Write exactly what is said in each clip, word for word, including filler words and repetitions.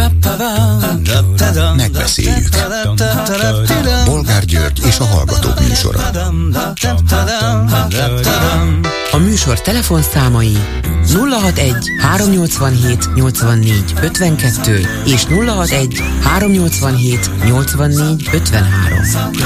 Megbeszéljük. Bolgár György és a Hallgatók műsora. A műsor telefonszámai nulla hatvanegy háromnyolcvanhét nyolcvannégy ötvenkettő és nulla hatvanegy háromnyolcvanhét nyolcvannégy ötvenhárom.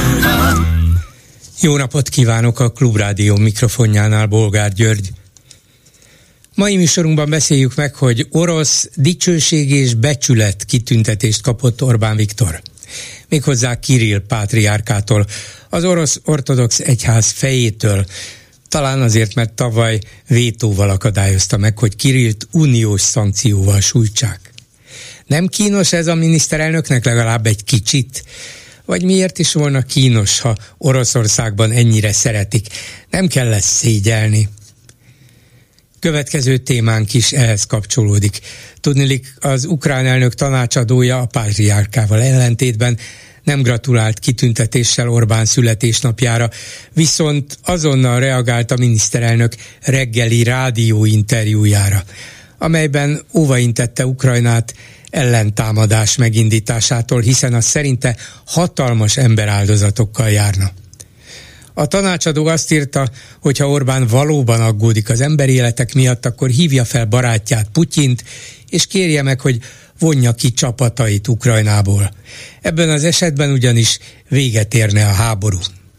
Jó napot kívánok, a Klubrádió mikrofonjánál Bolgár György. Mai műsorunkban beszéljük meg, hogy orosz dicsőség és becsület kitüntetést kapott Orbán Viktor. Méghozzá Kirill pátriárkától, az orosz ortodox egyház fejétől. Talán azért, mert tavaly vétóval akadályozta meg, hogy Kirillt uniós szankcióval sújtsák. Nem kínos ez a miniszterelnöknek legalább egy kicsit? Vagy miért is volna kínos, ha Oroszországban ennyire szeretik? Nem kell ezt szégyelni. Következő témánk is ehhez kapcsolódik. Tudniillik, az ukrán elnök tanácsadója a pátriárkával ellentétben nem gratulált kitüntetéssel Orbán születésnapjára, viszont azonnal reagált a miniszterelnök reggeli rádióinterjújára, amelyben óvaintette Ukrajnát ellentámadás megindításától, hiszen az szerinte hatalmas emberáldozatokkal járna. A tanácsadó azt írta, hogy ha Orbán valóban aggódik az emberéletek miatt, akkor hívja fel barátját, Putyint, és kérje meg, hogy vonja ki csapatait Ukrajnából. Ebben az esetben ugyanis véget érne a háború.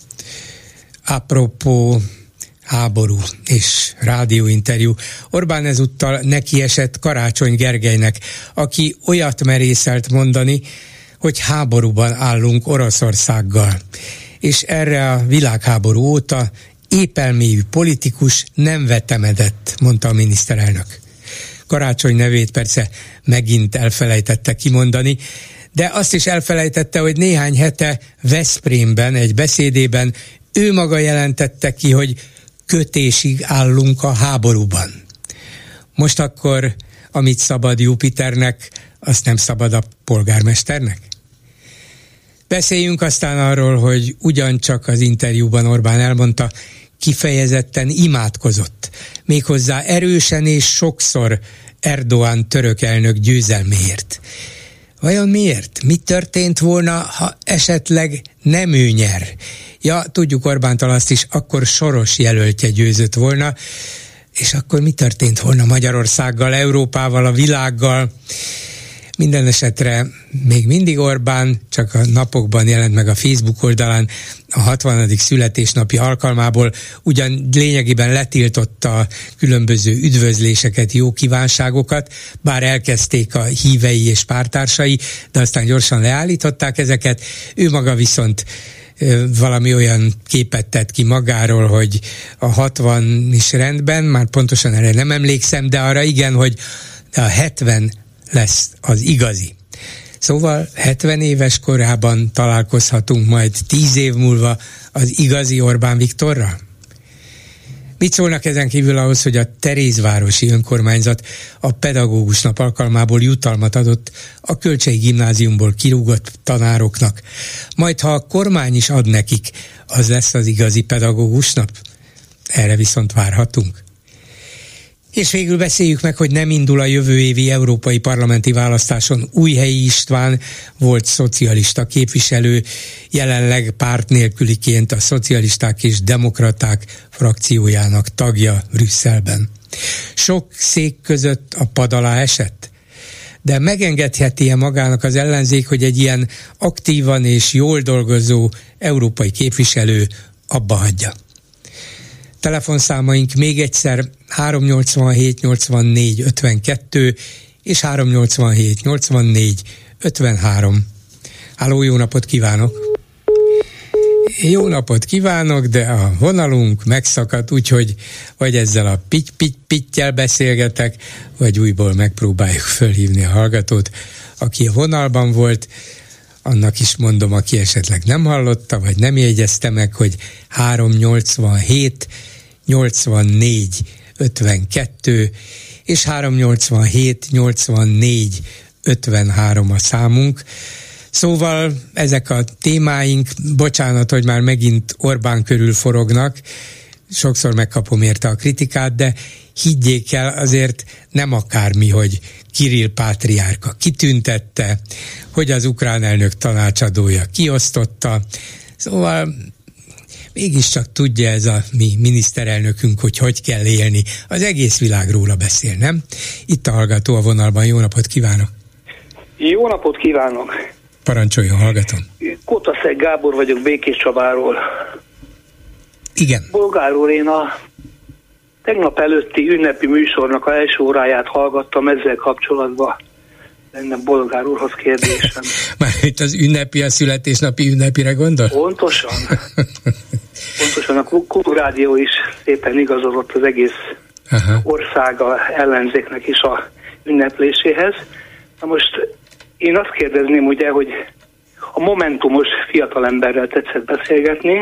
Apropó háború és rádióinterjú, Orbán ezúttal nekiesett Karácsony Gergelynek, aki olyat merészelt mondani, hogy háborúban állunk Oroszországgal. És erre a világháború óta épelmélyű politikus nem vetemedett, mondta a miniszterelnök. Karácsony nevét persze megint elfelejtette kimondani, de azt is elfelejtette, hogy néhány hete Veszprémben egy beszédében ő maga jelentette ki, hogy kötésig állunk a háborúban. Most akkor, amit szabad Jupiternek, azt nem szabad a polgármesternek? Beszéljünk aztán arról, hogy ugyancsak az interjúban Orbán elmondta, kifejezetten imádkozott, méghozzá erősen és sokszor Erdoğan török elnök győzelméért. Vajon miért? Mi történt volna, ha esetleg nem ő nyer? Ja, tudjuk Orbántól azt is, akkor Soros jelöltje győzött volna, és akkor mi történt volna Magyarországgal, Európával, a világgal? Minden esetre még mindig Orbán, csak a napokban jelent meg a Facebook oldalán a hatvanadik születésnapi alkalmából, ugyan lényegében letiltotta a különböző üdvözléseket, jó kívánságokat, bár elkezdték a hívei és pártársai, de aztán gyorsan leállították ezeket. Ő maga viszont valami olyan képet tett ki magáról, hogy a hatvan is rendben, már pontosan erre nem emlékszem, de arra igen, hogy a hetven lesz az igazi. Szóval hetven éves korában találkozhatunk majd tíz év múlva az igazi Orbán Viktorral? Mit szólnak ezen kívül ahhoz, hogy a Terézvárosi önkormányzat a pedagógus nap alkalmából jutalmat adott a Kölcsey Gimnáziumból kirúgott tanároknak? Majd ha a kormány is ad nekik, az lesz az igazi pedagógus nap? Erre viszont várhatunk. És végül beszéljük meg, hogy nem indul a jövő évi európai parlamenti választáson Újhelyi István, volt szocialista képviselő, jelenleg párt nélküliként a Szocialisták és Demokraták frakciójának tagja Brüsszelben. Sok szék között a pad alá esett? De megengedheti-e magának az ellenzék, hogy egy ilyen aktívan és jól dolgozó európai képviselő abba hagyja? Telefonszámaink még egyszer háromnyolcvanhét nyolcvannégy ötvenkettő és háromnyolcvanhét nyolcvannégy ötvenhárom. Halló, jó napot kívánok! Jó napot kívánok, de a vonalunk megszakadt, úgyhogy vagy ezzel a pitty-pitty-pittyel beszélgetek, vagy újból megpróbáljuk fölhívni a hallgatót, aki a vonalban volt. Annak is mondom, aki esetleg nem hallotta, vagy nem jegyezte meg, hogy háromnyolcvanhét nyolcvannégy ötvenkettő és háromnyolcvanhét nyolcvannégy ötvenhárom a számunk. Szóval ezek a témáink, bocsánat, hogy már megint Orbán körül forognak, sokszor megkapom érte a kritikát, de higgyék el, azért nem akármi, hogy Kirill pátriárka kitüntette, hogy az ukrán elnök tanácsadója kiosztotta, szóval mégiscsak tudja ez a mi miniszterelnökünk, hogy hogy kell élni. Az egész világ róla beszél, nem? Itt a hallgató a vonalban. Jó napot kívánok! Jó napot kívánok! Parancsoljon, hallgatom! Kotaszeg Gábor vagyok Békés Csabáról. Igen. Bolgár úr, én a tegnap előtti ünnepi műsornak a első óráját hallgattam, ezzel kapcsolatban lenne Bolgár úrhoz kérdésem. Már itt az ünnepi, a születésnapi ünnepire gondol? Pontosan. Pontosan a Kultúrrádió is szépen igazodott az egész Aha. országa ellenzéknek is a ünnepléséhez. Na most én azt kérdezném ugye, hogy a momentumos fiatalemberrel tetszett beszélgetni,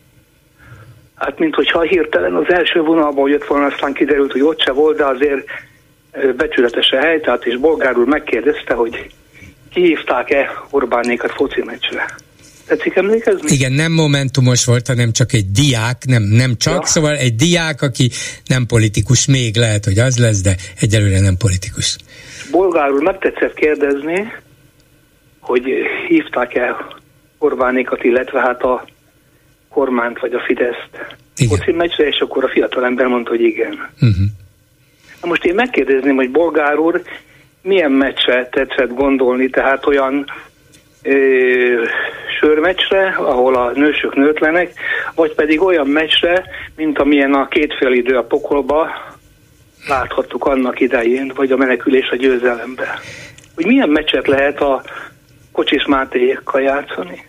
hát mint hogyha hirtelen az első vonalban jött volna, aztán kiderült, hogy ott se volt, de azért becsületesen helytált, és Bolgár úr megkérdezte, hogy kihívták-e Orbánékat foci meccsre. Tetszik emlékezni? Igen, nem momentumos volt, hanem csak egy diák, nem, nem csak, ja. Szóval egy diák, aki nem politikus, még lehet, hogy az lesz, de egyelőre nem politikus. Bolgár úr meg tetszett kérdezni, hogy hívták-e Orbánékat, illetve hát a kormányt vagy a Fideszt foci meccsre, és akkor a fiatalember mondta, hogy igen. Uh-huh. Na most én megkérdezném, hogy Bolgár úr milyen meccsre tetszett gondolni, tehát olyan ö, sörmeccsre, ahol a nősök nőtlenek, vagy pedig olyan meccsre, mint amilyen a kétfél idő a Pokolba láthattuk annak idején, vagy a menekülés a győzelembe. Hogy milyen meccset lehet a Kocsis Mátéékkal játszani?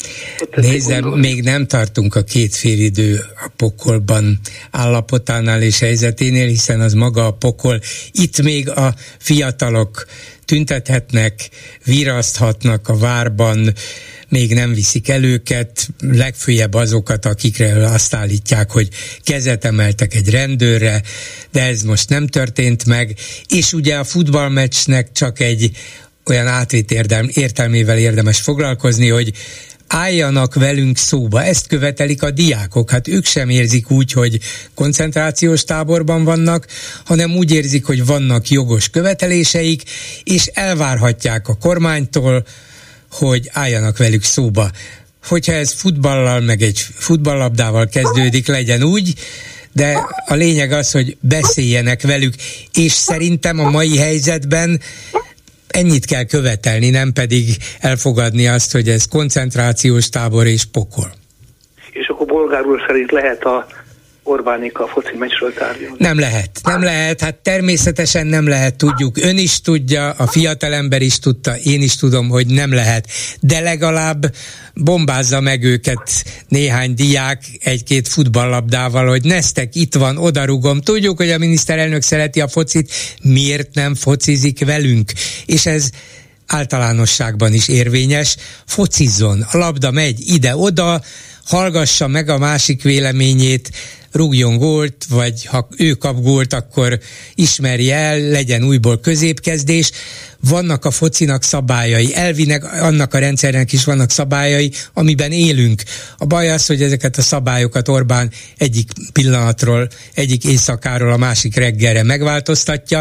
Nézem, még nem tartunk a két félidő a Pokolban állapotánál és helyzeténél, hiszen az maga a pokol. Itt még a fiatalok tüntethetnek, viraszthatnak a várban, még nem viszik el őket, legfőjebb azokat, akikre azt állítják, hogy kezet emeltek egy rendőrre, de ez most nem történt meg, és ugye a futballmeccsnek csak egy olyan átvét érdem, értelmével érdemes foglalkozni, hogy álljanak velünk szóba. Ezt követelik a diákok. Hát ők sem érzik úgy, hogy koncentrációs táborban vannak, hanem úgy érzik, hogy vannak jogos követeléseik, és elvárhatják a kormánytól, hogy álljanak velük szóba. Hogyha ez futballal, meg egy futballlabdával kezdődik, legyen úgy, de a lényeg az, hogy beszéljenek velük, és szerintem a mai helyzetben ennyit kell követelni, nem pedig elfogadni azt, hogy ez koncentrációs tábor és pokol. És akkor Bolgár úr szerint lehet a Orbánékkal a foci meccsről tárgyalni? Nem lehet, nem lehet, hát természetesen nem lehet, tudjuk, ön is tudja, a fiatalember is tudta, én is tudom, hogy nem lehet, de legalább bombázza meg őket néhány diák egy-két futballlabdával, hogy neztek, itt van, odarugom. Tudjuk, hogy a miniszterelnök szereti a focit, miért nem focizik velünk? És ez általánosságban is érvényes, focizzon, a labda megy ide-oda, hallgassa meg a másik véleményét, rúgjon gólt, vagy ha ő kap gólt, akkor ismerje el, legyen újból középkezdés. Vannak a focinak szabályai, elvinek annak a rendszernek is vannak szabályai, amiben élünk. A baj az, hogy ezeket a szabályokat Orbán egyik pillanatról, egyik éjszakáról a másik reggelre megváltoztatja,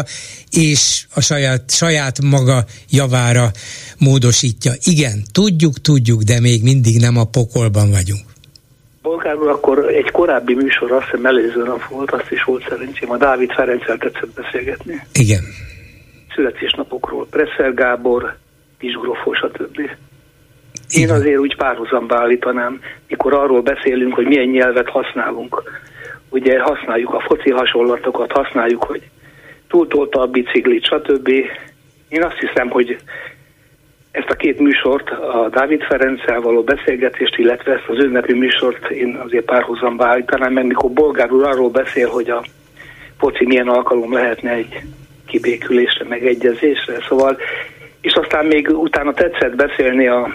és a saját, saját maga javára módosítja. Igen, tudjuk, tudjuk, de még mindig nem a pokolban vagyunk. Bolgár úr, akkor egy korábbi műsor, azt hiszem előző nap volt, azt is volt szerencsém, a Dávid Ferenccel tetszett beszélgetni. Igen. Születésnapokról, Presser Gábor, Kisgrófó, stb. Én azért úgy párhuzamba állítanám, mikor arról beszélünk, hogy milyen nyelvet használunk. Ugye használjuk a foci hasonlatokat, használjuk, hogy túltolta a biciklit, stb. Én azt hiszem, hogy ezt a két műsort, a Dávid Ferenccel való beszélgetést, illetve ezt az ünnepi műsort én azért párhuzamba állítanám, mert mikor Bolgár úr arról beszél, hogy a foci milyen alkalom lehetne egy kibékülésre, megegyezésre, szóval, és aztán még utána tetszett beszélni a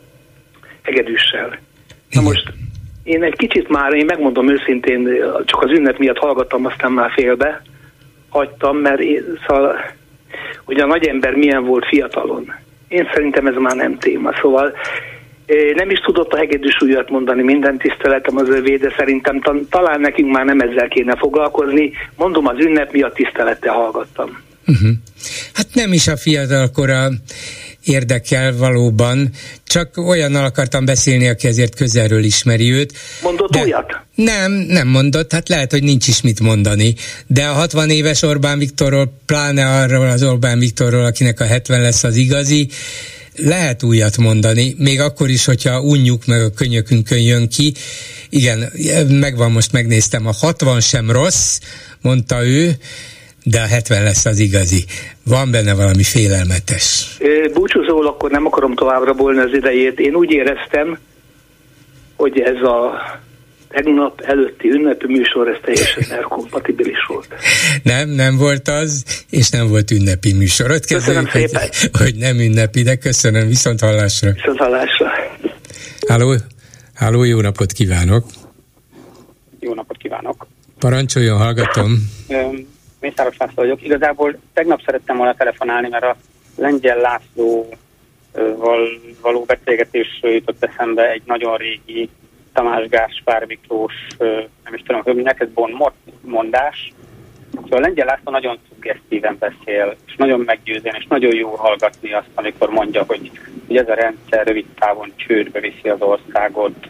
Hegedűssel. Na most én egy kicsit már, én megmondom őszintén, csak az ünnep miatt hallgattam, aztán már félbe hagytam, mert én, szóval, hogy a nagyember milyen volt fiatalon. Én szerintem ez már nem téma, szóval Nem is tudott a hegedűsúlyat mondani, minden tiszteletem az övé, de szerintem ta- talán nekünk már nem ezzel kéne foglalkozni. Mondom, az ünnep miatt tisztelettel hallgattam. Uh-huh. Hát nem is a fiatalkora érdekel valóban, csak olyannal akartam beszélni, aki ezért közelről ismeri őt. Mondott olyat? Nem, nem mondott, hát lehet, hogy nincs is mit mondani, de a hatvan éves Orbán Viktorról, pláne arról az Orbán Viktorról, akinek a hetven lesz az igazi, lehet újat mondani, még akkor is, hogyha unjuk meg a könyökünkön jön ki. Igen, megvan, most megnéztem, a hatvan sem rossz, mondta ő, de a hetven lesz az igazi. Van benne valami félelmetes. Búcsúzóul akkor nem akarom tovább rabolni az idejét. Én úgy éreztem, hogy ez a tegnap előtti ünnepi műsor, ez teljesen elkompatibilis volt. Nem, nem volt az, és nem volt ünnepi műsor. Ott köszönöm szépen. Hogy, hogy nem ünnepi, de köszönöm, viszont hallásra. Viszont hallásra. Halló, halló, jó napot kívánok. Jó napot kívánok. Parancsoljon, hallgatom. Mészáros László vagyok. Igazából tegnap szerettem volna telefonálni, mert a Lengyel Lászlóval való beszélgetésről jutott eszembe egy nagyon régi Tamás Gáspár Miklós, nem is tudom, hogy minek ez mondás. Szóval a Lengyel László nagyon szuggesztíven beszél, és nagyon meggyőzően, és nagyon jó hallgatni azt, amikor mondja, hogy, hogy ez a rendszer rövid távon csődbe viszi az országot,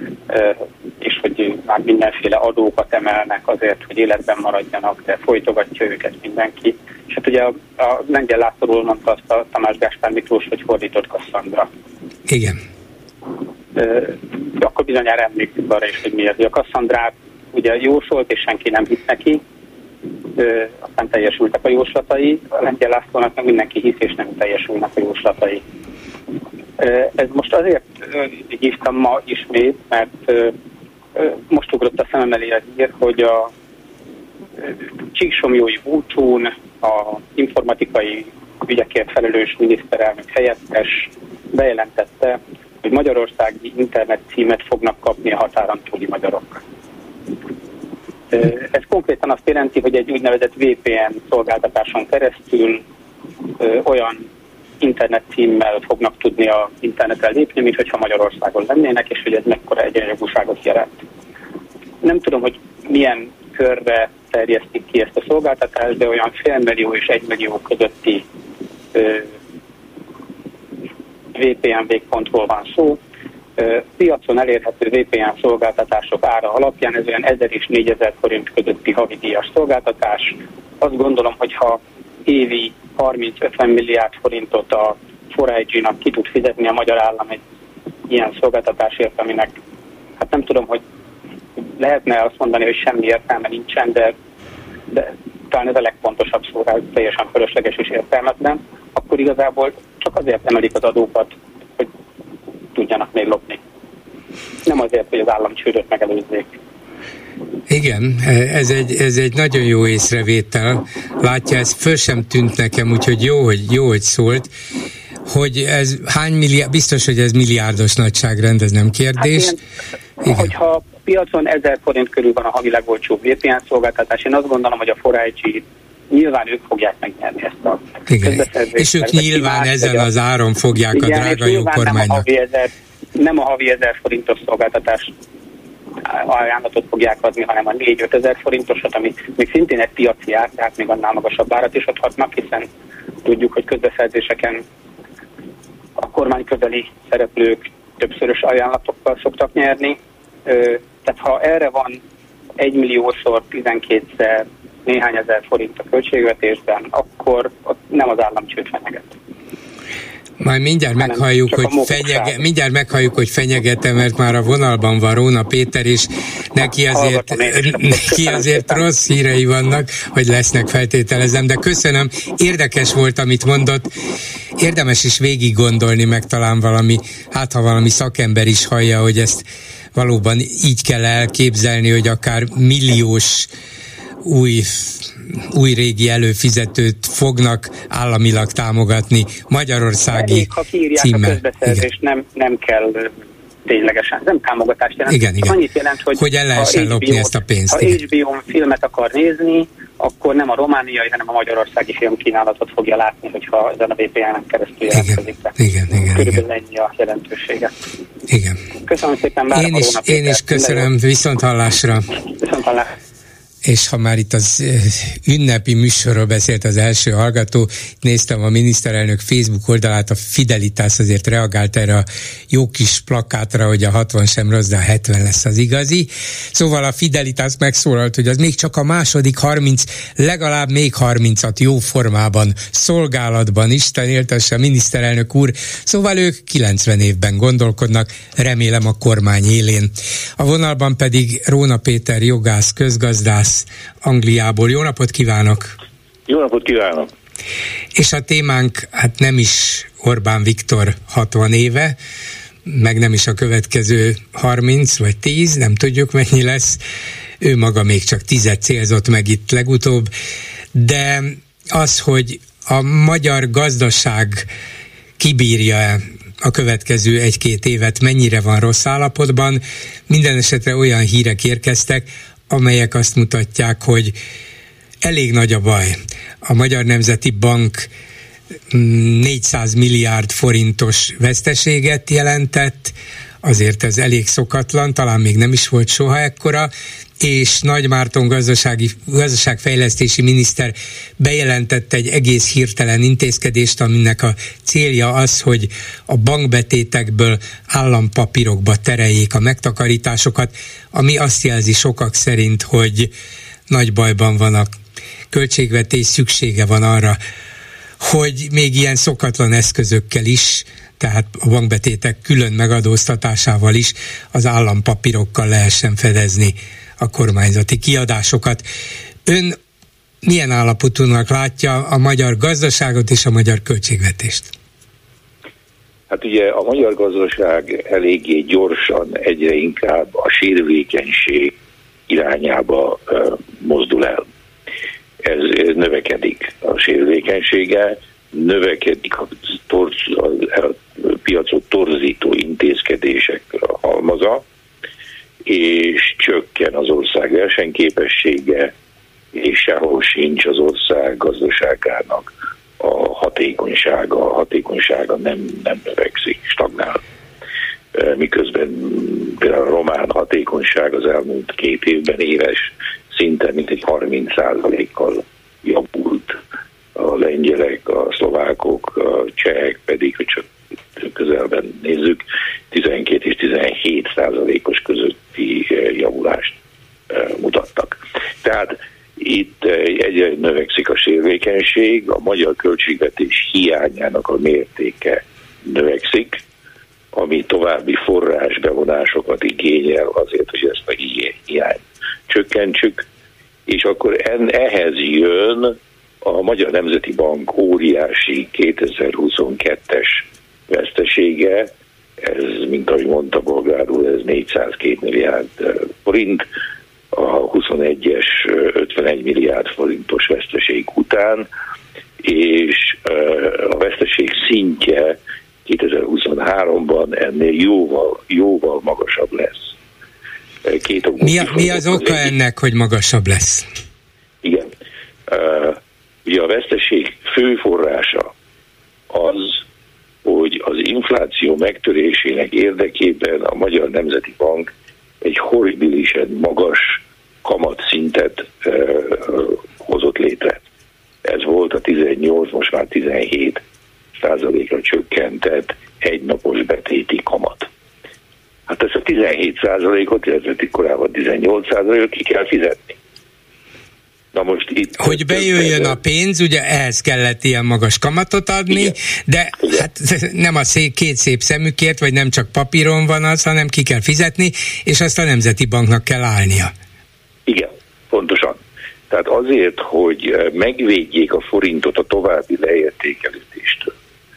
és hogy már mindenféle adókat emelnek azért, hogy életben maradjanak, de folytogatja őket mindenki. És hát ugye a, a Lengyel Lászlóról mondta azt a Tamás Gáspár Miklós, hogy fordított Kasszandra. Igen. De akkor bizonyára emlékszik arra is, hogy miért. A Kasszandrát ugye jósolt, és senki nem hitt neki, de aztán teljesültek a jóslatai, a Lengyel Lászlónak meg mindenki hisz, és nem teljesülnek a jóslatai. Ez most azért hívtam ma ismét, mert most ugrott a szemem elé a hír, hogy a Csíksomlyói búcsún a informatikai ügyekért felelős miniszterelnök helyettes bejelentette, hogy magyarországi internet címet fognak kapni a határon túli magyarok. Ez konkrétan azt jelenti, hogy egy úgynevezett vé pé en szolgáltatáson keresztül olyan internet címmel fognak tudni a internetre lépni, mint hogyha Magyarországon lennének, és hogy ez mekkora egyenjogúságot jelent. Nem tudom, hogy milyen körbe terjesztik ki ezt a szolgáltatást, de olyan félmillió és egymillió közötti vé pé en vég pontról van szó. Piacon elérhető vé pé en szolgáltatások ára alapján ez olyan ezer és négyezer forint közötti havidíjas szolgáltatás. Azt gondolom, hogy ha évi harminc-ötven milliárd forintot a four I G-nak ki tud fizetni a magyar állam egy ilyen szolgáltatásért, aminek hát nem tudom, hogy lehetne azt mondani, hogy semmi értelme nincsen, de, de talán ez a legfontosabb szó, teljesen fölösleges és értelmetlen, akkor igazából csak azért emelik az adókat, hogy tudjanak még lopni. Nem azért, hogy az államcsődöt megelőzzék. Igen, ez egy, ez egy nagyon jó észrevétel. Látja, ez föl sem tűnt nekem, úgyhogy jó, hogy, jó, hogy szólt, hogy ez hány milliárd, biztos, hogy ez milliárdos nagyságrend, ez nem kérdés. Hát igen, hogyha piacon ezer forint körül van a havi legolcsóbb vé pé en szolgáltatás, én azt gondolom, hogy a four I G nyilván ők fogják megnyerni ezt a közbeszerzést. És ők nyilván ezen az áron fogják igen, a drága jó kormánynak. Nem a havi ezer forintos szolgáltatás ajánlatot fogják adni, hanem a négy-öt ezer forintosat, ami még szintén egy piaci ár, tehát még annál magasabb árat is adhatnak, hiszen tudjuk, hogy közbeszerzéseken a kormány közeli szereplők többszörös ajánlatokkal szoktak nyerni. Tehát ha erre van egymilliószor tizenkétszer néhány ezer forint a költségvetésben, akkor nem az államcsőd fenyeget. Majd mindjárt meghalljuk, hogy fenyege, mindjárt meghalljuk, hogy fenyegete, mert már a vonalban van Róna Péter, és neki azért, neki azért rossz hírei vannak, hogy lesznek, feltételezem, de köszönöm, érdekes volt, amit mondott, érdemes is végig gondolni, meg talán valami, hát ha valami szakember is hallja, hogy ezt valóban így kell elképzelni, hogy akár milliós új új-régi előfizetőt fognak államilag támogatni magyarországi elég, ha kiírják címmel. A közbeszerzést, nem, nem kell ténylegesen, nem támogatást jelent. Igen, igen. Annyit jelent, hogy hogy el lehessen lopni ezt a pénzt. Ha igen. há bé ó filmet akar nézni, akkor nem a romániai, hanem a magyarországi filmkínálatot fogja látni, hogyha ezen a vé pé en-en keresztül jelentkezik be. Igen, igen, Körülbelül ennyi a jelentősége. Igen. Köszönöm szépen, várom én is, a én is köszönöm, viszont hallásra. Viszont hallásra. És ha már itt az ünnepi műsorról beszélt az első hallgató, néztem a miniszterelnök Facebook oldalát, a Fidelitás azért reagált erre a jó kis plakátra, hogy a hatvan sem rossz, de a hetven lesz az igazi. Szóval a Fidelitás megszólalt, hogy az még csak a második harminc, legalább még harmincat jó formában, szolgálatban, Isten éltesse, miniszterelnök úr. Szóval ők kilencven évben gondolkodnak, remélem a kormány élén. A vonalban pedig Róna Péter jogász, közgazdász Angliából. Jó napot kívánok! Jó napot kívánok! És a témánk hát nem is Orbán Viktor hatvan éve, meg nem is a következő harminc vagy tíz, nem tudjuk mennyi lesz. Ő maga még csak tízet célzott meg itt legutóbb, de az, hogy a magyar gazdaság kibírja a következő egy-két évet, mennyire van rossz állapotban, minden esetre olyan hírek érkeztek, amelyek azt mutatják, hogy elég nagy a baj. A Magyar Nemzeti Bank négyszáz milliárd forintos veszteséget jelentett, azért ez elég szokatlan, talán még nem is volt soha ekkora, és Nagy Márton gazdasági, gazdaságfejlesztési miniszter bejelentett egy egész hirtelen intézkedést, aminek a célja az, hogy a bankbetétekből állampapírokba tereljék a megtakarításokat, ami azt jelzi sokak szerint, hogy nagy bajban van a költségvetés, szüksége van arra, hogy még ilyen szokatlan eszközökkel is, tehát a bankbetétek külön megadóztatásával is az állampapírokkal lehessen fedezni a kormányzati kiadásokat. Ön milyen állapotúnak látja a magyar gazdaságot és a magyar költségvetést? Hát ugye a magyar gazdaság eléggé gyorsan egyre inkább a sérülékenység irányába uh, mozdul el. Ez, ez növekedik a sérülékenysége, növekedik a, torz, a, a piacot torzító intézkedések halmaza, és csökken az ország versenyképessége, és sehol sincs az ország gazdaságának a hatékonysága. A hatékonysága nem, nem növekszik, stagnál. Miközben például a román hatékonyság az elmúlt két évben éves szinten mintegy harminc százalékkal javult. A lengyelek, a szlovákok, a csehek pedig, hogy csak közelben nézzük, tizenkét és tizenhét százalékos közötti javulást mutattak. Tehát itt egyre növekszik a sérülékenység, a magyar költségvetés hiányának a mértéke növekszik, ami további forrásbevonásokat igényel azért, hogy ezt a hiányt csökkentsük, és akkor en, ehhez jön a Magyar Nemzeti Bank óriási kétezer-huszonkettes vesztesége, ez, mint ahogy mondta bolgár úr, ez négyszázkettő milliárd forint, a huszonegyes ötvenegy milliárd forintos veszteség után, és a veszteség szintje kétezer-huszonháromban ennél jóval, jóval magasabb lesz. Két mi, a, mi az oka ennek, hogy magasabb lesz? Igen. Uh, ugye a veszteség fő forrása az, hogy az infláció megtörésének érdekében a Magyar Nemzeti Bank egy horribilisen magas kamatszintet uh, hozott létre. Ez volt a tizennyolc, most már tizenhét százalékra csökkentett egynapos betéti kamat. Hát ezt a tizenhét százalékot, illetve korábban tizennyolc százalékot ki kell fizetni. Na most itt... Hogy bejöjjön a pénz, ugye ehhez kellett ilyen magas kamatot adni, igen, de igen. Hát nem a szép, két szép szemükért, vagy nem csak papíron van az, hanem ki kell fizetni, és azt a Nemzeti Banknak kell állnia. Igen, pontosan. Tehát azért, hogy megvédjék a forintot a további leértékelődéstől,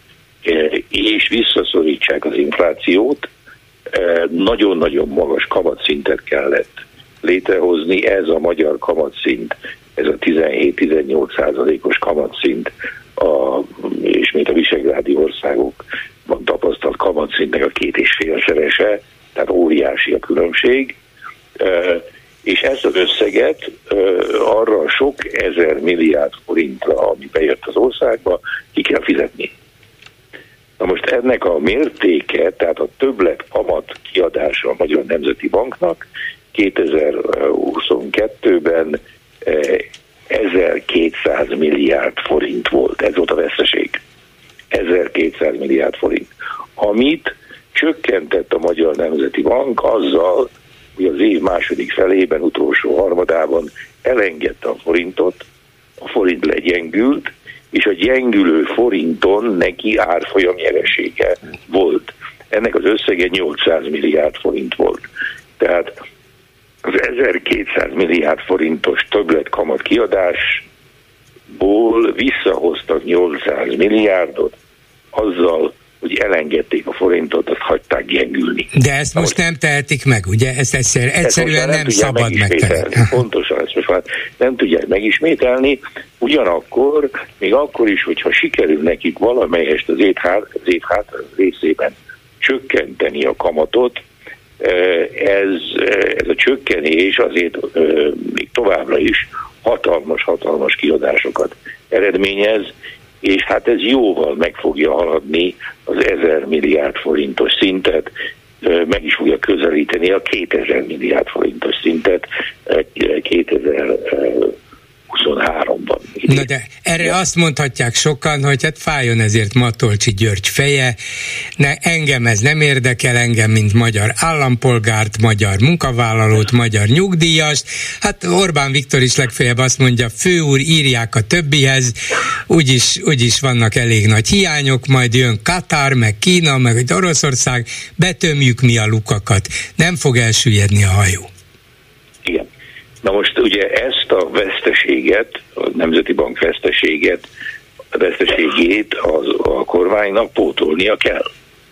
és visszaszorítsák az inflációt, nagyon-nagyon magas kamatszintet kellett létrehozni. Ez a magyar kamatszint, ez a tizenhét-tizennyolc százalékos kamatszint, a, és még a visegrádi országokban tapasztalt kamatszintnek a két és félszerese, tehát óriási a különbség, és ezt az összeget arra a sok ezer milliárd forintra, ami bejött az országba, ki kell fizetni. Na most ennek a mértéke, tehát a többlet kamat kiadása a Magyar Nemzeti Banknak kétezer-huszonkettőben ezerkétszáz milliárd forint volt. Ez volt a veszteség. ezerkétszáz milliárd forint. Amit csökkentett a Magyar Nemzeti Bank azzal, hogy az év második felében, utolsó harmadában elengedte a forintot, a forint legyengült, és a gyengülő forinton neki árfolyam nyeresége volt. Ennek az összege nyolcszáz milliárd forint volt. Tehát az ezerkétszáz milliárd forintos többletkamat kiadásból visszahoztak nyolcszáz milliárdot azzal, hogy elengedték a forintot, azt hagyták gyengülni. De ezt most, most nem tehetik meg, ugye? Ezt egyszer, egyszerűen nem, nem szabad megtenni. Pontosan, ezt most már nem tudják megismételni, ugyanakkor, még akkor is, hogyha sikerül nekik valamelyest az év hátra részében csökkenteni a kamatot, ez, ez a csökkenés azért még továbbra is hatalmas-hatalmas kiadásokat eredményez, és hát ez jóval meg fogja haladni az ezer milliárd forintos szintet, meg is fogja közelíteni a kétezer milliárd forintos szintet kétezer-huszonháromban. Na de erre ja. Azt mondhatják sokan, hogy hát fájjon ezért Matolcsy György feje, ne, engem ez nem érdekel, engem mint magyar állampolgárt, magyar munkavállalót, magyar nyugdíjast. Hát Orbán Viktor is legfeljebb azt mondja, főúr, írják a többihez, úgyis, úgyis vannak elég nagy hiányok, majd jön Katar, meg Kína, meg Oroszország, betömjük mi a lukakat, nem fog elsüllyedni a hajó. Igen. Na most ugye ezt a veszteséget, a Nemzeti Bank veszteséget, a veszteségét az, a kormánynak pótolnia kell.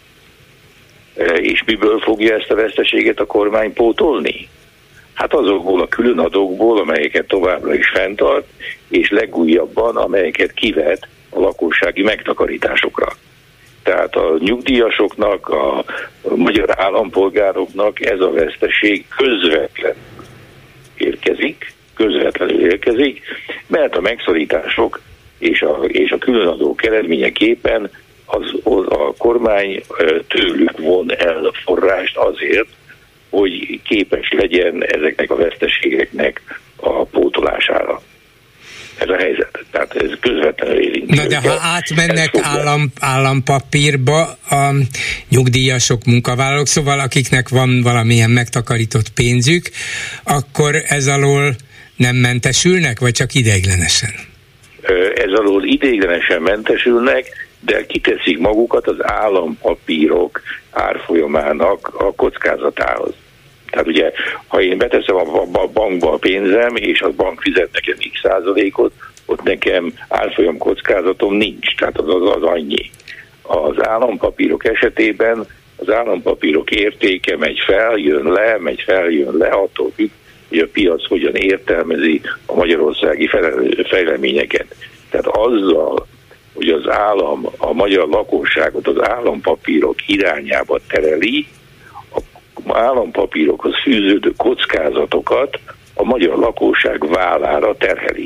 És miből fogja ezt a veszteséget a kormány pótolni? Hát azokból a különadókból, amelyeket továbbra is fenntart, és legújabban, amelyeket kivet a lakossági megtakarításokra. Tehát a nyugdíjasoknak, a magyar állampolgároknak ez a veszteség közvetlen érkezik, közvetlenül érkezik, mert a megszorítások és a, és a különadók eredményeképpen az, az a kormány tőlük von el forrást azért, hogy képes legyen ezeknek a veszteségeknek a pótolására. Ez a helyzet. Tehát ez közvetlenül érint. Na de ha átmennek állam, állampapírba a nyugdíjasok, munkavállalók, szóval akiknek van valamilyen megtakarított pénzük, akkor ez alól nem mentesülnek, vagy csak ideiglenesen? Ez alól ideiglenesen mentesülnek, de kiteszik magukat az állampapírok árfolyamának a kockázatához. Tehát ugye, ha én beteszem a bankba a pénzem, és a bank fizet nekem x százalékot, ott nekem árfolyam kockázatom nincs, tehát az, az, az annyi. Az állampapírok esetében az állampapírok értéke megy fel, jön le, megy fel, jön le, attól függ, hogy a piac hogyan értelmezi a magyarországi fejleményeket. Tehát azzal, hogy az állam a magyar lakosságot az állampapírok irányába tereli, állampapírokhoz fűződő kockázatokat a magyar lakosság vállára terheli.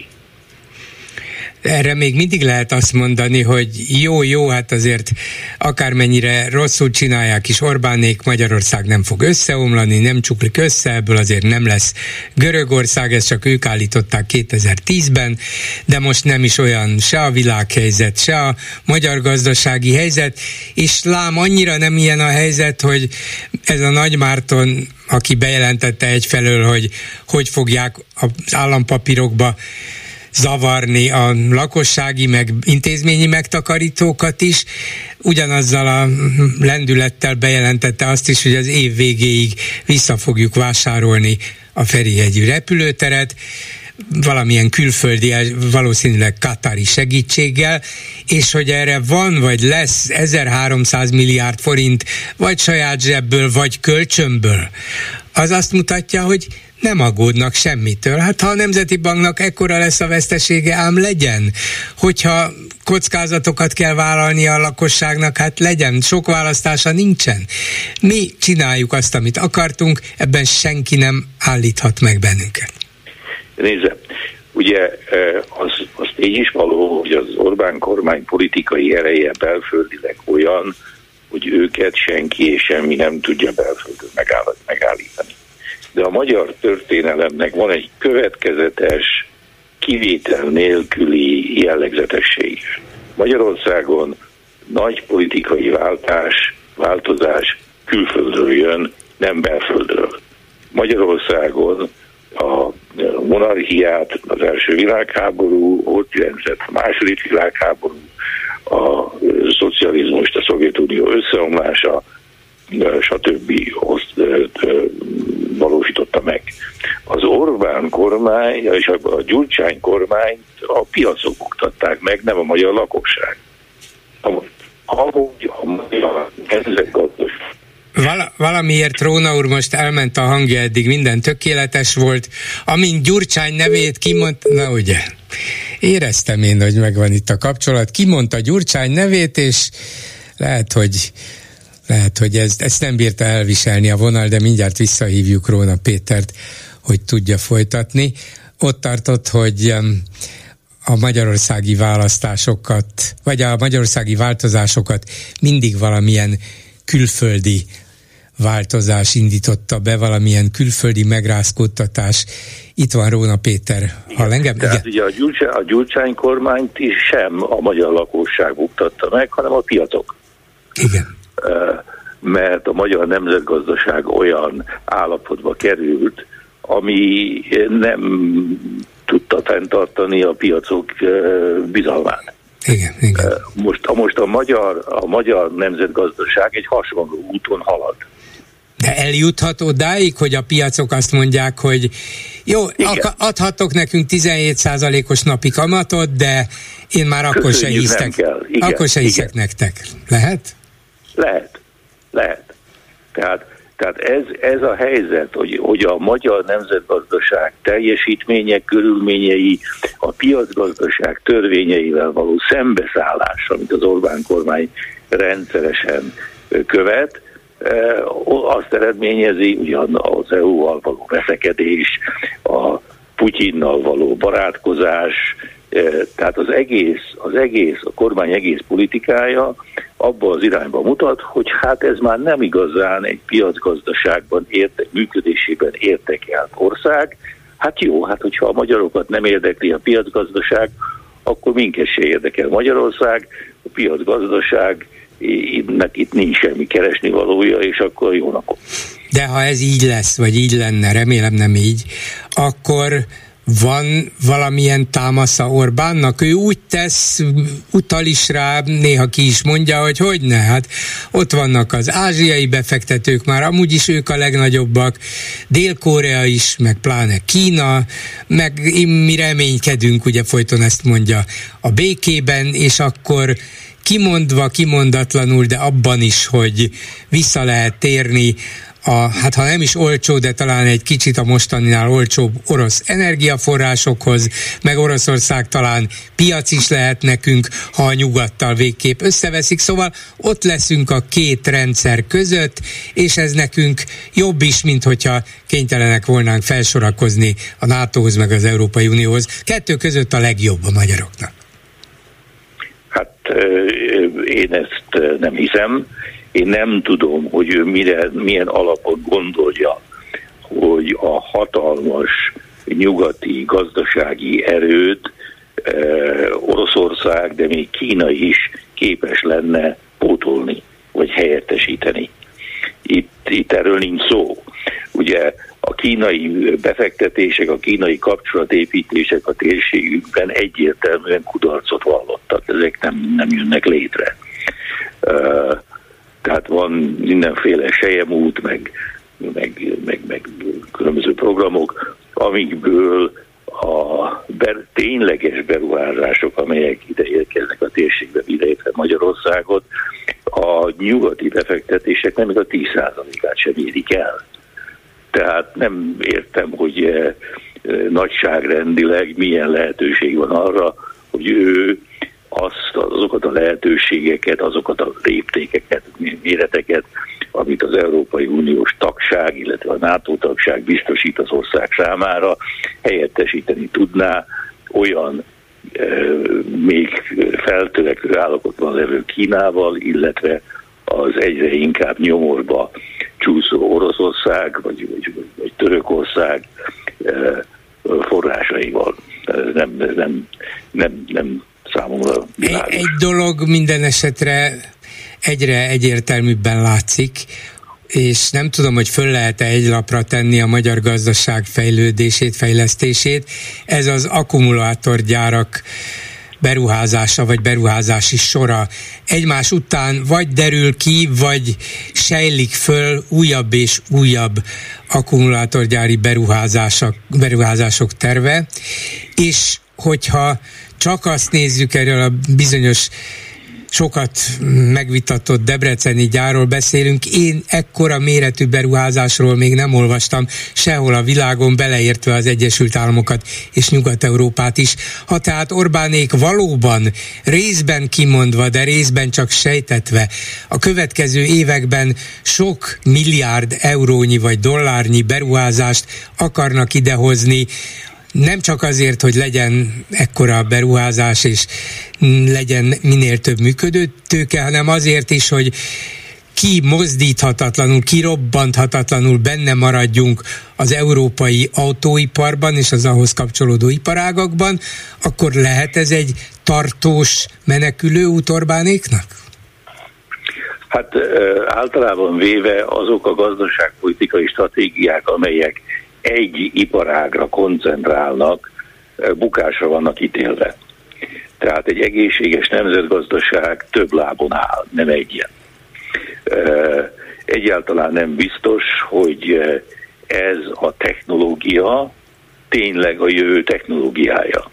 Erre még mindig lehet azt mondani, hogy jó, jó, hát azért akármennyire rosszul csinálják is Orbánék, Magyarország nem fog összeomlani, nem csuklik össze, ebből azért nem lesz Görögország, ezt csak ők állították kétezer-tízben, de most nem is olyan se a világhelyzet, se a magyar gazdasági helyzet, és lám annyira nem ilyen a helyzet, hogy ez a Nagy Márton, aki bejelentette egyfelől, hogy hogy fogják az állampapírokba zavarni a lakossági meg intézményi megtakarítókat is, ugyanazzal a lendülettel bejelentette azt is, hogy az év végéig vissza fogjuk vásárolni a Ferihegyi repülőteret, valamilyen külföldi, valószínűleg katari segítséggel, és hogy erre van, vagy lesz ezerháromszáz milliárd forint, vagy saját zsebből, vagy kölcsönből, az azt mutatja, hogy nem aggódnak semmitől. Hát ha a Nemzeti Banknak ekkora lesz a vesztesége, ám legyen. Hogyha kockázatokat kell vállalni a lakosságnak, hát legyen. Sok választása nincsen. Mi csináljuk azt, amit akartunk, ebben senki nem állíthat meg bennünket. Nézze, ugye az, az így is való, hogy az Orbán kormány politikai ereje belföldileg olyan, hogy őket senki és semmi nem tudja belföldön megállítani. De a magyar történelemnek van egy következetes, kivétel nélküli jellegzetesség. Magyarországon nagy politikai váltás, változás külföldről jön, nem belföldről. Magyarországon a monarchiát, az első világháború, ott jelentett a második világháború, a szocializmust, a Szovjetunió összeomlása, stb. Valósította meg. Az Orbán kormány és a Gyurcsány kormányt a piacok oktatták meg, nem a magyar lakosság. Ahogy a magyar nemzetgazdaság. Val- valamiért Róna úr most elment a hangja, eddig minden tökéletes volt. Amint Gyurcsány nevét kimondta, na ugye, éreztem én, hogy megvan itt a kapcsolat. Kimondta Gyurcsány nevét, és lehet, hogy lehet, hogy ez, ezt nem bírta elviselni a vonal, de mindjárt visszahívjuk Róna Pétert, hogy tudja folytatni. Ott tartott, hogy a magyarországi választásokat, vagy a magyarországi változásokat mindig valamilyen külföldi változás indította be, valamilyen külföldi megrázkódtatás. Itt van Róna Péter. Hall engem? Tehát ugye a Gyurcsány, a Gyurcsány kormányt is sem a magyar lakosság buktatta meg, hanem a piacok. Igen. Mert a magyar nemzetgazdaság olyan állapotba került, ami nem tudta fenntartani a piacok bizalmát. Igen, igen. Most, a, most a, magyar, a magyar nemzetgazdaság egy hasonló úton halad. De eljuthat odáig, hogy a piacok azt mondják, hogy jó, ak- adhatok nekünk tizenhét százalékos napi kamatot, de én már akkor Köszönjük, se hiszek. Igen, akkor se hiszek igen. nektek. Lehet? Lehet. Lehet. Tehát, tehát ez, ez a helyzet, hogy, hogy a magyar nemzetgazdaság teljesítmények, körülményei, a piacgazdaság törvényeivel való szembeszállás, amit az Orbán kormány rendszeresen követ, azt eredményezi, ugyan az é u-val való veszekedés, a Putyinnal való barátkozás, tehát az egész, az egész, a kormány egész politikája abba az irányba mutat, hogy hát ez már nem igazán egy piacgazdaságban érte, működésében értekelt ország. Hát jó, hát hogyha a magyarokat nem érdekli a piacgazdaság, akkor minket se érdekel Magyarország, a piacgazdaság, itt nincs semmi keresni valója, és akkor jó napot. De ha ez így lesz, vagy így lenne, remélem nem így, akkor van valamilyen támasza Orbánnak? Ő úgy tesz, utal is rá, néha ki is mondja, hogy hogyne, hát ott vannak az ázsiai befektetők, már amúgy is ők a legnagyobbak, Dél-Korea is, meg pláne Kína, meg mi reménykedünk, ugye folyton ezt mondja, a békében, és akkor kimondva, kimondatlanul, de abban is, hogy vissza lehet térni a, hát ha nem is olcsó, de talán egy kicsit a mostaninál olcsóbb orosz energiaforrásokhoz, meg Oroszország talán piac is lehet nekünk, ha a nyugattal végképp összeveszik, szóval ott leszünk a két rendszer között, és ez nekünk jobb is, mint hogyha kénytelenek volnánk felsorakozni a nátóhoz, meg az Európai Unióhoz. Kettő között a legjobb a magyaroknak. Hát én ezt nem hiszem. Én nem tudom, hogy ő mire, milyen alapon gondolja, hogy a hatalmas nyugati gazdasági erőt e, Oroszország, de még Kína is képes lenne pótolni, vagy helyettesíteni. Itt, itt erről nincs szó. Ugye a kínai befektetések, a kínai kapcsolatépítések a térségükben egyértelműen kudarcot vallottak. Ezek nem, nem jönnek létre. Uh, Tehát van mindenféle selyemút, meg, meg, meg, meg különböző programok, amikből a ber, tényleges beruházások, amelyek ide érkeznek a térségbe, ideértve Magyarországot, a nyugati befektetések nem a tíz százalékát sem érik el. Tehát nem értem, hogy nagyságrendileg milyen lehetőség van arra, hogy ő azt, azokat a lehetőségeket, azokat a léptékeket, méreteket, amit az Európai Uniós tagság, illetve a NATO tagság biztosít az ország számára, helyettesíteni tudná olyan e, még feltörekvő állapotban levő Kínával, illetve az egyre inkább nyomorba csúszó Oroszország, vagy, vagy, vagy Törökország e, forrásaival. Nem, nem, nem, nem számomra világos. Egy, egy dolog minden esetre egyre egyértelműbben látszik, és nem tudom, hogy föl lehet-e egy lapra tenni a magyar gazdaság fejlődését, fejlesztését. Ez az akkumulátorgyárak beruházása, vagy beruházási sora. Egymás után vagy derül ki, vagy sejlik föl újabb és újabb akkumulátorgyári beruházások, beruházások terve, és hogyha csak azt nézzük, erről a bizonyos sokat megvitatott debreceni gyárról beszélünk, én ekkora méretű beruházásról még nem olvastam sehol a világon, beleértve az Egyesült Államokat és Nyugat-Európát is. Ha tehát Orbánék valóban részben kimondva, de részben csak sejtetve a következő években sok milliárd eurónyi vagy dollárnyi beruházást akarnak idehozni, nem csak azért, hogy legyen ekkora beruházás és legyen minél több működőtőke, hanem azért is, hogy ki mozdíthatatlanul, kirobbanthatatlanul benne maradjunk az európai autóiparban és az ahhoz kapcsolódó iparágakban, akkor lehet ez egy tartós menekülő út Orbánéknak? Hát általában véve azok a gazdaságpolitikai stratégiák, amelyek egy iparágra koncentrálnak, bukásra vannak ítélve. Tehát egy egészséges nemzetgazdaság több lábon áll, nem egyen. Egyáltalán nem biztos, hogy ez a technológia tényleg a jövő technológiája.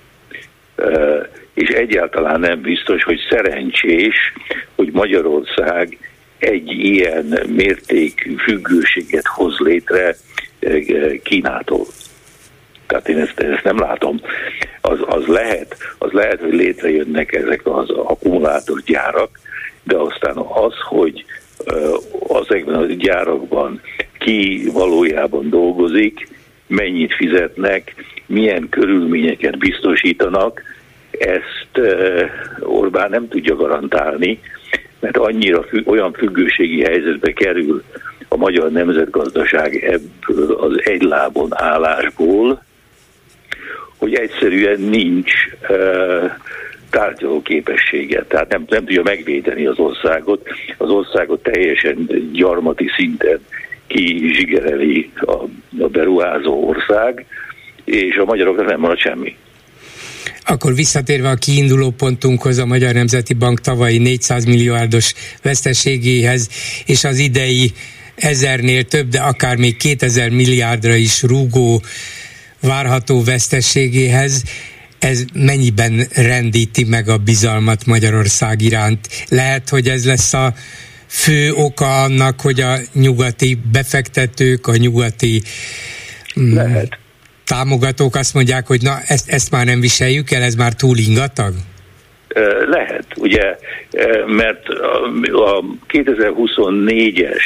És egyáltalán nem biztos, hogy szerencsés, hogy Magyarország egy ilyen mértékű függőséget hoz létre Kínától. Tehát én ezt, ezt nem látom. Az, az, lehet, az lehet, hogy létrejönnek ezek az akkumulátorgyárak, de aztán az, hogy ezekben a gyárakban ki valójában dolgozik, mennyit fizetnek, milyen körülményeket biztosítanak, ezt Orbán nem tudja garantálni, mert annyira függ, olyan függőségi helyzetbe kerül a magyar nemzetgazdaság ebből az egylábon állásból, hogy egyszerűen nincs uh, tárgyaló képessége. Tehát nem, nem tudja megvédeni az országot. Az országot teljesen gyarmati szinten kizsigereli a, a beruházó ország, és a magyaroknak nem marad semmi. Akkor visszatérve a kiinduló pontunkhoz, a Magyar Nemzeti Bank tavalyi négyszáz milliárdos veszteségéhez, és az idei ezernél több, de akár még kétezer milliárdra is rúgó várható veszteségéhez, ez mennyiben rendíti meg a bizalmat Magyarország iránt? Lehet, hogy ez lesz a fő oka annak, hogy a nyugati befektetők, a nyugati Lehet. támogatók azt mondják, hogy na, ezt, ezt már nem viseljük el, ez már túl ingatag? Lehet, ugye, mert a kétezer-huszonnégyes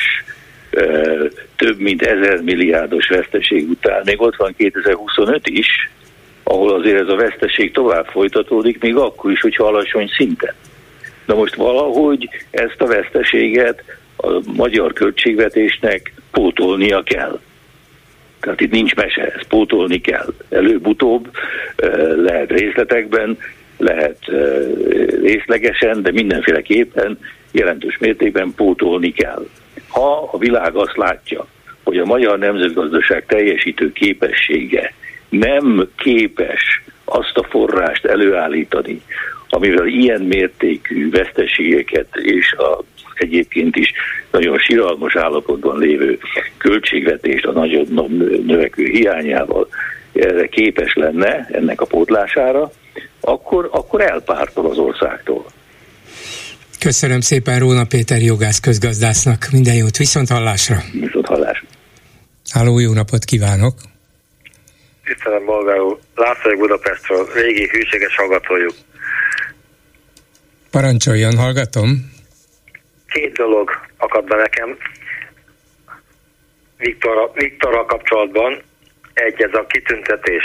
több mint ezer milliárdos veszteség után még ott van kétezer-huszonöt is, ahol azért ez a veszteség tovább folytatódik, még akkor is, hogyha alacsony szinten. Na most valahogy ezt a veszteséget a magyar költségvetésnek pótolnia kell. Tehát itt nincs mese, ezt pótolni kell. Előbb-utóbb lehet részletekben, lehet részlegesen, de mindenféleképpen jelentős mértékben pótolni kell. Ha a világ azt látja, hogy a magyar nemzetgazdaság teljesítő képessége nem képes azt a forrást előállítani, amivel ilyen mértékű veszteségeket és a egyébként is nagyon siralmas állapotban lévő költségvetést a nagyon növekvő hiányával erre képes lenne, ennek a pótlására, akkor, akkor elpártol az országtól. Köszönöm szépen Róna Péter jogász közgazdásznak. Minden jót, viszont hallásra. Viszont hallásra. Háló, jó napot kívánok! Tisztelem, Bolgár úr, László Budapestről, régi hűséges hallgatójuk. Parancsoljon, hallgatom. Két dolog akad be nekem Viktorral, Viktorral kapcsolatban. Egy, ez a kitüntetés.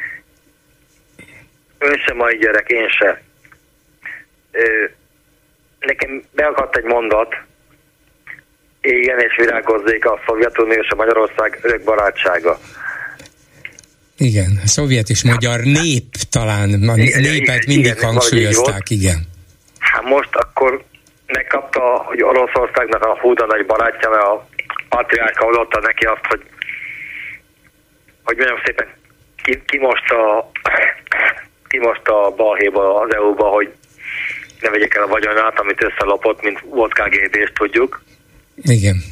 Ön sem mai gyerek, én se. Ö, nekem beakadt egy mondat, éljen és virágozzék a Szovjetunió és a Magyarország örök barátsága. Igen, a szovjet és magyar nép talán, a igen, népet igen, mindig igen, hangsúlyozták, igen. Hát most akkor megkapta, hogy Oroszországnak a húda nagy barátja, mert a patriárka adotta neki azt, hogy hogy nagyon szépen ki, ki most a ki most a balhéba az é u-ba, hogy ne vegyék el a vagyonát, amit összelopott, mint volt ká gé bé-s, tudjuk. Igen.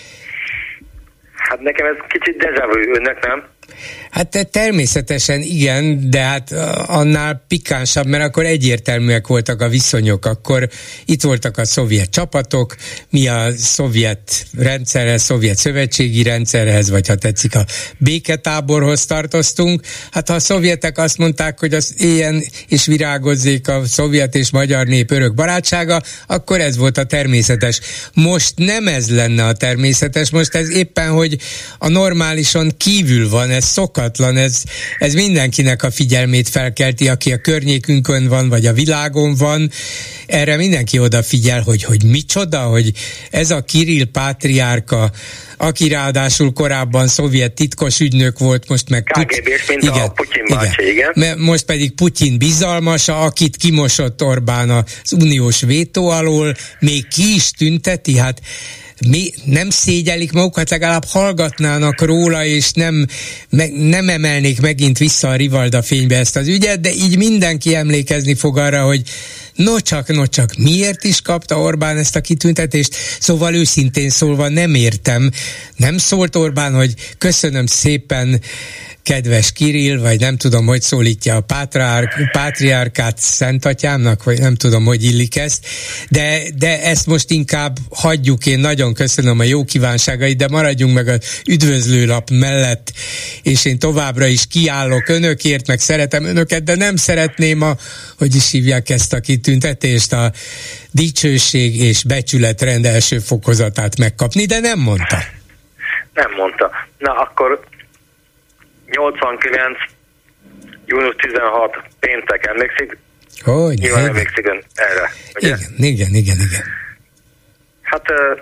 Hát nekem ez kicsit déjà vu, önnek nem? Hát természetesen igen, de hát annál pikánsabb, mert akkor egyértelműek voltak a viszonyok, akkor itt voltak a szovjet csapatok, mi a szovjet rendszerhez, szovjet szövetségi rendszerhez, vagy ha tetszik a béketáborhoz tartoztunk. Hát ha a szovjetek azt mondták, hogy az éljen és virágozzék a szovjet és magyar nép örök barátsága, akkor ez volt a természetes. Most nem ez lenne a természetes, most ez éppen, hogy a normálison kívül van, ez szokatlan, ez, ez mindenkinek a figyelmét felkelti, aki a környékünkön van, vagy a világon van. Erre mindenki odafigyel, hogy, hogy micsoda, hogy ez a Kirill pátriárka, aki ráadásul korábban szovjet titkos ügynök volt, most meg ká gé bé-s, mint igen, a Putyin bácsi, igen. igen. Most pedig Putyin bizalmasa, akit kimosott Orbán az uniós vétó alól, még ki is tünteti, hát mi nem szégyelik magukat, legalább hallgatnának róla, és nem, me, nem emelnék megint vissza a Rivalda fénybe ezt az ügyet, de így mindenki emlékezni fog arra, hogy nocsak, nocsak, miért is kapta Orbán ezt a kitüntetést? Szóval őszintén szólva nem értem. Nem szólt Orbán, hogy köszönöm szépen, kedves Kirill, vagy nem tudom, hogy szólítja a pátriár, pátriárkát Szentatyámnak, vagy nem tudom, hogy illik ezt, de, de ezt most inkább hagyjuk, én nagyon köszönöm a jó kívánságait, de maradjunk meg az üdvözlőlap mellett, és én továbbra is kiállok önökért, meg szeretem önöket, de nem szeretném a, hogy is hívják ezt a kitüntetést, a dicsőség és becsületrend első fokozatát megkapni, de nem mondta. Nem mondta. Na akkor nyolcvankilenc június tizenhat péntek, emlékszik? Hogy? Nyilván emlékszik ön erre, ugye? Igen, igen, igen, igen. Hát uh,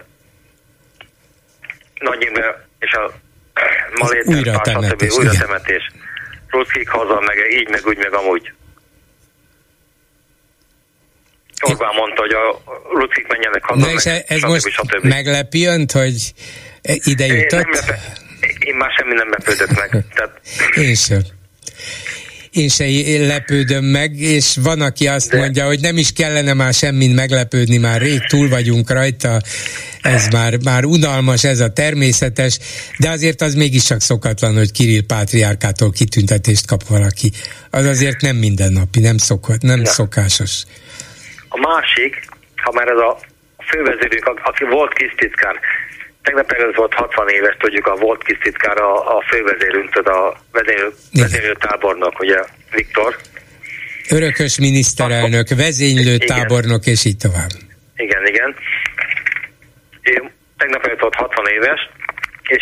Nagy Imre és a Maléter pár, stb. Újra temetés. Ruckik haza, meg így, meg úgy, meg amúgy. Orbán mondta, hogy a Ruckik menjenek haza, meg, meg ez stb. most stb. meglepi önt, hogy ide jutott? Én már semmi nem lepődött meg. Tehát... Én sem. Én sem lepődöm meg, és van, aki azt De... mondja, hogy nem is kellene már semmin meglepődni, már rég túl vagyunk rajta, ez már, már unalmas, ez a természetes, de azért az mégiscsak szokatlan, hogy Kirill pátriárkától kitüntetést kap valaki. Az azért nem mindennapi, nem, szokott, nem szokásos. A másik, ha már ez a fővezérünk, aki volt kisztitkár, tegnap előtt volt hatvan éves, tudjuk, a volt kisztitkár a, a fővezérünk, a vezérő, vezérőtábornok, ugye, Viktor. Örökös miniszterelnök, vezénylő tábornok, és így tovább. Igen, igen. Én tegnap előtt volt hatvan éves, és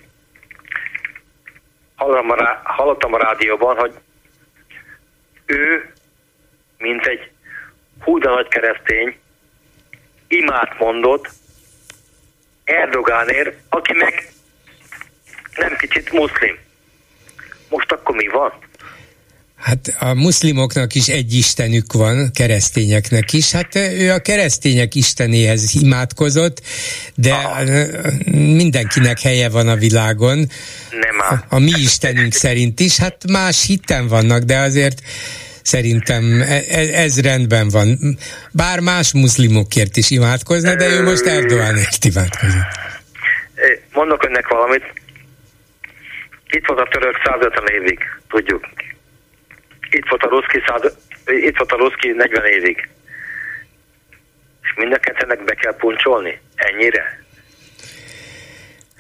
hallottam a, rá, hallottam a rádióban, hogy ő, mint egy húda nagy keresztény, imát mondott Erdogánért, aki meg nem kicsit muszlim. Most akkor mi van? Hát a muszlimoknak is egy istenük van, keresztényeknek is. Hát ő a keresztények istenéhez imádkozott, de Aha. mindenkinek helye van a világon. Nem áll. A, a mi istenünk szerint is. Hát más hitten vannak, de azért szerintem ez, ez rendben van. Bár más muszlimokért is imádkozna, de ő most Erdogánért imádkozott. Mondok önnek valamit. Itt volt a török százötven évig, tudjuk. Itt volt a ruszki, száz, itt volt a ruszki negyven évig. És mind a kettőnek be kell puncsolni? Ennyire?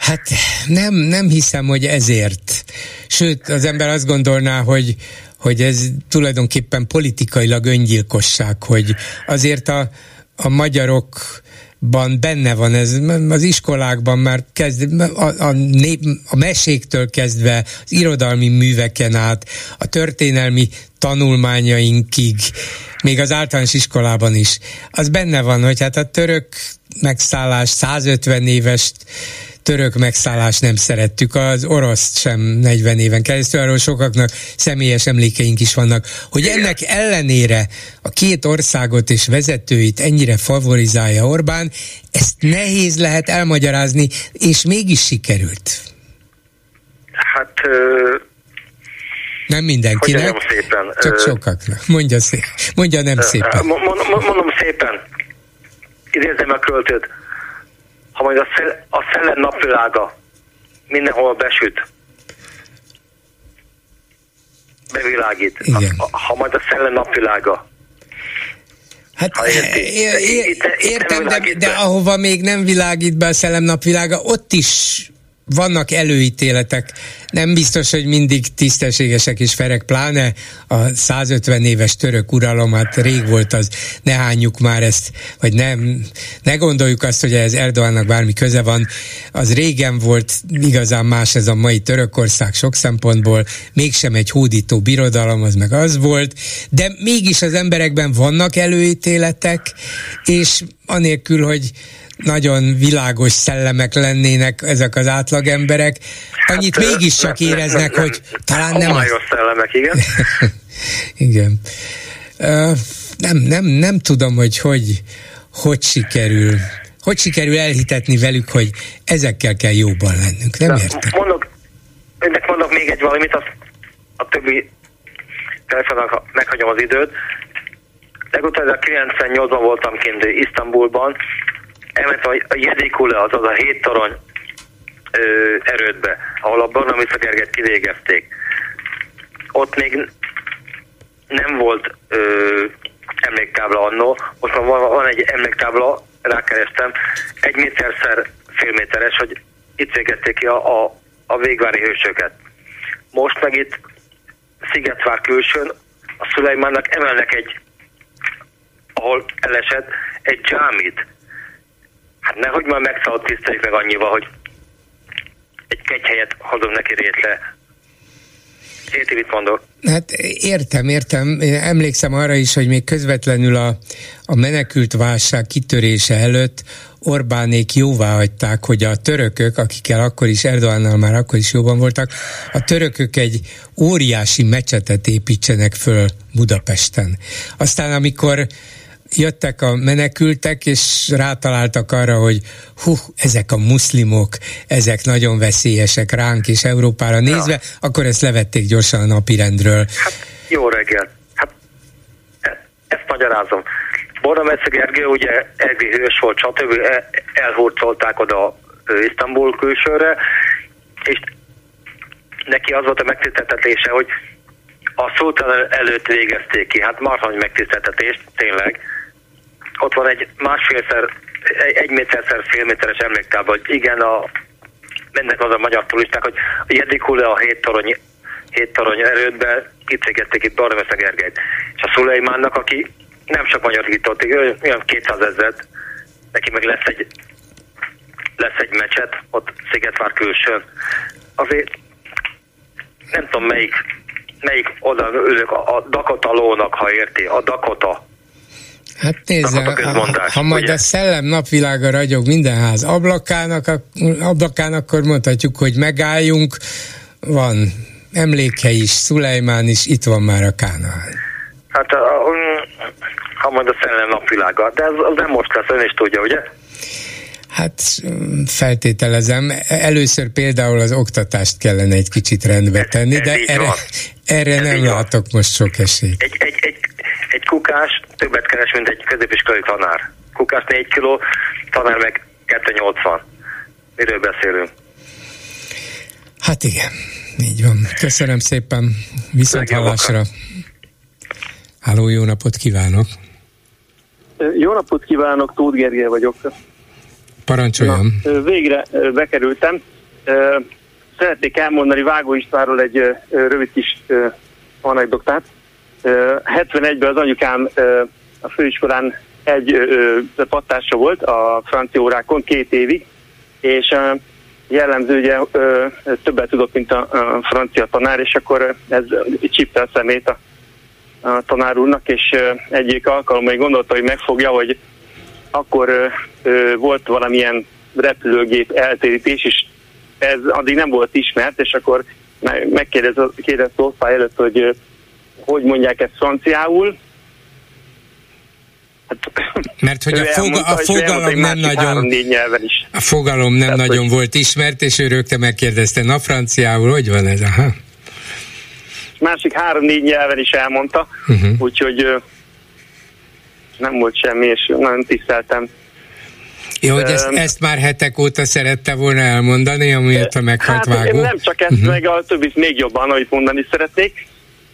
Hát nem, nem hiszem, hogy ezért. Sőt, az ember azt gondolná, hogy, hogy ez tulajdonképpen politikailag öngyilkosság, hogy azért a, a magyarokban benne van ez, az iskolákban már kezd, a, a, nép, a meséktől kezdve, az irodalmi műveken át, a történelmi tanulmányainkig, még az általános iskolában is. Az benne van, hogy hát a török megszállás, százötven éves török megszállás nem szerettük, az oroszt sem negyven éven keresztül, arról sokaknak személyes emlékeink is vannak. Hogy ennek ellenére a két országot és vezetőit ennyire favorizálja Orbán, ezt nehéz lehet elmagyarázni, és mégis sikerült. Hát... Ö... Nem mindenkinek, szépen, csak sokaknak. Mondja, szép, mondja nem szépen. Mondom, mondom szépen, idézzem a költőt, ha majd a, szel, a szellem napvilága mindenhol besüt, bevilágít, a, ha majd a szellem napvilága. Hát ér, ér, értem, de, de ahova még nem világít be a szellem napvilága, ott is vannak előítéletek. Nem biztos, hogy mindig tisztességesek és ferek, pláne a százötven éves török uralom, hát rég volt az, ne hányjuk már ezt, vagy nem, ne gondoljuk azt, hogy ez Erdoğannak bármi köze van, az régen volt, igazán más ez a mai Törökország sok szempontból, mégsem egy hódító birodalom, az meg az volt, de mégis az emberekben vannak előítéletek, és anélkül, hogy nagyon világos szellemek lennének ezek az átlagemberek, annyit hát, mégiscsak nem, éreznek, nem, hogy nem, talán nem... Homályos szellemek, igen. Igen. Uh, nem, nem, nem tudom, hogy, hogy hogy sikerül, hogy sikerül elhitetni velük, hogy ezekkel kell jóban lennünk. Nem értem. Mondok, önnek mondok még egy valamit, az, a többi telefonnak meghagyom az időt. Legutóbb kilencvennyolcban voltam kint Isztambulban, elmentem a Jedikule, azaz a hét torony ö, erődbe, ahol a Barnabisa Gergelyt kivégezték. Ott még nem volt ö, emléktábla annó, most van, van egy emléktábla, rákerestem, egy méterszer fél méteres, hogy itt végezték ki a, a, a végvári hősöket. Most meg itt Szigetvár külsőn a Szulejmánnak emelnek egy, ahol elesett, egy dzsámit. Hát nehogy már megszállt tiszteljük meg annyival, hogy egy kegyhelyet hozom neki rétre. Érti, mit mondok? Hát értem, értem. Én emlékszem arra is, hogy még közvetlenül a, a menekült válság kitörése előtt Orbánék jóvá hagyták, hogy a törökök, akikkel akkor is, Erdoğannal már akkor is jóban voltak, a törökök egy óriási mecsetet építsenek föl Budapesten. Aztán amikor jöttek a menekültek, és rátaláltak arra, hogy hú, ezek a muszlimok, ezek nagyon veszélyesek ránk és Európára nézve, ja. Akkor ezt levették gyorsan a napirendről. Hát jó reggel. Hát e- ezt magyarázom. Barnabisa Gergely ugye egri hős volt, stb. Elhurcolták oda Isztambul külsőre, és neki az volt a megtiszteltetése, hogy a szultán előtt végezték ki. Hát marha nagy megtiszteltetés, tényleg. Ott van egy másfélszer, egy méterszer fél méteres emléktábla, hogy igen, a, mennek az a magyar turisták, hogy a Jedikule a hét torony, hét torony erődben kicégették itt Barnabisa Gergelyt. És a Szulejmánnak, aki nem sok magyar hitottig, olyan kétszázezret, neki meg lesz egy lesz egy mecset, ott Szigetvár külsőn. Azért nem tudom melyik melyik oda ülök, a Dakota lónak, ha érti, a Dakota. Hát nézze, ha, ha majd ugye? A szellem napvilága ragyog minden ház ablakának, ablakán, akkor mondhatjuk, hogy megálljunk, van emlékhely is, Szulejmán is, itt van már a Kánaán. Hát a, a, ha majd a szellem napvilága, de ez, az nem most lesz, ön is tudja, ugye? Hát feltételezem, először például az oktatást kellene egy kicsit rendbe tenni, ez, ez de erre, erre nem látok van. Most sok esélyt. Egy, egy, egy, egy kukás többet keres, mint egy középiskolai tanár. Kukás négy kiló, tanár meg kettő nyolcvan. Miről beszélünk? Hát igen, így van. Köszönöm szépen, viszont hallásra. Háló, jó napot kívánok! Jó napot kívánok, Tóth Gergely vagyok. Parancsoljon. Na, végre bekerültem. Szeretnék elmondani Vágó Istvánról egy rövid kis anekdotát. hetvenegyben az anyukám a főiskolán egy pattársa volt a francia órákon két évig, és jellemző, ugye többet tudott, mint a francia tanár, és akkor ez csípte a szemét a, a tanár úrnak, és egyik alkalommal gondolta, hogy megfogja, hogy akkor volt valamilyen repülőgép eltérítés, és ez addig nem volt ismert, és akkor megkérdezte osztály előtt, hogy hogy mondják ezt franciául. Hát, mert hogy a, foga, a fogalom nem nagyon a fogalom nem Tehát, nagyon hogy... volt ismert, és ő rögtön megkérdezte, na franciául, hogy van ez? Aha. Másik három-négy nyelven is elmondta, uh-huh. úgyhogy nem volt semmi, és nagyon tiszteltem. Jó, hogy ezt, ezt már hetek óta szerette volna elmondani, amiért a meghalt hát, Vágó. Nem csak ezt, uh-huh. meg a többit még jobban, amit mondani szeretnék.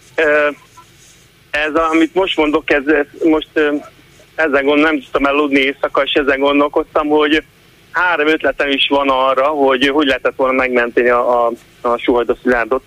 Ez, amit most mondok, ez, ez most ezen gondol, nem tudtam eludni éjszaka, és ezen gondolkoztam, hogy három ötletem is van arra, hogy hogy lehetett volna megmenteni a, a, a Suhajda Szilárdot.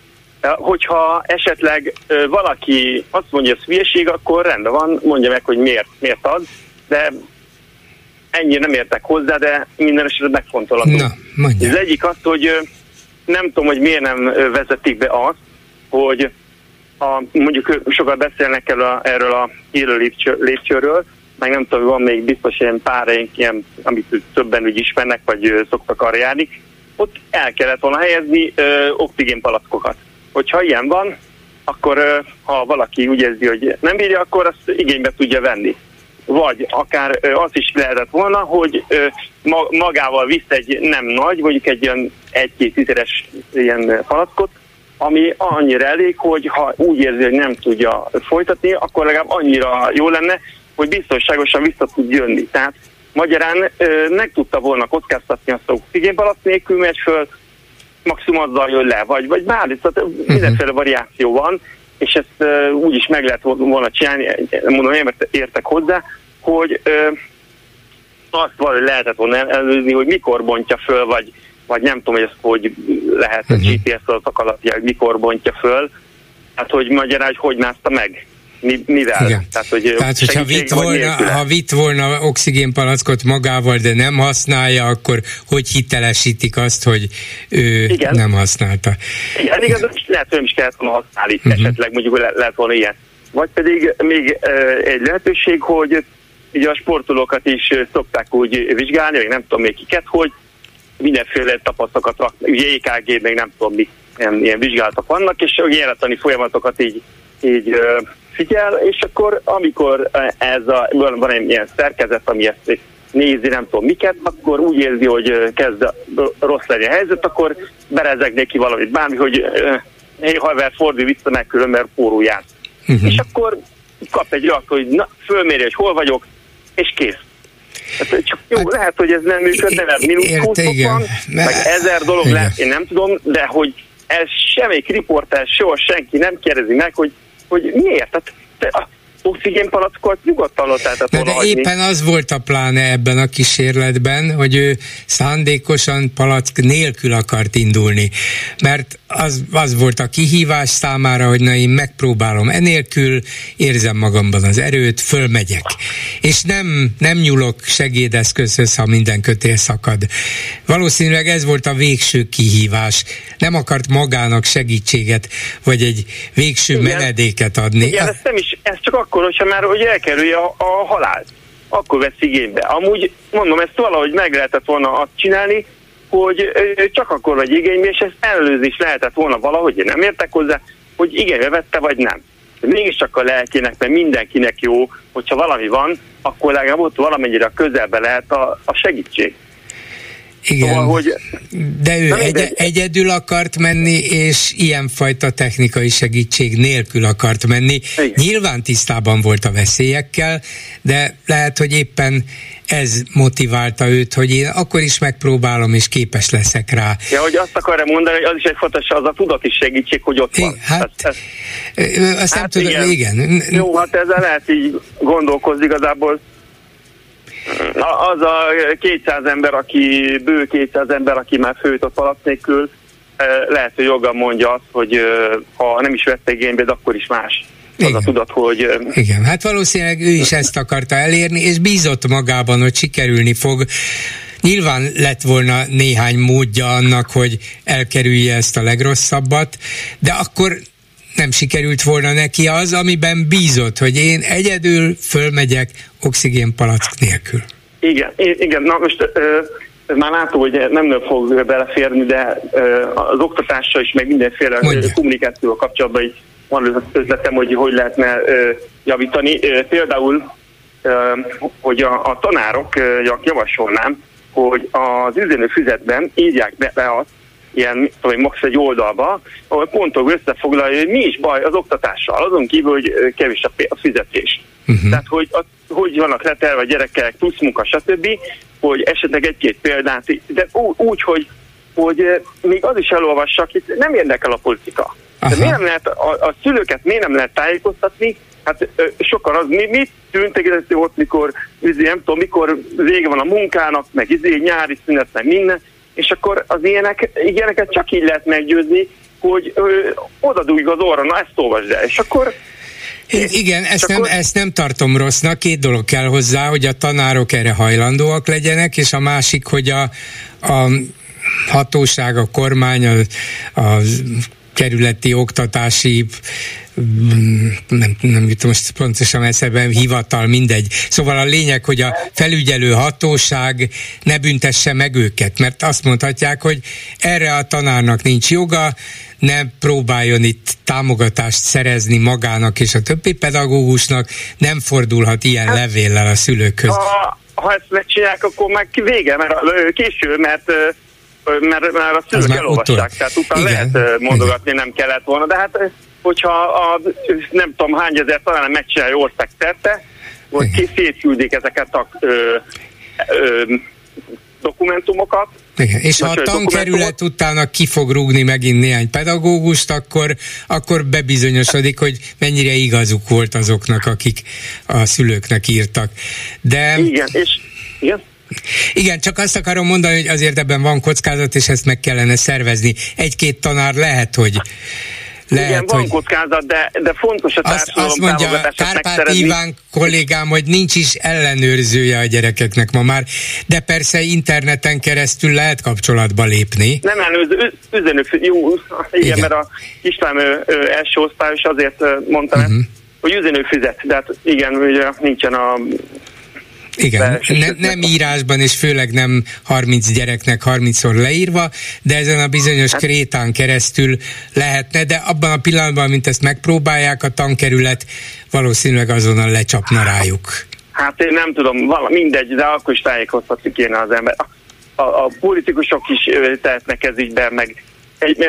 Hogyha esetleg valaki azt mondja, hogy ez hülyeség, akkor rendben van, mondja meg, hogy miért, miért az, de ennyire nem értek hozzá, de minden esetben megfontolható. Az egyik az, hogy nem tudom, hogy miért nem vezetik be azt, hogy a, mondjuk sokat beszélnek el a, erről a élő lépcső, lépcsőről, meg nem tudom, van még biztos ilyen páraink, ilyen, amit többen úgy ismernek, vagy szoktak arra járni, ott el kellett volna helyezni ö, oxigénpalackokat. Hogyha ilyen van, akkor ö, ha valaki úgy érzi, hogy nem bírja, akkor azt igénybe tudja venni. Vagy akár ö, azt is lehetett volna, hogy ö, ma, magával visz egy nem nagy, mondjuk egy olyan egy-két literes ilyen palackot, ami annyira elég, hogy ha úgy érzi, hogy nem tudja folytatni, akkor legalább annyira jó lenne, hogy biztonságosan vissza tud jönni. Tehát magyarán ö, meg tudta volna kockáztatni azt, hogy oxigénpalack nélkül megy föl, maximum azzal jön le, vagy, vagy bármi, tehát mindenféle variáció van, és ezt ö, úgy is meg lehet volna csinálni, mondom, én értek hozzá, hogy ö, azt valahogy lehetett volna előzni, hogy mikor bontja föl, vagy vagy nem tudom, hogy ezt hogy lehet a gé pé es adatok alapján, hogy mikor bontja föl, hát hogy magyarán, hogy hogy mászta meg, Mi, mivel. Igen. Tehát, hogy Tehát hogyha vitt volna, ha vitt volna oxigénpalackot magával, de nem használja, akkor hogy hitelesítik azt, hogy ő Igen. nem használta? Igen, igaz, lehet, hogy nem is kellett volna használni, uh-huh. esetleg mondjuk le, lehet volna ilyen. Vagy pedig még uh, egy lehetőség, hogy ugye a sportolókat is szokták úgy vizsgálni, vagy nem tudom még kiket, hogy mindenféle tapasztalokat raknak, ugye é ká gé, meg nem tudom mi, ilyen, ilyen vizsgálatok vannak, és életlani folyamatokat így, így uh, figyel, és akkor amikor ez a, van egy ilyen szerkezet, ami ezt nézi, nem tudom miket, akkor úgy érzi, hogy kezd rossz lenni a helyzet, akkor berezegné ki valamit, bármi, hogy uh, hey, haver, fordulj vissza meg, külön, mert forró jár. Uh-huh. És akkor kap egy olyat, hogy na, fölméri, hogy hol vagyok, és kész. Hát, csak jó, hát, lehet, hogy ez nem működne, mert mínusz húsz fok van, meg ezer dolog igen. lehet, én nem tudom, de hogy ez semmelyik riportás, soha senki nem kérdezi meg, hogy, hogy miért? Tehát te a oxigénpalackot nyugodtan lehetett volna hagyni. De éppen az volt a pláne ebben a kísérletben, hogy ő szándékosan palack nélkül akart indulni, mert az, az volt a kihívás számára, hogy na én megpróbálom enélkül, érzem magamban az erőt, fölmegyek. És nem, nem nyúlok segédeszközhöz, ha minden kötél szakad. Valószínűleg ez volt a végső kihívás. Nem akart magának segítséget, vagy egy végső igen. menedéket adni. Igen, ez nem is, ez csak akkor, hogyha már hogy elkerülje a, a halált. Akkor vesz igénybe. Amúgy, mondom, ezt valahogy meg lehetett volna azt csinálni, hogy csak akkor vagy igénybe, és ezt előzni is lehetett volna valahogy, én nem értek hozzá, hogy igénybe vette, vagy nem. De mégiscsak a lelkének, mert mindenkinek jó, hogyha valami van, akkor legalább ott valamennyire a közelbe lehet a, a segítség. Igen, szóval, hogy de ő egy, egyedül akart menni, és ilyenfajta technikai segítség nélkül akart menni. Igen. Nyilván tisztában volt a veszélyekkel, de lehet, hogy éppen ez motiválta őt, hogy én akkor is megpróbálom, és képes leszek rá. Ja, hogy azt akarja mondani, hogy az is egy fontos, az a tudati segítség, hogy ott van. Hát, ezt, ezt, azt hát nem tudom, igen. igen. Jó, hát ezzel lehet így gondolkozni igazából. Az a kétszáz ember, aki, bő kétszáz ember, aki már főt a palac nélkül, lehet, hogy joggal mondja azt, hogy ha nem is vette igénybe, de akkor is más. Az a tudat, hogy... Igen, hát valószínűleg ő is ezt akarta elérni, és bízott magában, hogy sikerülni fog. Nyilván lett volna néhány módja annak, hogy elkerülje ezt a legrosszabbat, de akkor nem sikerült volna neki az, amiben bízott, hogy én egyedül fölmegyek oxigénpalack nélkül. Igen, igen, na most ö, már látom, hogy nem fog beleférni, de ö, az oktatással is, meg mindenféle Mondja. kommunikációval kapcsolatban így van az ötletem, hogy hogy lehetne ö, javítani. Ö, például, ö, hogy a, a tanárok, ö, javasolnám, hogy az üzenőfüzetben írják be azt, ilyen, tudom, max. Egy oldalba, ahol pontok összefoglalja, hogy mi is baj az oktatással, azon kívül, hogy kevés a fizetés. Uh-huh. Tehát, hogy, az, hogy vannak letelve a gyerekek, plusz munka, stb., hogy esetleg egy-két példát, de úgy, hogy, hogy még az is elolvassak, itt nem érdekel a politika. De miért nem lehet, a, a szülőket miért nem lehet tájékoztatni? Hát sokan az, mi, mit tűntegető ott, mikor, nem tudom, mikor vége van a munkának, meg izé, nyári szünet, meg minden, és akkor az ilyenek, ilyeneket csak így lehet meggyőzni, hogy oda dugjuk az orra, na ezt olvasd el, és akkor... Igen, ezt akkor... nem, ezt nem tartom rossznak, két dolog kell hozzá, hogy a tanárok erre hajlandóak legyenek, és a másik, hogy a, a hatóság, a kormány, a, a kerületi oktatási nem, nem jutom most pontosan eszembe, hivatal, mindegy. Szóval a lényeg, hogy a felügyelő hatóság ne büntesse meg őket, mert azt mondhatják, hogy erre a tanárnak nincs joga, ne próbáljon itt támogatást szerezni magának és a többi pedagógusnak, nem fordulhat ilyen levéllel a szülőkhöz. Ha, ha ezt megcsinálják, akkor meg vége, mert késő, mert mert, mert a szülők elolvassák, tehát utána lehet mondogatni, nem kellett volna, de hát hogyha a, nem tudom hány ezer talán megcsinálja ország szerte, hogy szétküldik ezeket a ö, ö, dokumentumokat. Igen. És ha a tankerület utána ki fog rúgni megint néhány pedagógust, akkor, akkor bebizonyosodik, hogy mennyire igazuk volt azoknak, akik a szülőknek írtak. De... Igen, és... Igen? Igen, csak azt akarom mondani, hogy azért ebben van kockázat, és ezt meg kellene szervezni. Egy-két tanár lehet, hogy lehet, igen, van hogy kockázat, de, de fontos a társadalom azt mondja Kárpát Iván kollégám, hogy nincs is ellenőrzője a gyerekeknek ma már, de persze interneten keresztül lehet kapcsolatba lépni. Nem ellenőrző, üzenők, jó, igen, igen, mert a István első osztályos azért mondtam uh-huh. ezt, hogy üzenőfüzet, de hát igen, ugye nincsen a Igen, ne, nem írásban, és főleg nem harminc gyereknek harmincszor leírva, de ezen a bizonyos hát, krétán keresztül lehetne, de abban a pillanatban, mint ezt megpróbálják, a tankerület valószínűleg azonnal lecsapna rájuk. Hát én nem tudom, vala, mindegy, de akkor is tájékoztatni kéne az ember. A, a, a politikusok is tehetnek ez ügyben, meg egy...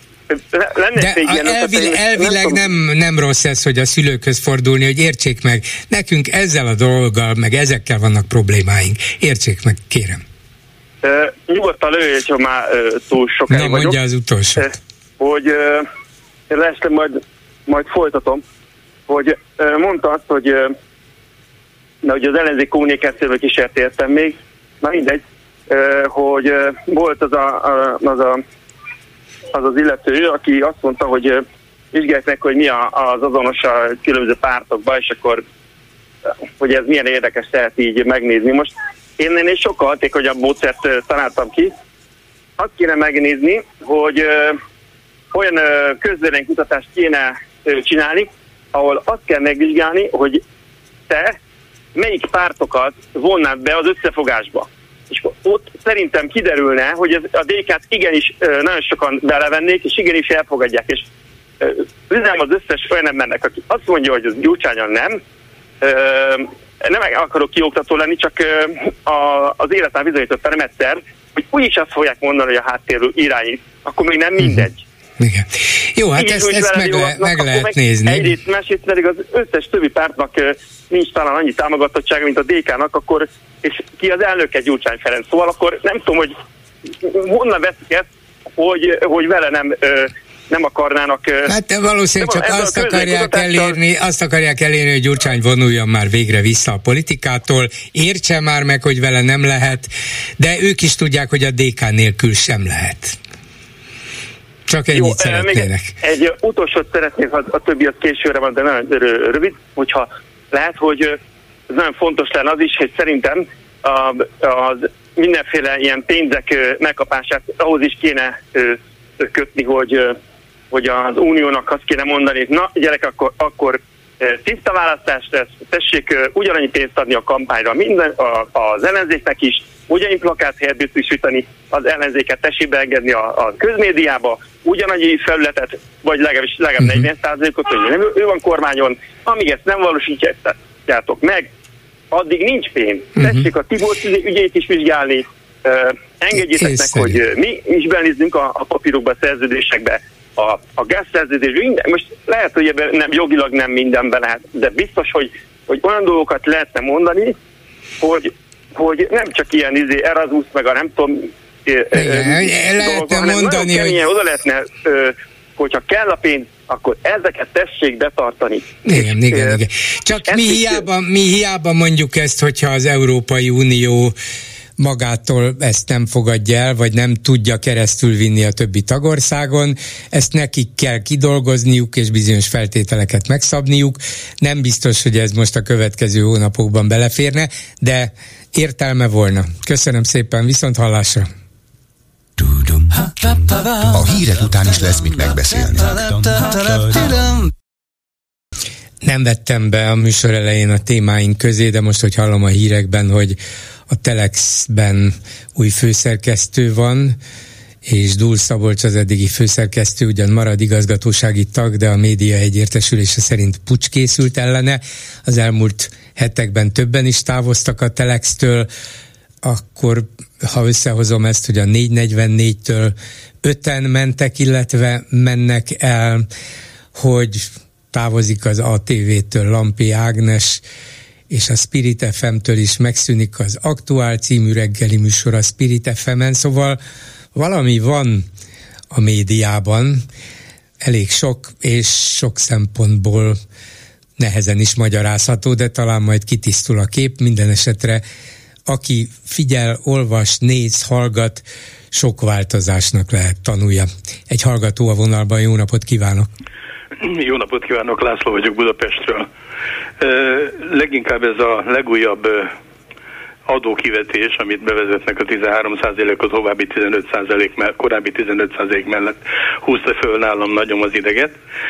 De elvileg, elvileg nem, nem rossz ez, hogy a szülőkhöz fordulni, hogy értsék meg, nekünk ezzel a dologgal, meg ezekkel vannak problémáink. Értsék meg, kérem. Uh, nyugodtan lőj, ha már uh, túl sokáig vagyok. Na, mondja az utolsó. Uh, hogy uh, lesz, majd, majd folytatom, hogy uh, mondta azt, hogy, uh, na, hogy az ellenzék kommunikációval kísért értem még, na mindegy, uh, hogy uh, volt az a, a, az a az az illető, aki azt mondta, hogy vizsgálják meg, hogy mi az azonos a különböző pártokban, és akkor, hogy ez milyen érdekes lehet így megnézni. Most én ennél sokkal hatékonyabb módszert találtam ki. Azt kéne megnézni, hogy olyan közvéleménykutatást kéne csinálni, ahol azt kell megvizsgálni, hogy te melyik pártokat vonnád be az összefogásba. És ott szerintem kiderülne, hogy ez a dé ká-t igenis nagyon sokan belevennék, és igenis elfogadják. És üzenem az összes olyan embernek, aki azt mondja, hogy az Gyurcsányon nem, nem akarok kioktató lenni, csak az életben bizonyítottam egyszer, hogy úgyis azt fogják mondani, hogy a háttérről irányít, akkor még nem mindegy. Igen. Jó, hát így ezt, ezt meg, le, meg lehet meg nézni. Egyrészt, másrészt pedig az összes többi pártnak nincs talán annyi támogatottsága, mint a dé ká-nak, akkor, és ki az elnöke Gyurcsány Ferenc. Szóval akkor nem tudom, hogy honnan veszik ezt, hogy, hogy vele nem ö, nem akarnának... Hát valószínűleg csak azt akarják elérni, azt akarják elérni, hogy Gyurcsány vonuljon már végre vissza a politikától, értse már meg, hogy vele nem lehet, de ők is tudják, hogy a dé ká nélkül sem lehet. Csak ennyit Jó, szeretnének. Egy utolsót szeretnék, a, a többi az későre van, de nagyon rövid, hogyha lehet, hogy ez nagyon fontos lenne az is, hogy szerintem az mindenféle ilyen pénzek megkapását ahhoz is kéne kötni, hogy, hogy az uniónak azt kéne mondani, na gyerek, akkor, akkor tiszta választás lesz, tessék ugyanannyi pénzt adni a kampányra minden, a, az ellenzéknek is, ugyanannyi plakáthelyet biztosítani, az ellenzéket tessék beengedni a, a közmédiába, ugyanannyi felületet, vagy legalábbis legalább uh-huh. negyven százalékot, hogy nem ő van kormányon, amíg ezt nem valósítjátok meg, addig nincs pénz. Uh-huh. Tessék a Tibor ügyét is vizsgálni, uh, engedjétek meg, hogy mi is belenézzünk a, a papírokba, a szerződésekbe, a, a gázszerződésbe, minden. Most lehet, hogy ebben nem, jogilag nem mindenben lehet, de biztos, hogy, hogy olyan dolgokat lehetne mondani, hogy, hogy nem csak ilyen izé, Erasmus, meg a nem tudom, igen, lehetne mondani, hogy... oda lehetne, hogyha kell a pénz, akkor ezeket tessék betartani. Igen, és, igen, igen. Csak mi hiába, mi hiába mondjuk ezt, hogyha az Európai Unió magától ezt nem fogadja el, vagy nem tudja keresztül vinni a többi tagországon, ezt nekik kell kidolgozniuk, és bizonyos feltételeket megszabniuk. Nem biztos, hogy ez most a következő hónapokban beleférne, de értelme volna. Köszönöm szépen, viszont hallásra! A hírek után is lesz mit megbeszélni. Nem vettem be a műsor elején a témáink közé, de most, hogy hallom a hírekben, hogy a Telexben új főszerkesztő van, és Dúl Szabolcs az eddigi főszerkesztő, ugyan marad igazgatósági tag, de a média egyértesülése szerint puccs készült ellene. Az elmúlt hetekben többen is távoztak a Telextől, akkor ha összehozom ezt, hogy a négyszáznegyvennégytől öten mentek, illetve mennek el, hogy távozik az á té vé-től Lampi Ágnes, és a Spirit ef em-től is megszűnik az Aktuál című reggeli műsor a Spirit ef em-en, szóval valami van a médiában, elég sok, és sok szempontból nehezen is magyarázható, de talán majd kitisztul a kép. Minden esetre aki figyel, olvas, néz, hallgat, sok változásnak lehet tanulja. Egy hallgató a vonalban, jó napot kívánok! Jó napot kívánok, László vagyok Budapestről. Leginkább ez a legújabb adókivetés, amit bevezetnek a tizenhárom százalékot, további tizenöt százalék mellett, korábbi tizenöt százalék mellett húzta föl nálam nagyon az ideget.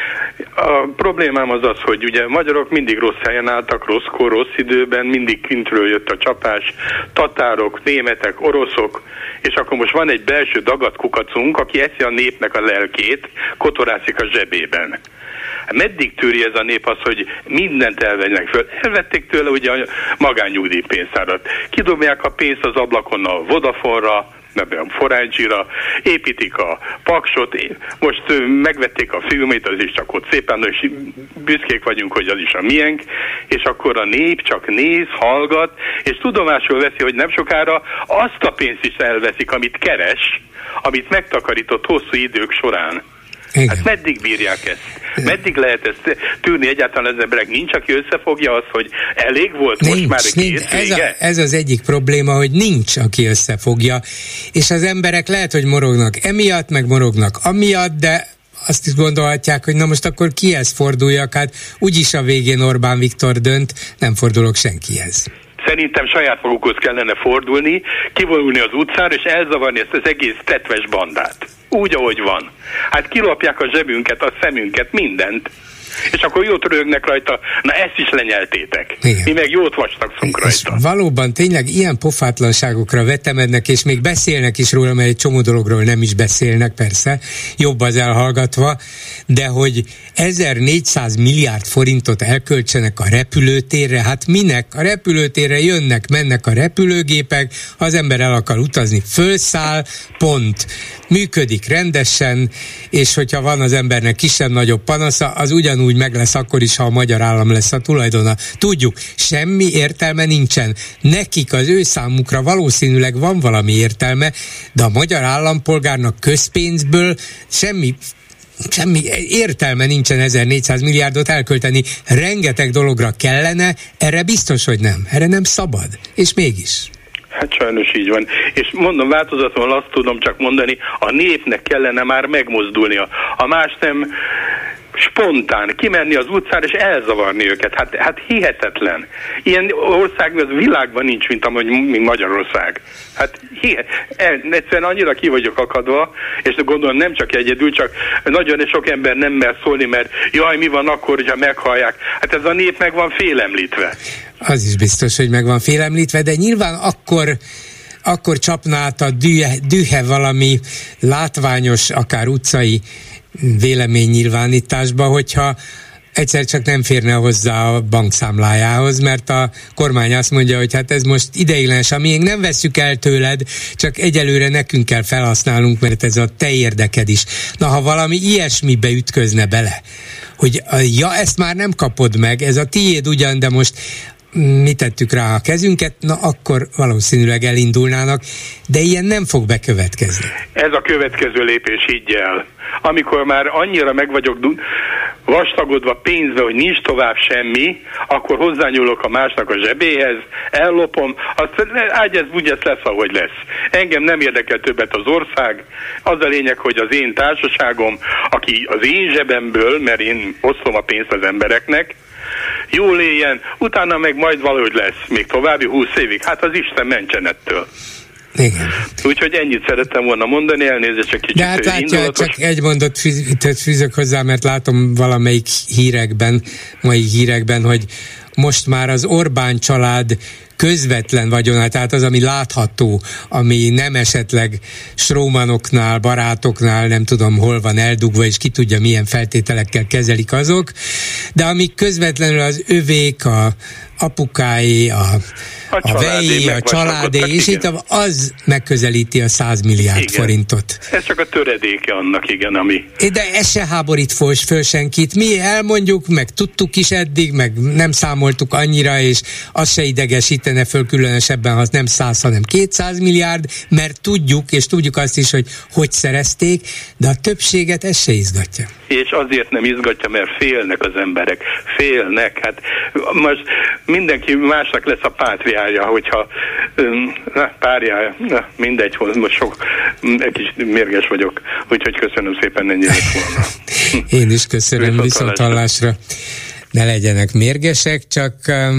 A problémám az az, hogy ugye magyarok mindig rossz helyen álltak, rosszkor, rossz időben, mindig kintről jött a csapás, tatárok, németek, oroszok, és akkor most van egy belső dagadt kukacunk, aki eszi a népnek a lelkét, kotorászik a zsebében. Meddig tűri ez a nép az, hogy mindent elvegyenek föl? Elvették tőle ugye a magánnyugdíjpénztárat. Kidobják a pénzt az ablakon a Vodafone-ra, a Forágyra, építik a Paksot, most megvették a filmét, az is csak ott szépen, és büszkék vagyunk, hogy az is a miénk, és akkor a nép csak néz, hallgat, és tudomásul veszi, hogy nem sokára azt a pénzt is elveszik, amit keres, amit megtakarított hosszú idők során. Igen. Hát meddig bírják ezt? Meddig lehet ezt tűrni egyáltalán az emberek? Nincs, aki összefogja azt, hogy elég volt, nincs, most már nincs. Kész ez, a, ez az egyik probléma, hogy nincs, aki összefogja, és az emberek lehet, hogy morognak emiatt, meg morognak amiatt, de azt is gondolhatják, hogy na most akkor kihez forduljak, hát úgyis a végén Orbán Viktor dönt, nem fordulok senkihez. Szerintem saját magukhoz kellene fordulni, kivonulni az utcára, és elzavarni ezt az egész tetves bandát. Úgy, ahogy van. Hát kilopják a zsebünket, a szemünket, mindent. És akkor jót röhögnek rajta, na ezt is lenyeltétek. Igen. Mi meg jót vastagszunk rajta. És valóban tényleg ilyen pofátlanságokra vetemednek, és még beszélnek is róla, mert egy csomó dologról nem is beszélnek, persze, jobb az elhallgatva, de hogy ezernégyszáz milliárd forintot elköltsenek a repülőtérre, hát minek? A repülőtérre jönnek, mennek a repülőgépek, ha az ember el akar utazni, fölszáll, pont. Működik rendesen, és hogyha van az embernek kisebb-nagyobb panasza, az ugyanúgy meg lesz akkor is, ha a magyar állam lesz a tulajdona. Tudjuk, semmi értelme nincsen. Nekik, az ő számukra valószínűleg van valami értelme, de a magyar állampolgárnak közpénzből semmi semmi értelme nincsen ezernégyszáz milliárdot elkölteni, rengeteg dologra kellene, erre biztos, hogy nem, erre nem szabad, és mégis. Hát sajnos így van. És mondom, változatlanul azt tudom csak mondani, a népnek kellene már megmozdulnia. A más nem spontán kimenni az utcára és elzavarni őket. Hát, hát hihetetlen. Ilyen ország az világban nincs, mint amúgy Magyarország. Hát hihetetlen. Egyszerűen annyira ki vagyok akadva, és gondolom nem csak egyedül, csak nagyon sok ember nem mer szólni, mert jaj, mi van akkor, hogyha meghallják. Hát ez a nép meg van félemlítve. Az is biztos, hogy meg van félemlítve, de nyilván akkor akkor csapna át a dühe, dühe valami látványos, akár utcai véleménynyilvánításba, hogyha egyszer csak nem férne hozzá a bankszámlájához, mert a kormány azt mondja, hogy hát ez most ideiglenes, amíg nem vesszük el tőled, csak egyelőre nekünk kell felhasználnunk, mert ez a te érdeked is. Na, ha valami ilyesmibe ütközne bele, hogy ja, ezt már nem kapod meg, ez a tiéd ugyan, de most mi tettük rá a kezünket, na akkor valószínűleg elindulnának, de ilyen nem fog bekövetkezni. Ez a következő lépés, higgy el. Amikor már annyira meg vagyok vastagodva pénzbe, hogy nincs tovább semmi, akkor hozzányúlok a másnak a zsebéhez, ellopom, azt ágy ez úgy, ez lesz, ahogy lesz. Engem nem érdekel többet az ország, az a lényeg, hogy az én társaságom, aki az én zsebemből, mert én osztom a pénzt az embereknek, jól éljen, utána meg majd valahogy lesz, még további húsz évig, hát az Isten mentsen ettől. Igen. Úgyhogy ennyit szerettem volna mondani, elnézést, csak kicsit de hát látja, indulatos. Csak egy mondat fűzök hozzá, mert látom valamelyik hírekben, mai hírekben, hogy most már az Orbán család közvetlen vagyonát, tehát az, ami látható, ami nem esetleg strómanoknál, barátoknál, nem tudom hol van eldugva, és ki tudja milyen feltételekkel kezelik azok, de amik közvetlenül az övék, a apukái, a, a, a vejé, a családé, és itt az megközelíti a száz milliárd igen. forintot. Ez csak a töredéke annak, igen, ami... De ez se háborít föl senkit. Mi elmondjuk, meg tudtuk is eddig, meg nem számoltuk annyira, és az se idegesítene föl különösebben, ha az nem száz, hanem kétszáz milliárd, mert tudjuk, és tudjuk azt is, hogy hogy szerezték, de a többséget ez se izgatja. És azért nem izgatja, mert félnek az emberek. Félnek. Hát most mindenki másnak lesz a pátriája, hogyha na, párjája, na, mindegy, most sok, egy kicsit mérges vagyok, úgyhogy köszönöm szépen, ennyi lett volna. Én is köszönöm, viszont hallásra. Ne legyenek mérgesek, csak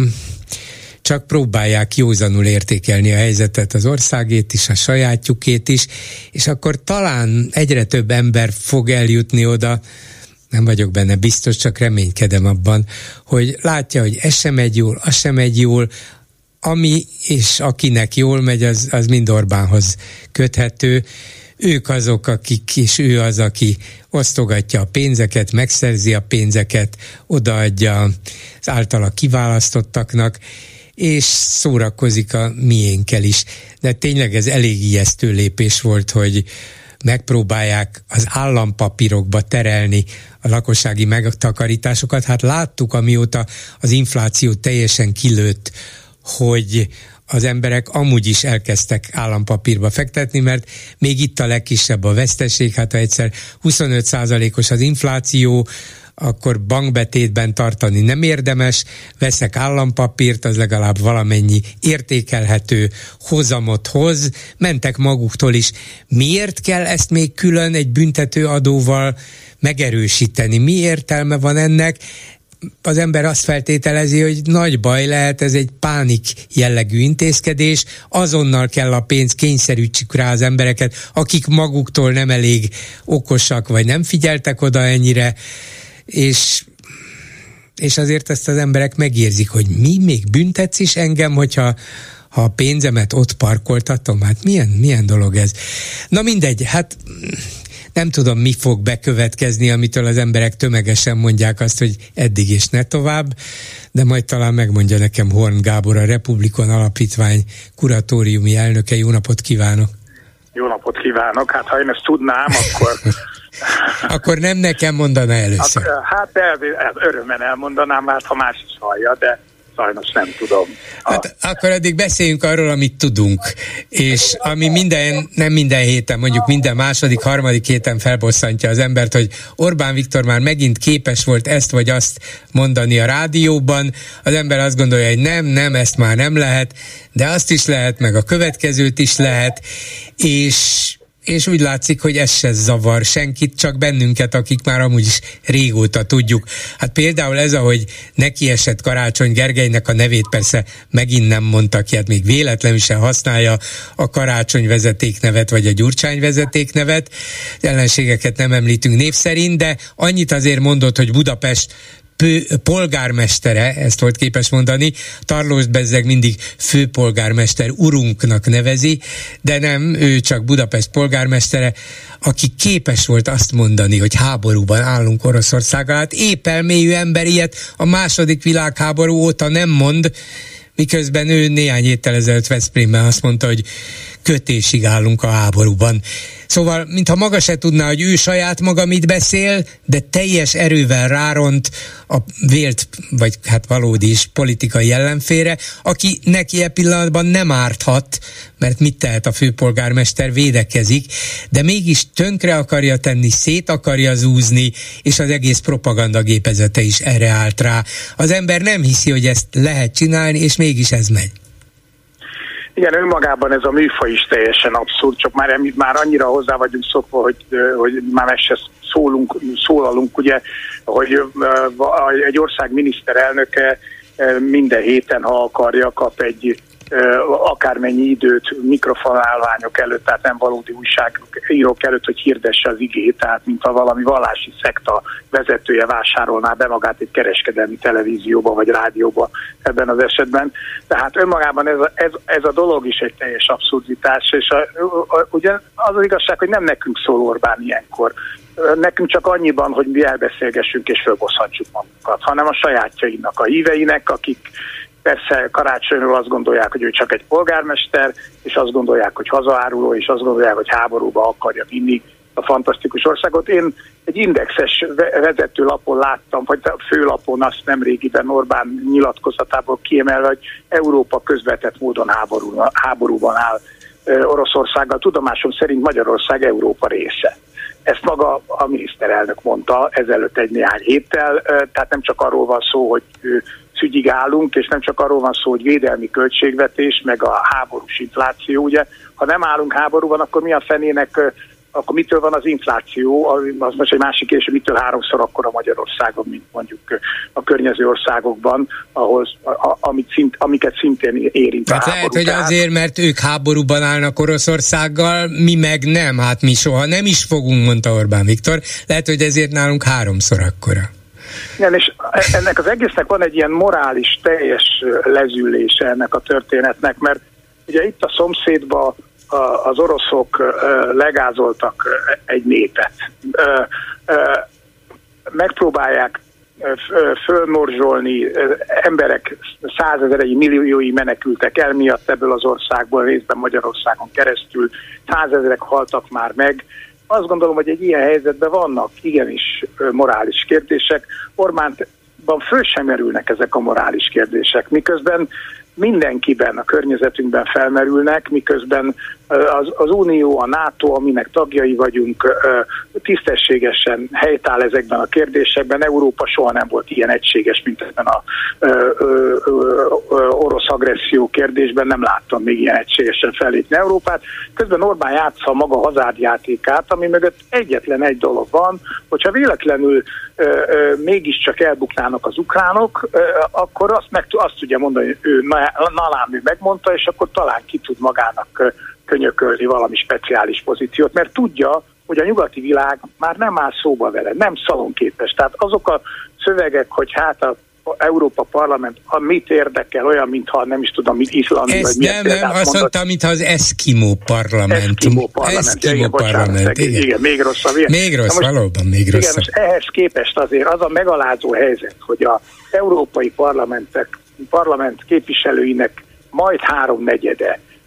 csak próbálják józanul értékelni a helyzetet, az országét is, a sajátjukét is, és akkor talán egyre több ember fog eljutni oda, nem vagyok benne biztos, csak reménykedem abban, hogy látja, hogy ez sem megy jól, az sem megy jól, ami és akinek jól megy, az, az mind Orbánhoz köthető. Ők azok, akik, és ő az, aki osztogatja a pénzeket, megszerzi a pénzeket, odaadja az általa kiválasztottaknak, és szórakozik a miénkkel is. De tényleg ez elég ijesztő lépés volt, hogy megpróbálják az állampapírokba terelni a lakossági megtakarításokat. Hát láttuk, amióta az infláció teljesen kilőtt, hogy az emberek amúgy is elkezdtek állampapírba fektetni, mert még itt a legkisebb a veszteség, hát ha egyszer huszonöt százalékos az infláció, akkor bankbetétben tartani nem érdemes, veszek állampapírt, az legalább valamennyi értékelhető hozamot hoz, mentek maguktól is. Miért kell ezt még külön egy büntető adóval megerősíteni? Mi értelme van ennek? Az ember azt feltételezi, hogy nagy baj lehet, ez egy pánik jellegű intézkedés, azonnal kell a pénz, kényszerítsük rá az embereket, akik maguktól nem elég okosak, vagy nem figyeltek oda ennyire, és, és azért ezt az emberek megérzik, hogy mi, még büntetsz is engem, hogyha ha a pénzemet ott parkoltatom, hát milyen, milyen dolog ez. Na mindegy, hát nem tudom, mi fog bekövetkezni, amitől az emberek tömegesen mondják azt, hogy eddig és ne tovább, de majd talán megmondja nekem Horn Gábor, a Republikon Alapítvány kuratóriumi elnöke. Jó napot kívánok! Jó napot kívánok! Hát ha én ezt tudnám, akkor... Akkor nem nekem mondaná először. Hát el, el, örömmen elmondanám, hát ha más is hallja, de sajnos nem tudom. Hát akkor addig beszéljünk arról, amit tudunk, és ami minden, nem minden héten, mondjuk minden második, harmadik héten felbosszantja az embert, hogy Orbán Viktor már megint képes volt ezt vagy azt mondani a rádióban, az ember azt gondolja, hogy nem, nem, ezt már nem lehet, de azt is lehet, meg a következőt is lehet, és és úgy látszik, hogy ez se zavar senkit, csak bennünket, akik már amúgy is régóta tudjuk. Hát például ez, ahogy neki esett Karácsony Gergelynek, a nevét persze megint nem mondta ki, hát még véletlenül sem használja a Karácsony vezetéknevet, vagy a Gyurcsány vezetéknevet, ellenségeket nem említünk név szerint, de annyit azért mondott, hogy Budapest Pő, polgármestere, ezt volt képes mondani, Tarlóst bezzeg mindig főpolgármester urunknak nevezi, de nem, ő csak Budapest polgármestere, aki képes volt azt mondani, hogy háborúban állunk Oroszországgal. Hát épp elmélyű ember ilyet a második világháború óta nem mond, miközben ő néhány héttel ezelőtt Veszprémben azt mondta, hogy kötésig állunk a háborúban. Szóval, mintha maga se tudná, hogy ő saját maga mit beszél, de teljes erővel ráront a vélt, vagy hát valódi is politikai ellenfélre, aki neki e pillanatban nem árthat, mert mit tehet a főpolgármester, védekezik, de mégis tönkre akarja tenni, szét akarja zúzni, és az egész propagandagépezete is erre állt rá. Az ember nem hiszi, hogy ezt lehet csinálni, és mégis ez megy. Igen, önmagában ez a műfaj is teljesen abszurd, csak már, már annyira hozzá vagyunk szokva, hogy, hogy már meg se szólunk, szólalunk, ugye, hogy egy ország miniszterelnöke minden héten, ha akarja, kap egy akármennyi időt mikrofonálványok előtt, tehát nem valódi újságírók előtt, hogy hirdesse az igét, tehát mint ha valami vallási szekta vezetője vásárolná be magát egy kereskedelmi televízióba vagy rádióba ebben az esetben. Tehát önmagában ez a, ez, ez a dolog is egy teljes abszurditás, és a, a, ugye az az igazság, hogy nem nekünk szól Orbán ilyenkor. Nekünk csak annyiban, hogy mi elbeszélgessünk és fölbosszantsuk magunkat, hanem a sajátjainak, a híveinek, akik persze Karácsonyról azt gondolják, hogy ő csak egy polgármester, és azt gondolják, hogy hazaáruló, és azt gondolják, hogy háborúba akarja vinni a fantasztikus országot. Én egy indexes vezetőlapon láttam, vagy a főlapon azt nemrégiben Orbán nyilatkozatából kiemelve, hogy Európa közvetett módon háború, háborúban áll Oroszországgal. Tudomásom szerint Magyarország Európa része. Ezt maga a miniszterelnök mondta ezelőtt egy néhány héttel, tehát nem csak arról van szó, hogy szügyig állunk, és nem csak arról van szó, hogy védelmi költségvetés, meg a háborús infláció, ugye, ha nem állunk háborúban, akkor mi a fenének, akkor mitől van az infláció, az most egy másik kérdés, mitől háromszor akkora Magyarországon, mint mondjuk a környező országokban, ahhoz, a, amit szint, amiket szintén érint hát a háború. Lehet, hogy azért, mert ők háborúban állnak Oroszországgal, mi meg nem, hát mi soha nem is fogunk, mondta Orbán Viktor. Lehet, hogy ezért nálunk háromszor akkora. Igen, és ennek az egésznek van egy ilyen morális, teljes lezülése ennek a történetnek, mert ugye itt a szomszédban az oroszok legázoltak egy népet. Megpróbálják fölmorzsolni, emberek százezerei, milliói menekültek el miatt ebből az országból, részben Magyarországon keresztül, százezerek haltak már meg. Azt gondolom, hogy egy ilyen helyzetben vannak igenis morális kérdések. Orbánban föl sem merülnek ezek a morális kérdések, miközben mindenkiben, a környezetünkben felmerülnek, miközben az, az Unió, a NATO, aminek tagjai vagyunk, tisztességesen helytáll ezekben a kérdésekben. Európa soha nem volt ilyen egységes, mint ebben a ö, ö, ö, orosz agresszió kérdésben. Nem láttam még ilyen egységesen fellépni Európát. Közben Orbán játsza maga hazárdjátékát, ami mögött egyetlen egy dolog van, hogyha véletlenül ö, ö, mégiscsak elbuknának az ukránok, ö, akkor azt, meg, azt tudja mondani, hogy ő nalám ő megmondta, és akkor talán ki tud magának könyökölni valami speciális pozíciót, mert tudja, hogy a nyugati világ már nem áll szóba vele, nem szalonképes. Tehát azok a szövegek, hogy hát a Európa Parlament, a mit érdekel, olyan, mintha nem is tudom, mit Izlandi, vagy miért nem, nem, azt mondta, mintha az Eszkimó Parlament. Eszkimó Parlament, Eszkimó igen, Parlament, bocsánat, igen. igen, még rosszabb. Igen. Még rossz, most, valóban, még igen, rosszabb. Most ehhez képest azért az a megalázó helyzet, hogy az Európai Parlamentek, parlament képviselőinek majd háromnegyede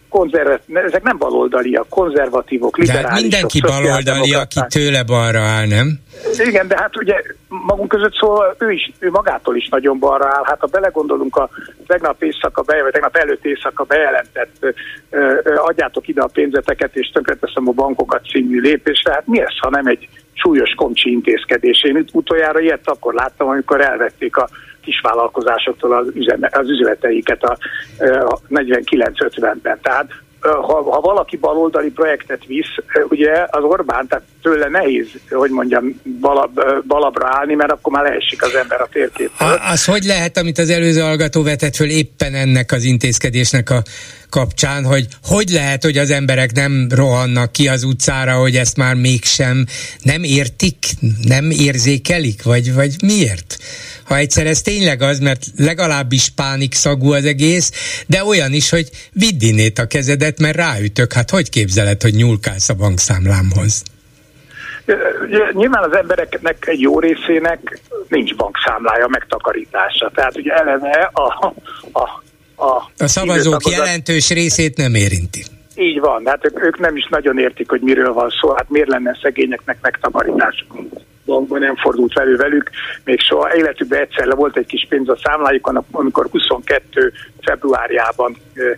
konzervat, ezek nem baloldaliak, konzervatívok, liberálisok. De mindenki baloldali, aki tőle balra áll, nem? Igen, de hát ugye magunk között szólva ő is, ő magától is nagyon balra áll. Hát ha belegondolunk a tegnap éjszaka, vagy tegnap előtt éjszaka bejelentett ö, ö, adjátok ide a pénzeteket és tönkreteszem a bankokat című lépésre, hát mi ez, ha nem egy súlyos komcsi intézkedés? Én itt utoljára ilyet akkor láttam, amikor elvették a kisvállalkozásoktól az, üzeme, az üzleteiket a, a negyvenkilenc ötvenben. Tehát ha, ha valaki baloldali projektet visz, ugye az Orbán, tehát tőle nehéz, hogy mondjam, balab, balabra állni, mert akkor már leesik az ember a térképről. Az hogy lehet, amit az előző hallgató vetett föl éppen ennek az intézkedésnek a kapcsán, hogy hogy lehet, hogy az emberek nem rohannak ki az utcára, hogy ezt már mégsem nem értik, nem érzékelik, vagy, vagy miért? Ha egyszer ez tényleg az, mert legalábbis pánik szagú az egész, de olyan is, hogy vidd innét a kezedet, mert ráütök. Hát hogy képzeled, hogy nyúlkálsz a bankszámlámhoz? Nyilván az embereknek egy jó részének nincs bankszámlája, megtakarítása. Tehát ugye eleve a... a A, a szavazók jelentős részét nem érinti. Így van, hát ők, ők nem is nagyon értik, hogy miről van szó, hát miért lenne szegényeknek megtakarításuk. Bankban nem fordult velő velük, még soha életükben egyszer le volt egy kis pénz a számlájukon, amikor huszonkettő februárjában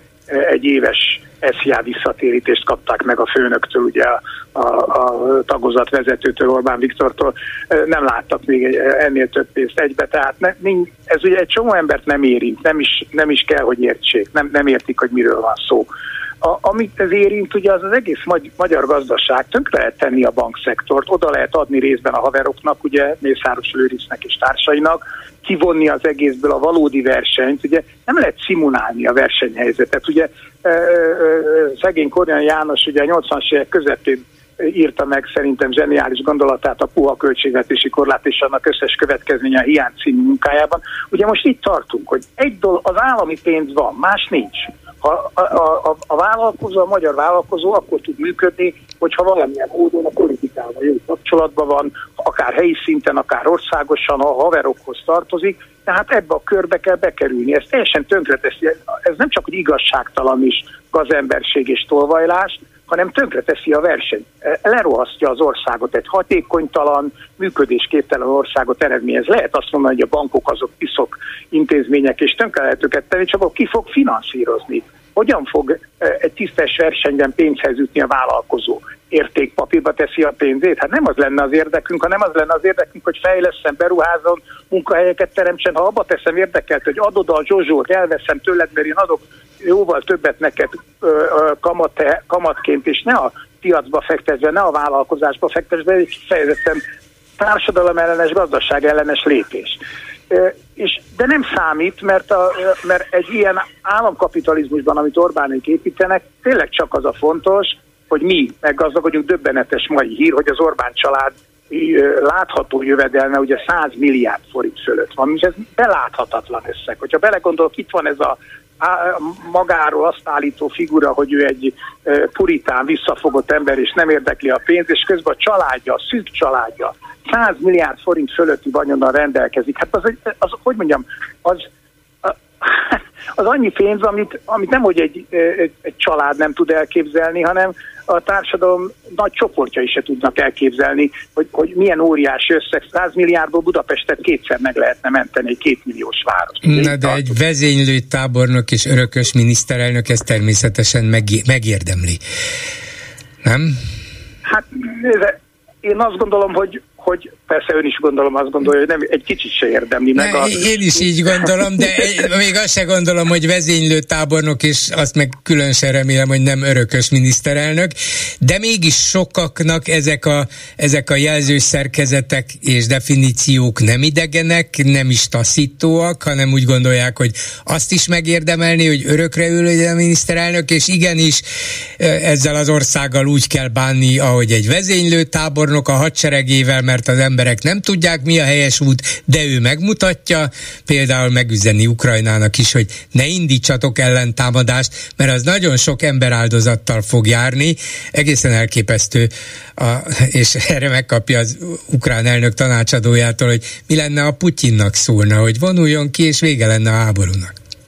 egy éves es zé á visszatérítést kapták meg a főnöktől, ugye a, a, a tagozatvezetőtől, Orbán Viktortól, nem láttak még ennél több pénzt egybe, tehát ne, ez ugye egy csomó embert nem érint, nem is, nem is kell, hogy értsék, nem, nem értik, hogy miről van szó. A, amit ez érint, ugye az az egész magy- magyar gazdaság, tönkre lehet tenni a bankszektort, oda lehet adni részben a haveroknak, ugye Mészáros Lőrincnek és társainak, kivonni az egészből a valódi versenyt, ugye nem lehet szimulálni a versenyhelyzetet, ugye ö, ö, szegény Korján János ugye a nyolcvanas évek közepén írta meg szerintem zseniális gondolatát a puha költségvetési korlát és annak összes következménye a hiány című munkájában. Ugye most itt tartunk, hogy egy dolog, az állami pénz van, más nincs. Ha a, a, a vállalkozó, a magyar vállalkozó akkor tud működni, hogyha valamilyen módon a politikával jó kapcsolatban van, akár helyi szinten, akár országosan, a haverokhoz tartozik, tehát ebbe a körbe kell bekerülni. Ez teljesen tönkreteszi. Ez nem csak hogy igazságtalan is gazemberség és tolvajlás, hanem tönkreteszi a versenyt. Lerohasztja az országot, egy hatékonytalan, működésképtelen országot eredményez. Lehet azt mondani, hogy a bankok azok piszok intézmények, és tönkre lehet őket tenni, csak akkor ki fog finanszírozni? Hogyan fog egy tisztes versenyben pénzhez jutni a vállalkozó? Értékpapírba teszi a pénzét? Hát nem az lenne az érdekünk, hanem az lenne az érdekünk, hogy fejleszem, beruházom, munkahelyeket teremtsen. Ha abba teszem érdekelt, hogy adod a zsozsót, elveszem tőled, mert én adok jóval többet neked ö, ö, kamat, kamatként, és ne a piacba fektetve, ne a vállalkozásba fektetve, egy kifejezetten társadalom ellenes, gazdaság ellenes lépés. Ö, és, de nem számít, mert, a, mert egy ilyen államkapitalizmusban, amit Orbánék építenek, tényleg csak az a fontos, hogy mi meggazdagodjunk. Döbbenetes mai hír, hogy az Orbán család látható jövedelme ugye száz milliárd forint fölött van, és ez beláthatatlan összeg. Hogyha belegondolok, itt van ez a magáról azt állító figura, hogy ő egy puritán, visszafogott ember, és nem érdekli a pénz, és közben a családja, a szűk családja száz milliárd forint fölötti vagyonnal rendelkezik. Hát az, az, hogy mondjam, az, az annyi pénz, amit, amit nem, hogy egy, egy, egy család nem tud elképzelni, hanem a társadalom nagy csoportjai se tudnak elképzelni, hogy, hogy milyen óriási összeg, száz milliárdból Budapestet kétszer meg lehetne menteni egy kétmilliós város. Na de egy vezénylő tábornok és örökös miniszterelnök ezt természetesen megé- megérdemli. Nem? Hát én azt gondolom, hogy hogy persze ön is gondolom, azt gondolja, hogy nem, egy kicsit se érdemli meg. A... Én is így gondolom, de még azt se gondolom, hogy vezénylő tábornok, és azt meg különösen remélem, hogy nem örökös miniszterelnök, de mégis sokaknak ezek a, ezek a jelzős szerkezetek és definíciók nem idegenek, nem is taszítóak, hanem úgy gondolják, hogy azt is megérdemelni, hogy örökre ül a miniszterelnök, és igenis ezzel az országgal úgy kell bánni, ahogy egy vezénylő tábornok a hadseregével, mert az emberek nem tudják, mi a helyes út, de ő megmutatja, például megüzeni Ukrajnának is, hogy ne indítsatok ellentámadást, mert az nagyon sok emberáldozattal fog járni, egészen elképesztő, a, és erre megkapja az ukrán elnök tanácsadójától, hogy mi lenne, a Putyinnak szólna, hogy vonuljon ki, és vége lenne a háborúnak.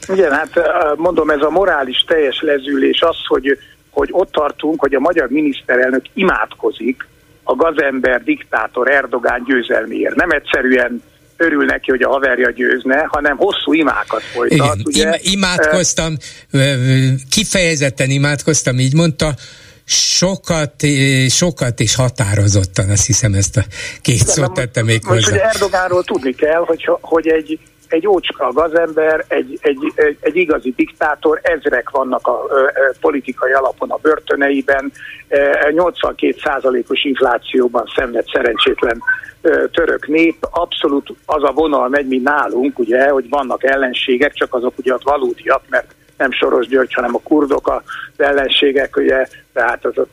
Igen, hát mondom, ez a morális teljes lezülés az, hogy, hogy ott tartunk, hogy a magyar miniszterelnök imádkozik a gazember, diktátor Erdogán győzelméért. Nem egyszerűen örül neki, hogy a haverja győzne, hanem hosszú imákat folytat. Igen, ugye? Im- imádkoztam, kifejezetten imádkoztam, így mondta, sokat, sokat és határozottan, azt hiszem ezt a két igen, szót tette még hozzá. Most ugye Erdogánról tudni kell, hogy, hogy egy, egy ócska gazember, egy, egy, egy, egy igazi diktátor, ezrek vannak a, a, a politikai alapon a börtöneiben, nyolcvankét százalékos inflációban szenved szerencsétlen török nép, abszolút az a vonal megy, mint nálunk, ugye, hogy vannak ellenségek, csak azok ugye ott valódiak, mert nem Soros György, hanem a kurdok az ellenségek, ugye, tehát az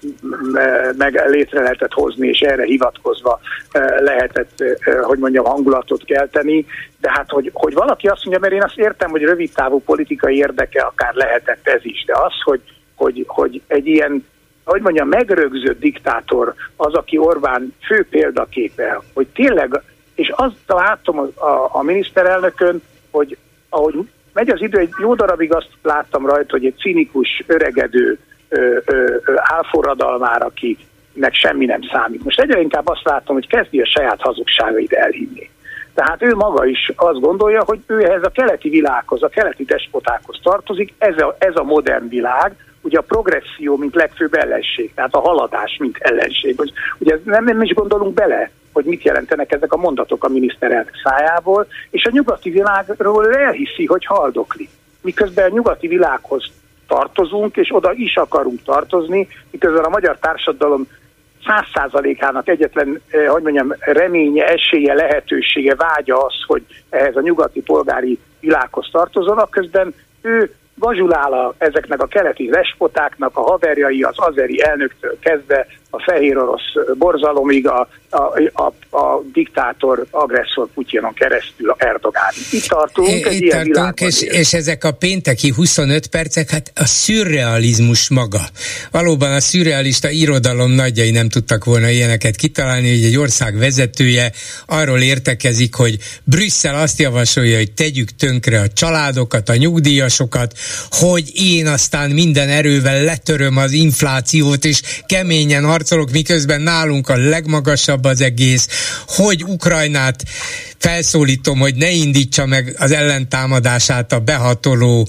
meg létre lehetett hozni, és erre hivatkozva lehetett, hogy mondjam, hangulatot kelteni, de hát, hogy, hogy valaki azt mondja, mert én azt értem, hogy rövidtávú politikai érdeke akár lehetett ez is, de az, hogy, hogy, hogy egy ilyen, hogy mondjam, megrögzött diktátor az, aki Orbán fő példaképe, hogy tényleg, és azt látom a, a, a miniszterelnökön, hogy ahogy megy az idő, egy jó darabig azt láttam rajta, hogy egy cinikus, öregedő ö, ö, ö, álforradalmár, akinek semmi nem számít. Most egyre inkább azt látom, hogy kezdi a saját hazugságait elhinni. Tehát ő maga is azt gondolja, hogy ő ehhez a keleti világhoz, a keleti despotákhoz tartozik, ez a, ez a modern világ, ugye a progresszió, mint legfőbb ellenség, tehát a haladás, mint ellenség. Ugye nem, nem is gondolunk bele, hogy mit jelentenek ezek a mondatok a miniszterelnök szájából, és a nyugati világról elhiszi, hogy haldokli. Miközben a nyugati világhoz tartozunk, és oda is akarunk tartozni, miközben a magyar társadalom száz százalékának egyetlen, hogy mondjam, reménye, esélye, lehetősége, vágya az, hogy ehhez a nyugati polgári világhoz tartozzanak, közben ő vazsulál a, ezeknek a keleti despotáknak, a haverjai az azeri elnöktől kezdve a fehér orosz borzalomig, a, a, a, a diktátor, agresszor Putyinon keresztül Erdogán. Itt tartunk, é, egy itt ilyen tartunk, és, és ezek a pénteki huszonöt percek, hát a szürrealizmus maga. Valóban a szürrealista irodalom nagyjai nem tudtak volna ilyeneket kitalálni, hogy egy ország vezetője arról értekezik, hogy Brüsszel azt javasolja, hogy tegyük tönkre a családokat, a nyugdíjasokat, hogy én aztán minden erővel letöröm az inflációt, és keményen harcolok, miközben nálunk a legmagasabb az egész, hogy Ukrajnát felszólítom, hogy ne indítsa meg az ellentámadását a behatoló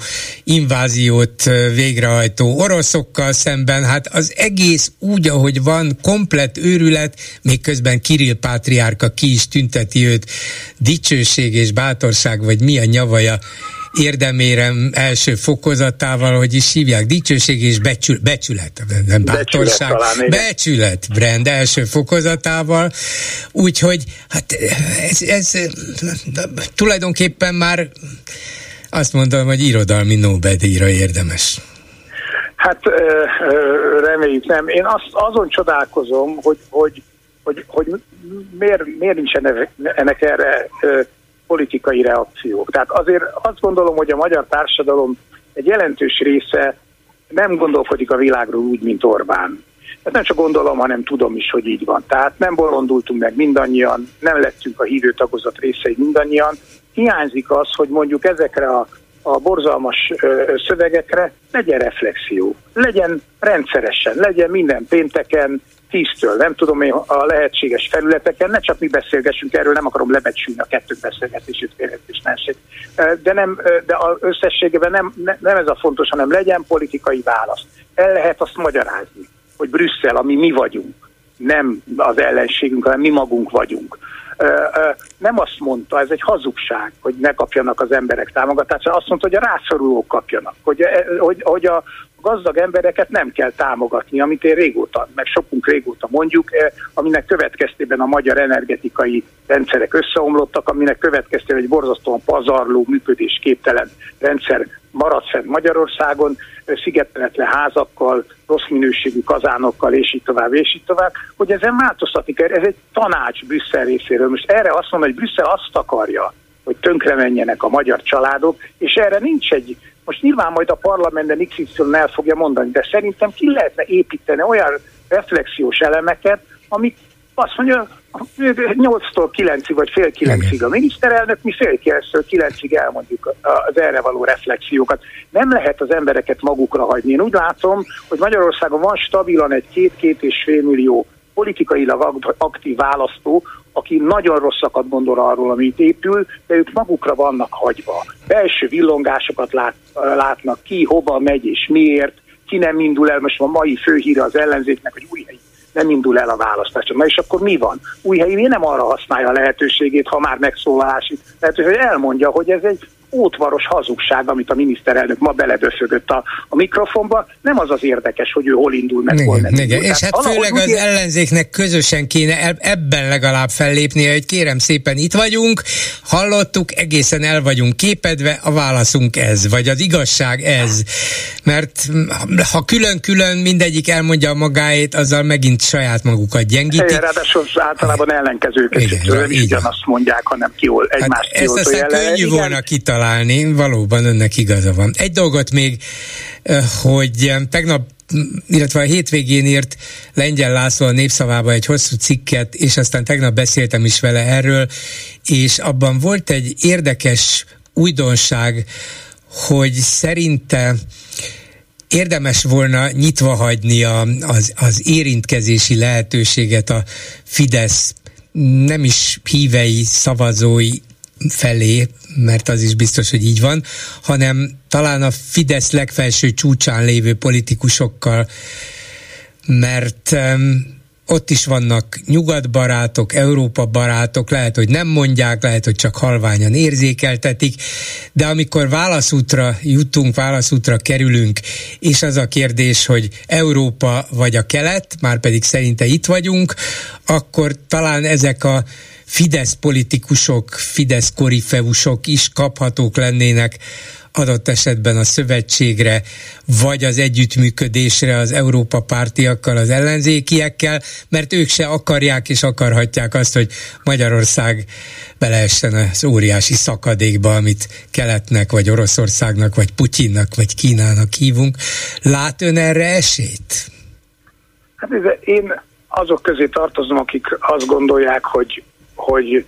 inváziót végrehajtó oroszokkal szemben. Hát az egész úgy, ahogy van, komplett őrület, még közben Kirill pátriárka ki is tünteti őt dicsőség és bátorság, vagy mi a nyavaja érdemérem első fokozatával, hogy is hívják, dicsőség és becsül, becsület, nem bátorság, becsület, becsület brand első fokozatával, úgyhogy hát ez, ez tulajdonképpen már azt mondom, hogy irodalmi Nobel-díjra érdemes. Hát reméljük nem. Én azt, azon csodálkozom, hogy, hogy, hogy, hogy miért, miért nincsen ennek erre politikai reakciók. Tehát azért azt gondolom, hogy a magyar társadalom egy jelentős része nem gondolkodik a világról úgy, mint Orbán. Ezt nem csak gondolom, hanem tudom is, hogy így van. Tehát nem bolondultunk meg mindannyian, nem lettünk a hívő tagozat részei mindannyian. Hiányzik az, hogy mondjuk ezekre a, a borzalmas ö, szövegekre legyen reflexió. Legyen rendszeresen, legyen minden pénteken, tíztől, nem tudom én, a lehetséges felületeken, ne csak mi beszélgessünk erről, nem akarom lebecsülni a kettők beszélgetését, félreértésmenség. De, nem, de az összességében nem, nem ez a fontos, hanem legyen politikai válasz. El lehet azt magyarázni, hogy Brüsszel, ami mi vagyunk, nem az ellenségünk, hanem mi magunk vagyunk. Nem azt mondta, ez egy hazugság, hogy ne kapjanak az emberek támogatását, azt mondta, hogy a rászorulók kapjanak, hogy, hogy, hogy a gazdag embereket nem kell támogatni, amit én régóta, meg sokunk régóta mondjuk, aminek következtében a magyar energetikai rendszerek összeomlottak, aminek következtében egy borzasztóan pazarló, működésképtelen rendszer maradt fenn Magyarországon, szigeteletlen házakkal, rossz minőségű kazánokkal, és így tovább, és így tovább, hogy ezen változtatni kell. Ez egy tanács Brüsszel részéről. Most erre azt mondom, hogy Brüsszel azt akarja, hogy tönkre menjenek a magyar családok, és erre nincs egy, most nyilván majd a parlamentben iksz ipszilon el fogja mondani, de szerintem ki lehetne építeni olyan reflexiós elemeket, amik azt mondja, nyolctól kilencig vagy fél kilencig a miniszterelnök, mi fél kilenctől kilencig elmondjuk az erre való reflexiókat. Nem lehet az embereket magukra hagyni. Én úgy látom, hogy Magyarországon van stabilan egy két-két és fél millió politikailag aktív választó, aki nagyon rosszakat gondol arról, amit épül, de ők magukra vannak hagyva. Belső villongásokat lát, látnak ki, hova megy és miért, ki nem indul el. Most a mai főhíre az ellenzéknek, hogy Újhelyi nem indul el a választáson. Na és akkor mi van? Újhelyi miért nem arra használja a lehetőségét, ha már megszólalási lehetőség, hogy elmondja, hogy ez egy ótvaros hazugság, amit a miniszterelnök ma beleböszögött a, a mikrofonba. Nem az az érdekes, hogy ő hol indul meg, hol nem indul. És hát főleg az ér... ellenzéknek közösen kéne ebben legalább fellépnie, hogy kérem szépen itt vagyunk, hallottuk, egészen el vagyunk képedve, a válaszunk ez, vagy az igazság ez. Mert ha külön-külön mindegyik elmondja a magáét, azzal megint saját magukat gyengítik. Igen, ráadásul általában ellenkezőket, nem is ugyanazt mondják, hanem kiol, egymást hát ezt aztán könnyű volna kitalálni. Valóban önnek igaza van. Egy dolgot még, hogy tegnap, illetve a hétvégén írt Lengyel László a Népszavába egy hosszú cikket, és aztán tegnap beszéltem is vele erről, és abban volt egy érdekes újdonság, hogy szerinte érdemes volna nyitva hagyni a, az, az érintkezési lehetőséget a Fidesz nem is hívei, szavazói felé, mert az is biztos, hogy így van, hanem talán a Fidesz legfelső csúcsán lévő politikusokkal, mert um, ott is vannak nyugatbarátok, Európa barátok, lehet, hogy nem mondják, lehet, hogy csak halványan érzékeltetik, de amikor válaszútra jutunk, válaszútra kerülünk, és az a kérdés, hogy Európa vagy a kelet, már pedig szerinte itt vagyunk, akkor talán ezek a Fidesz politikusok, Fidesz korifeusok is kaphatók lennének adott esetben a szövetségre, vagy az együttműködésre az Európa pártiakkal, az ellenzékiekkel, mert ők se akarják és akarhatják azt, hogy Magyarország beleessen az óriási szakadékba, amit keletnek, vagy Oroszországnak, vagy Putyinnak, vagy Kínának hívunk. Lát ön erre esélyt? Hát én azok közé tartozom, akik azt gondolják, hogy Hogy,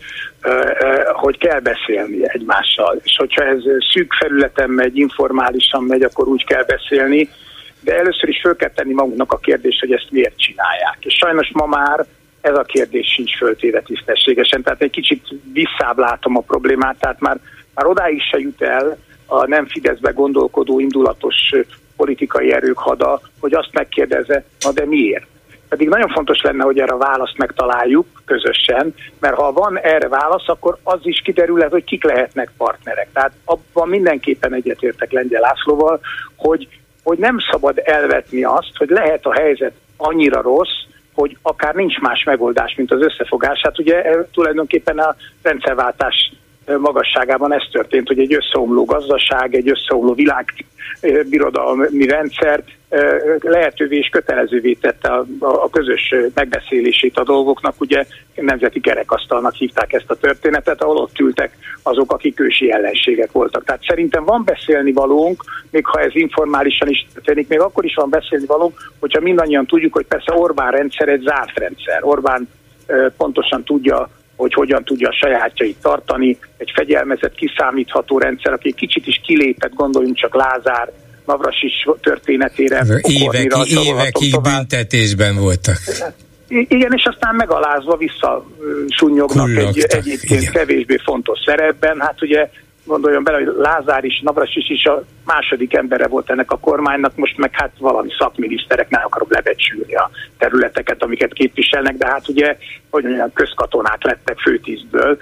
hogy kell beszélni egymással. És hogyha ez szűk felületen megy, informálisan megy, akkor úgy kell beszélni, de először is föl kell tenni magunknak a kérdést, hogy ezt miért csinálják. És sajnos ma már ez a kérdés sincs föltéve tisztességesen, tehát egy kicsit visszább látom a problémát, tehát már, már odáig se jut el a nem Fideszbe gondolkodó indulatos politikai erők hada, hogy azt megkérdezze, na de miért? Pedig nagyon fontos lenne, hogy erre a választ megtaláljuk közösen, mert ha van erre válasz, akkor az is kiderülhet, hogy kik lehetnek partnerek. Tehát abban mindenképpen egyetértek Lengyel Lászlóval, hogy, hogy nem szabad elvetni azt, hogy lehet a helyzet annyira rossz, hogy akár nincs más megoldás, mint az összefogás. Hát ugye tulajdonképpen a rendszerváltás magasságában ez történt, hogy egy összeomló gazdaság, egy összeomló világbirodalmi rendszer lehetővé és kötelezővé tette a, a közös megbeszélését a dolgoknak. Ugye nemzeti kerekasztalnak hívták ezt a történetet, ahol ott ültek azok, akik ősi ellenségek voltak. Tehát szerintem van beszélni valónk, még ha ez informálisan is történik, még akkor is van beszélni valónk, hogyha mindannyian tudjuk, hogy persze Orbán rendszer egy zárt rendszer. Orbán pontosan tudja, hogy hogyan tudja a sajátjait tartani, egy fegyelmezett, kiszámítható rendszer, aki kicsit is kilépett, gondoljunk csak Lázár, Navrasis történetére. Éveki, évekig büntetésben voltak. Igen, és aztán megalázva visszasúnyognak egy egyébként igen. kevésbé fontos szerepben. Hát ugye gondoljon bele, hogy Lázár is, Navrasis is a második embere volt ennek a kormánynak, most meg hát valami szakminiszterek, nem akarom lebecsülni a területeket, amiket képviselnek, de hát ugye, hogy mondjam, közkatonák lettek főtisztből,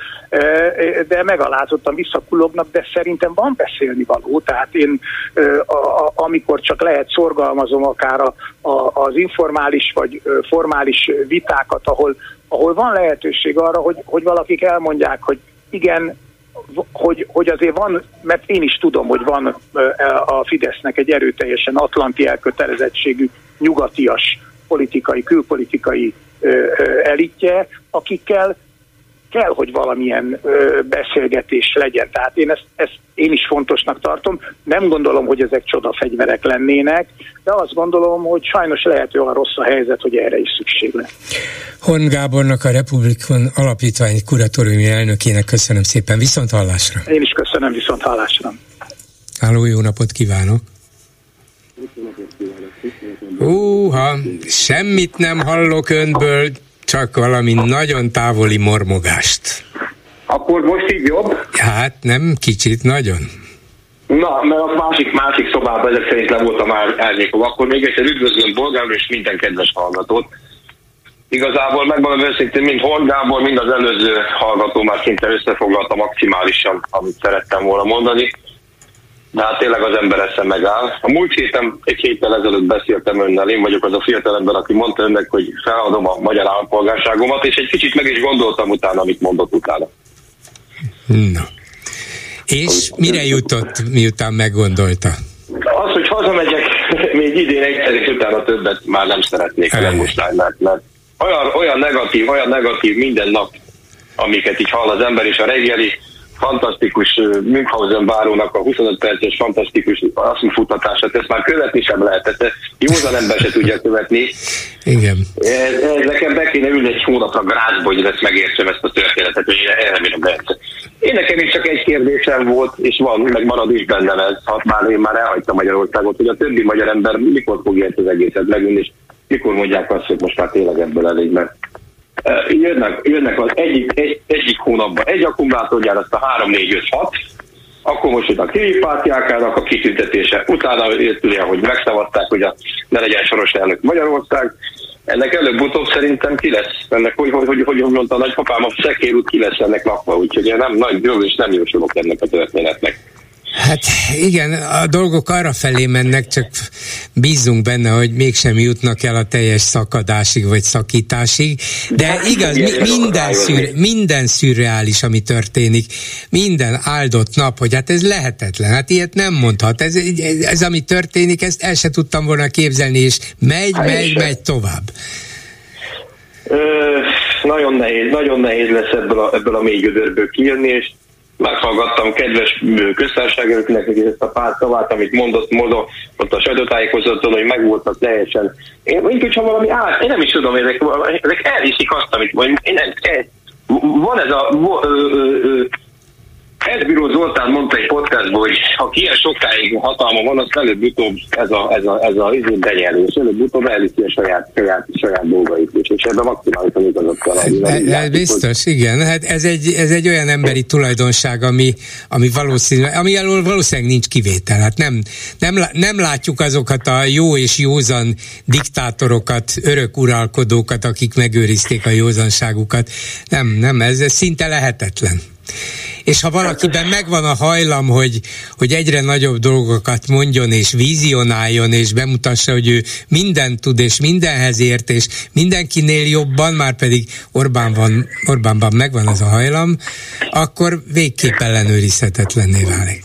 de megalázottan visszakullognak, de szerintem van beszélni való, tehát én a, a, amikor csak lehet szorgalmazom akár a, a, az informális vagy formális vitákat, ahol, ahol van lehetőség arra, hogy, hogy valakik elmondják, hogy igen, Hogy, hogy azért van, mert én is tudom, hogy van a Fidesznek egy erőteljesen atlanti elkötelezettségű, nyugatias politikai, külpolitikai elitje, akikkel kell, hogy valamilyen ö, beszélgetés legyen. Tehát én ezt, ezt én is fontosnak tartom. Nem gondolom, hogy ezek csodafegyverek lennének, de azt gondolom, hogy sajnos lehet, hogy olyan rossz a helyzet, hogy erre is szükség lesz. Horn Gábornak, a Republikon Alapítvány kuratóriumi elnökének köszönöm szépen. Viszont hallásra. Én is köszönöm, viszont hallásra. Háló, jó napot kívánok! Húha, semmit nem hallok önből, csak valami nagyon távoli mormogást. Akkor most így jobb? Hát nem kicsit, nagyon. Na, mert a másik, másik szobában ezek szerint le voltam már árnyékom. Akkor még egyszer üdvözlöm Bolgár és minden kedves hallgatót. Igazából megmondom őszintén, mind Horn Gábor, mind az előző hallgató már szinte összefoglalta maximálisan, amit szerettem volna mondani. De hát tényleg az ember esze megáll. A múlt héten, egy héttel ezelőtt beszéltem önnel, én vagyok az a fiatalember, aki mondta önnek, hogy feladom a magyar állampolgárságomat, és egy kicsit meg is gondoltam utána, amit mondott utána. Na. És mire jutott, miután meggondolta? Az, hogy hazamegyek még idén egyszer, és utána többet már nem szeretnék, nem most mert, mert olyan, olyan negatív, olyan negatív minden nap, amiket így hall az ember, és a reggeli fantasztikus Münchhausen bárónak a huszonöt perces fantasztikus asszonyfuttatását, ezt már követni sem lehet, ezt józan ember se tudja követni. Igen. Ez, ez nekem be kéne ülni egy hónapra grázba, hogy ezt megértsem, ezt a történetet, hogy én remélem lehet. Én nekem is csak egy kérdésem volt, és van, meg marad is bennem ez, ha már én már elhagytam Magyarországot, hogy a többi magyar ember mikor fogja ezt az egészet megülni, és mikor mondják azt, hogy most már tényleg ebből elég, mert Jönnek, jönnek az egyik, egy, egyik hónapban egy akkumulátorgyár, azt a három, négy, öt, hat, akkor most jön a Kiripátyákának a kitüntetése, utána jött ugye, hogy megszavazták, hogy a, ne legyen soros elnök Magyarország. Ennek előbb-utóbb szerintem ki lesz, ennek, hogy, hogy, hogy, hogy mondta a nagypapám, a Szekér út ki lesz ennek lakva, úgyhogy én nem nagy jó, és nem jósolok ennek a történetnek. Hát igen, a dolgok arra felé mennek, csak bízunk benne, hogy mégsem jutnak el a teljes szakadásig vagy szakításig, de igaz, mi, minden, szür, minden szürreális, ami történik, minden áldott nap, hogy hát ez lehetetlen, hát ilyet nem mondhat, ez, ez, ez ami történik, ezt el se tudtam volna képzelni, és megy, hát megy, megy tovább. Ö, nagyon nehéz, nagyon nehéz lesz ebből a, ebből a mély gödörből kijönni, és meghallgattam kedves köztársaságoknak ezt a pár szavát, amit mondott Modo, ott a sajtótájékoztatón, hogy megvoltak teljesen. Én, mint hogyha valami át, én nem is tudom, ezek, ezek elhiszik azt, amit vagy én nem, ez, van ez a ö, ö, ö, Ezbíró Zoltán mondta egy podcastban, hogy ha ilyen sokáig hatalma van, az előbb-utóbb ez a, ez a, ez a izé benyelő, és előbb-utóbb elhiszi a saját, saját, saját dolgait is, és ebben maximálisan igazat kell. Ez biztos, hogy... igen. Hát ez egy, ez egy olyan emberi tulajdonság, ami, ami valószínűleg, ami alól valószínűleg nincs kivétel. Hát nem, nem, nem látjuk azokat a jó és józan diktátorokat, örök uralkodókat, akik megőrizték a józanságukat. Nem, nem, ez, ez szinte lehetetlen. És ha valakiben megvan a hajlam, hogy, hogy egyre nagyobb dolgokat mondjon, és vizionáljon, és bemutassa, hogy ő mindent tud, és mindenhez ért, és mindenkinél jobban, már pedig Orbán van, Orbánban megvan ez a hajlam, akkor végképp ellenőrizhetetlenné válik.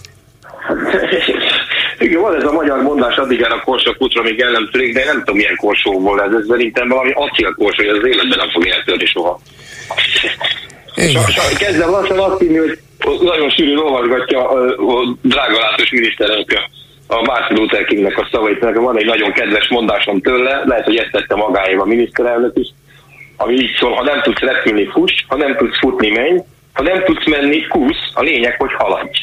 Igen, van ez a magyar mondás, addig el a korsó kutra, még el nem törik, de én nem tudom, milyen korsóból ez. Ez szerintem valami acélkorsó, hogy az életben nem fog eltörni soha. Kezdem lassan azt hinni, hogy nagyon sűrűn olvasgatja a, a drága látos miniszterelnök a Martin Luther Kingnek a szavait. Nekem van egy nagyon kedves mondásom tőle, lehet, hogy ezt tette magáéva a miniszterelnök is, ami így szól, ha nem tudsz repülni, fuss, ha nem tudsz futni, menj, ha nem tudsz menni, kusz, a lényeg, hogy haladj.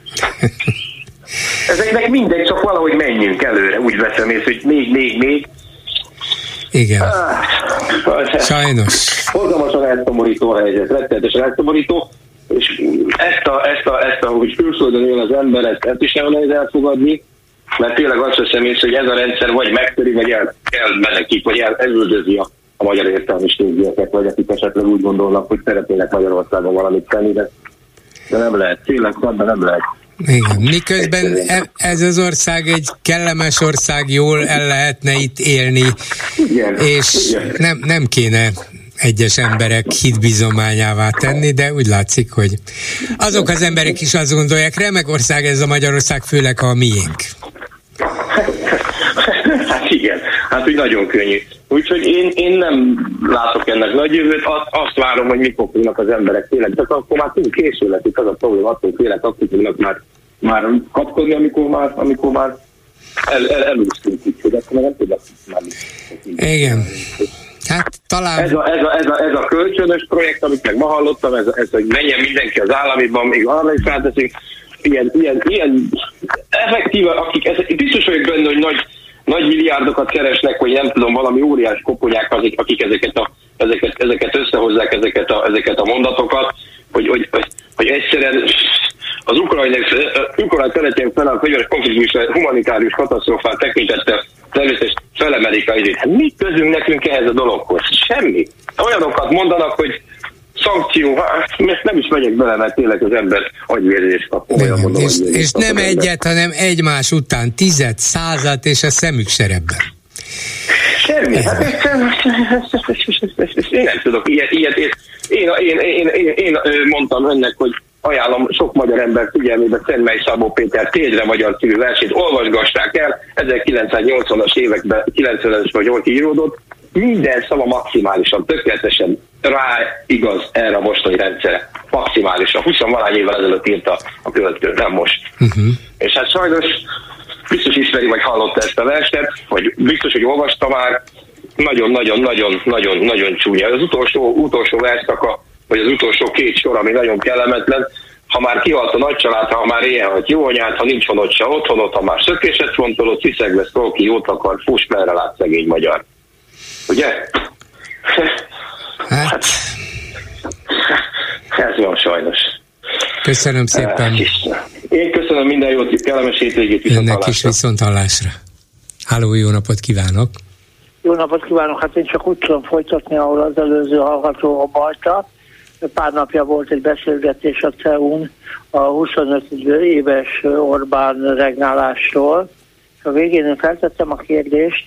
Ezeknek mindegy, csak valahogy menjünk előre, úgy veszem észre, hogy még, még, még. Igen. Sajnos. Hozzamasan elszomorító a helyzet, rettenetesen elszomorító, és ezt a, ezt a, ezt a hogy külföldön él az ember, ezt, ezt is nem nehéz elfogadni, mert tényleg azt veszem észre, hogy ez a rendszer vagy megtöri, vagy el, elmenekít, vagy el, elüldözi a, a magyar értelmiségűeket, vagy akik esetleg úgy gondolnak, hogy szeretnének Magyarországon valamit tenni, de, de nem lehet. Tényleg, de nem lehet. Igen. Miközben ez az ország egy kellemes ország, jól el lehetne itt élni, igen, és igen. Nem, nem kéne egyes emberek hitbizományává tenni, de úgy látszik, hogy azok az emberek is azt gondolják, remek ország ez a Magyarország, főleg ha a miénk. Hát igen. Hát úgy nagyon könnyű. Úgyhogy én, én nem látok ennek nagy jövőt, azt, azt várom, hogy mikor fognak az emberek tényleg. Csak akkor már túl késő lesz, az a probléma, attól félek, akkor fognak már, már kapkodni, amikor már, amikor már el, el, elúsztunk, úgyhogy akkor nem tudok már. Igen. Hát talán... Ez a, ez, a, ez, a, ez a kölcsönös projekt, amit meg ma hallottam, ez, ez hogy menjen mindenki az államiban, még arra is ráteszünk, ilyen, ilyen, ilyen effektíve, akik, ez, biztos vagyok benne, hogy nagy, nagy milliárdokat keresnek, hogy nem tudom, valami óriás koponyák, akik, akik ezeket, a, ezeket, ezeket összehozzák, ezeket a, ezeket a mondatokat, hogy, hogy, hogy, hogy egyszerűen az ukrajnai területén fel a fegyveres konfliktus humanitárius katasztrófát tekintette természetesen felemelik a izét. Hát mi közünk nekünk ehhez a dologhoz? Semmi. Olyanokat mondanak, hogy szankció, hát nem is megyek bele, mert tényleg az ember agyvérzés kap. Mondom, és és nem egyet, hanem egymás után tized, százat, és a szemük se rebben. Semmi. Hát én nem tudok ilyet. ilyet. Én, én, én, én, én mondtam önnek, hogy ajánlom sok magyar ember figyelmébe Szentmely Szabó Péter Téldre magyar című versét, olvasgassák el, ezerkilencszáznyolcvanas években, kilencvenes vagy nyolc íródott, minden szava maximálisan, tökéletesen rá igaz erre a mostani rendszerre. Maximálisan. húsz-valahány évvel ezelőtt írta a költő, nem most. Uh-huh. És hát sajnos biztos ismeri, vagy hallotta ezt a verset, vagy biztos, hogy olvasta már, nagyon-nagyon-nagyon-nagyon-nagyon csúnya. Az utolsó, utolsó verszaka, vagy az utolsó két sor, ami nagyon kellemetlen, ha már kihalt a nagycsalád, ha már éhen hagy jó anyát, ha nincs honod se otthonod, ha már szökéset fontolod, sziszegve sztolki, jót akar, fuss, merre lát szegény magyar. Ugye? Hát... Ez van sajnos. Köszönöm szépen. Én köszönöm, minden jót, kellemes hétvégét, viszonthallásra. Ennek is viszonthallásra. Háló, jó napot kívánok! Jó napot kívánok! Hát én csak úgy tudom folytatni, ahol az előző hallgató a Balta. Pár napja volt egy beszélgetés a cé e u-n a huszonöt éves Orbán regnálásról. A végén én feltettem a kérdést,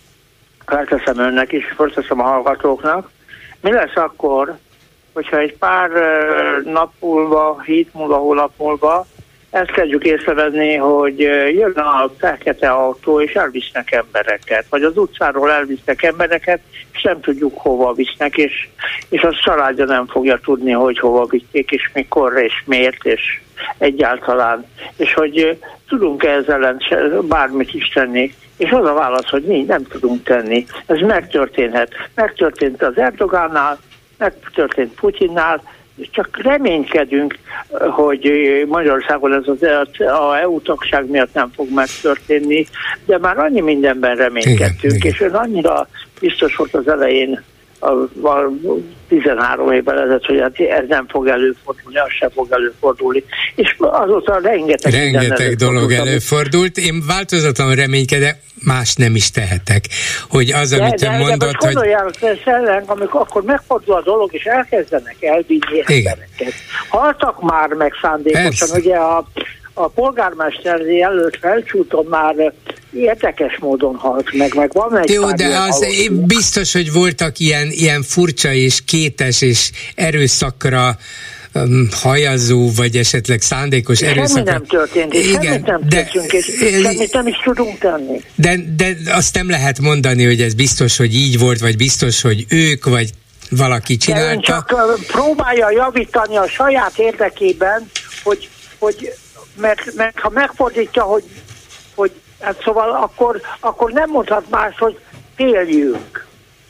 felteszem önnek is, felteszem a hallgatóknak. Mi lesz akkor, hogyha egy pár nap múlva, hét múlva, hónap múlva ezt kezdjük észrevenni, hogy jön a fekete autó, és elvisznek embereket, vagy az utcáról elvisznek embereket, és nem tudjuk hova visznek, és, és az családja nem fogja tudni, hogy hova vitték, és mikor, és miért, és egyáltalán. És hogy tudunk-e ezzel ellen bármit is tenni. És az a válasz, hogy mi nem tudunk tenni. Ez megtörténhet. Megtörtént az Erdogánnál, megtörtént Putyinnál, csak reménykedünk, hogy Magyarországon ez az é u tagság miatt nem fog megtörténni, de már annyi mindenben reménykedtünk, igen, és ön annyira biztos volt az elején, a, a tizenhárom évvel ezelőtt, hogy hát ez nem fog előfordulni, az sem fog előfordulni. És azóta rengeteg Rengeteg dolog előfordult. Én változatlanul reménykedek, más nem is tehetek. Hogy az, de, amit ön mondott, hogy... gondoljátok ellen, amikor akkor megfordul a dolog, és elkezdenek elvinni embereket. Haltak már meg szándékosan, persze. Ugye a, a polgármester előtt Felcsúton már érdekes módon halt meg, meg van egy jó, de az biztos, hogy voltak ilyen, ilyen furcsa és kétes és erőszakra um, hajazó, vagy esetleg szándékos erőszakra. Semmi nem történt, és igen, semmit nem de, teszünk, és semmit nem is tudunk tenni. De, de azt nem lehet mondani, hogy ez biztos, hogy így volt, vagy biztos, hogy ők, vagy valaki csinálta. De ön csak próbálja javítani a saját érdekében, hogy, hogy mert, mert ha megfordítja, hogy, hogy hát szóval akkor, akkor nem mondhat más, hogy féljünk.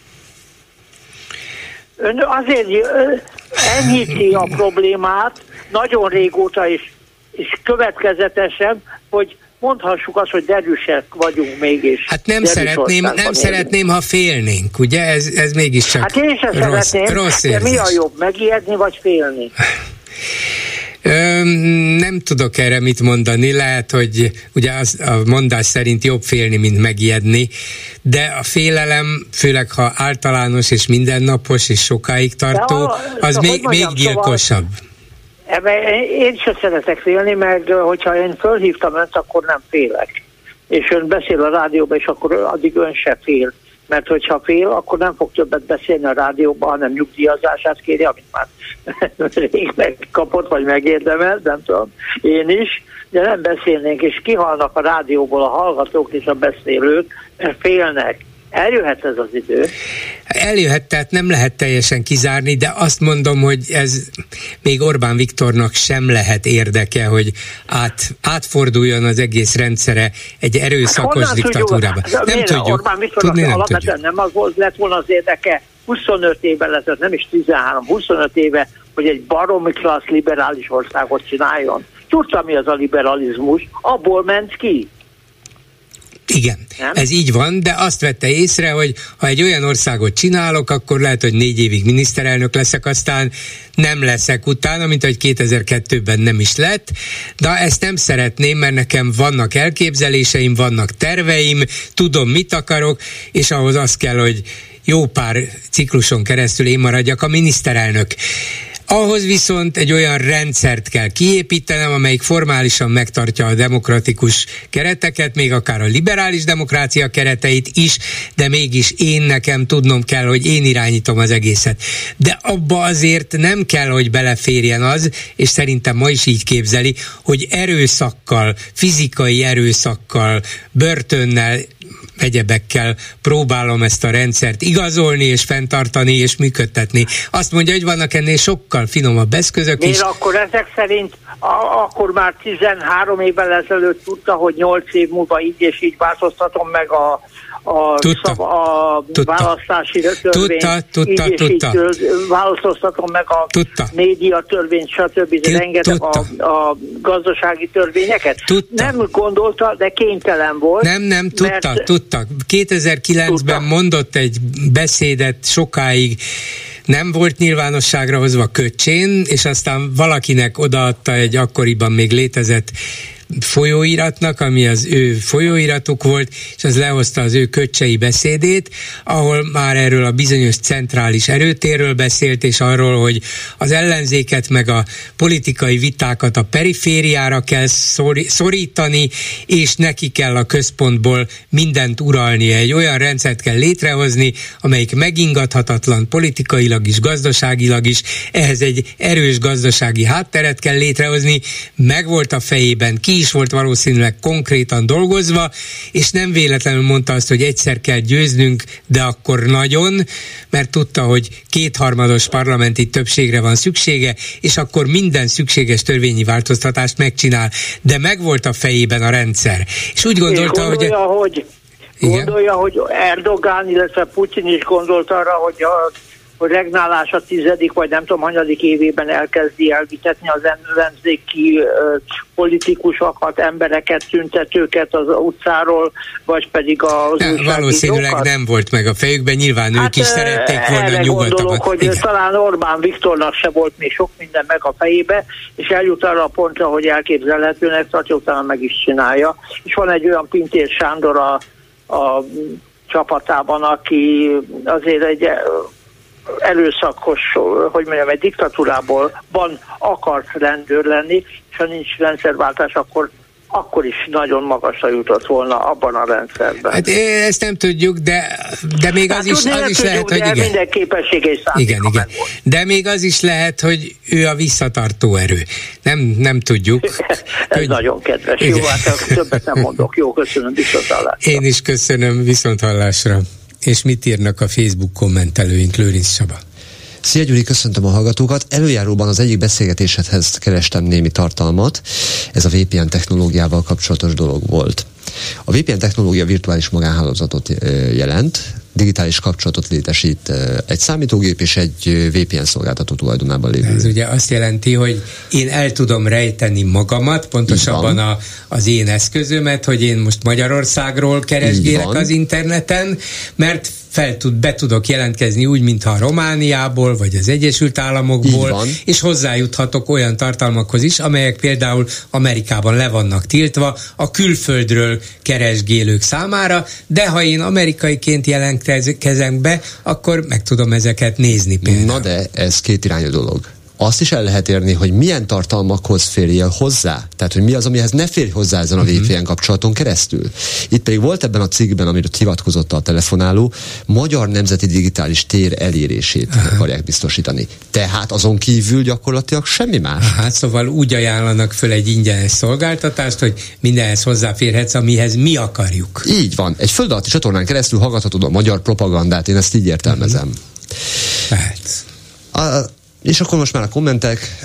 Ön azért enyhíti a problémát nagyon régóta is, és következetesen, hogy mondhassuk azt, hogy derűsek vagyunk mégis. Hát nem szeretném, nem szeretném, ha félnénk, ugye? Ez, ez mégiscsak hát én sem rossz, szeretném, rossz de mi a jobb, megijedni vagy félni? Ö, nem tudok erre mit mondani, lehet, hogy ugye az, a mondás szerint jobb félni, mint megijedni, de a félelem, főleg ha általános és mindennapos és sokáig tartó, a, az még, mondjam, még gyilkosabb. Szóval, én sem szeretek félni, mert hogyha én fölhívtam önt, akkor nem félek. És ön beszél a rádióban, és akkor addig ön se fél. Mert hogyha fél, akkor nem fog többet beszélni a rádióban, hanem nyugdíjazását kéri, amit már rég megkapott, vagy megérdemel, nem tudom, én is, de nem beszélnénk, és kihalnak a rádióból a hallgatók és a beszélők, mert félnek. Eljöhet ez az idő. Eljöhet, tehát nem lehet teljesen kizárni, de azt mondom, hogy ez még Orbán Viktornak sem lehet érdeke, hogy át, átforduljon az egész rendszere egy erőszakos hát diktatúrába. Nem miért? tudjuk. Orbán Viktornak Tudni nem alapvetően tudjuk. nem az volt, lett volna az érdeke huszonöt évvel ezelőtt, nem is tizenhárom, huszonöt éve, hogy egy baromi klassz liberális országot csináljon. Tudta, mi az a liberalizmus, abból ment ki. Igen, nem? Ez így van, de azt vette észre, hogy ha egy olyan országot csinálok, akkor lehet, hogy négy évig miniszterelnök leszek, aztán nem leszek utána, mint ahogy kétezer-kettőben nem is lett, de ezt nem szeretném, mert nekem vannak elképzeléseim, vannak terveim, tudom, mit akarok, és ahhoz az kell, hogy jó pár cikluson keresztül én maradjak a miniszterelnök. Ahhoz viszont egy olyan rendszert kell kiépítenem, amelyik formálisan megtartja a demokratikus kereteket, még akár a liberális demokrácia kereteit is, de mégis én nekem tudnom kell, hogy én irányítom az egészet. De abba azért nem kell, hogy beleférjen az, és szerintem ma is így képzeli, hogy erőszakkal, fizikai erőszakkal, börtönnel, egyebekkel próbálom ezt a rendszert igazolni és fenntartani és működtetni. Azt mondja, hogy vannak ennél sokkal finomabb eszközök Miért is. akkor ezek szerint a, akkor már tizenhárom évvel ezelőtt tudta, hogy nyolc év múlva így és így változtatom meg a a, szav, a választási törvényt, tudta, tudta, így és tudta. így változtatom meg a tudta. média törvényt, stb. Rengeteg a, a gazdasági törvényeket. Tudta. Nem gondolta, de kénytelen volt. Nem, nem, tudta, mert... tudta. kétezer-kilencben tudta. Mondott egy beszédet sokáig, nem volt nyilvánosságra hozva Köcsén, és aztán valakinek odaadta egy akkoriban még létezett folyóiratnak, ami az ő folyóiratuk volt, és az lehozta az ő köcsei beszédét, ahol már erről a bizonyos centrális erőtérről beszélt, és arról, hogy az ellenzéket meg a politikai vitákat a perifériára kell szorítani, és neki kell a központból mindent uralni. Egy olyan rendszert kell létrehozni, amelyik megingathatatlan politikailag is, gazdaságilag is, ehhez egy erős gazdasági hátteret kell létrehozni, megvolt a fejében, ki is volt valószínűleg konkrétan dolgozva, és nem véletlenül mondta azt, hogy egyszer kell győznünk, de akkor nagyon, mert tudta, hogy kétharmados parlamenti többségre van szüksége, és akkor minden szükséges törvényi változtatást megcsinál. De megvolt a fejében a rendszer. És úgy gondolta, és gondolja, hogy... hogy gondolja, hogy Erdogán, illetve Putyin is gondolt arra, hogy a hogy regnálás a tizedik, vagy nem tudom, hanyadik évében elkezdi elvitetni az ellenzéki uh, politikusokat, embereket, tüntetőket az utcáról, vagy pedig az nem, valószínűleg nem volt meg a fejükben, nyilván hát, ők is szerették volna nyugodtabban. Gondolok, hogy igen. Talán Orbán Viktornak se volt még sok minden meg a fejébe, és eljut arra a pontra, hogy elképzelhetőnek tartja, utána meg is csinálja. És van egy olyan Pintér Sándor a, a csapatában, aki azért egy erőszakos, hogy mondjam, egy diktatúrából van, akart rendőr lenni, és ha nincs rendszerváltás, akkor akkor is nagyon magasra jutott volna abban a rendszerben. Hát ezt nem tudjuk, de, de még hát az is, az is lehet, hogy igen. Minden képessége és szándéka igen, igen. De még az is lehet, hogy ő a visszatartó erő. Nem, nem tudjuk. Ez hogy... nagyon kedves. Igen. Jó, hát többet nem mondok. Jó, köszönöm, viszonthallásra. Én is köszönöm, viszonthallásra. És mit írnak a Facebook kommentelőink, Lőrinc Csaba? Szia Gyuri, köszöntöm a hallgatókat. Előjáróban az egyik beszélgetésedhez kerestem némi tartalmat. Ez a vé pé en technológiával kapcsolatos dolog volt. A vé pé en technológia virtuális magánhálózatot jelent, digitális kapcsolatot létesít egy számítógép és egy vé pé en szolgáltató tulajdonában lévő. Ez ugye azt jelenti, hogy én el tudom rejteni magamat, pontosabban a, az én eszközömet, hogy én most Magyarországról keresgélek az interneten, mert fel tud, be tudok jelentkezni úgy, mintha Romániából, vagy az Egyesült Államokból, és hozzájuthatok olyan tartalmakhoz is, amelyek például Amerikában le vannak tiltva a külföldről keresgélők számára, de ha én amerikaiként jelentkezem be, akkor meg tudom ezeket nézni például. Na de ez két irányú dolog. azt is el lehet érni, hogy milyen tartalmakhoz férjél hozzá. Tehát, hogy mi az, amihez ne férj hozzá ezen a vé pé en kapcsolaton keresztül. Itt pedig volt ebben a cikkben, amiről hivatkozott a telefonáló, magyar nemzeti digitális tér elérését Aha. akarják biztosítani. Tehát azon kívül gyakorlatilag semmi más. Hát szóval úgy ajánlanak föl egy ingyenes szolgáltatást, hogy mindenhez hozzáférhetsz, amihez mi akarjuk. Így van. Egy föld alatti csatornán keresztül hallgathatod a magyar propagandát, én ezt így értelmezem. Lehet. A, és akkor most már a kommentek.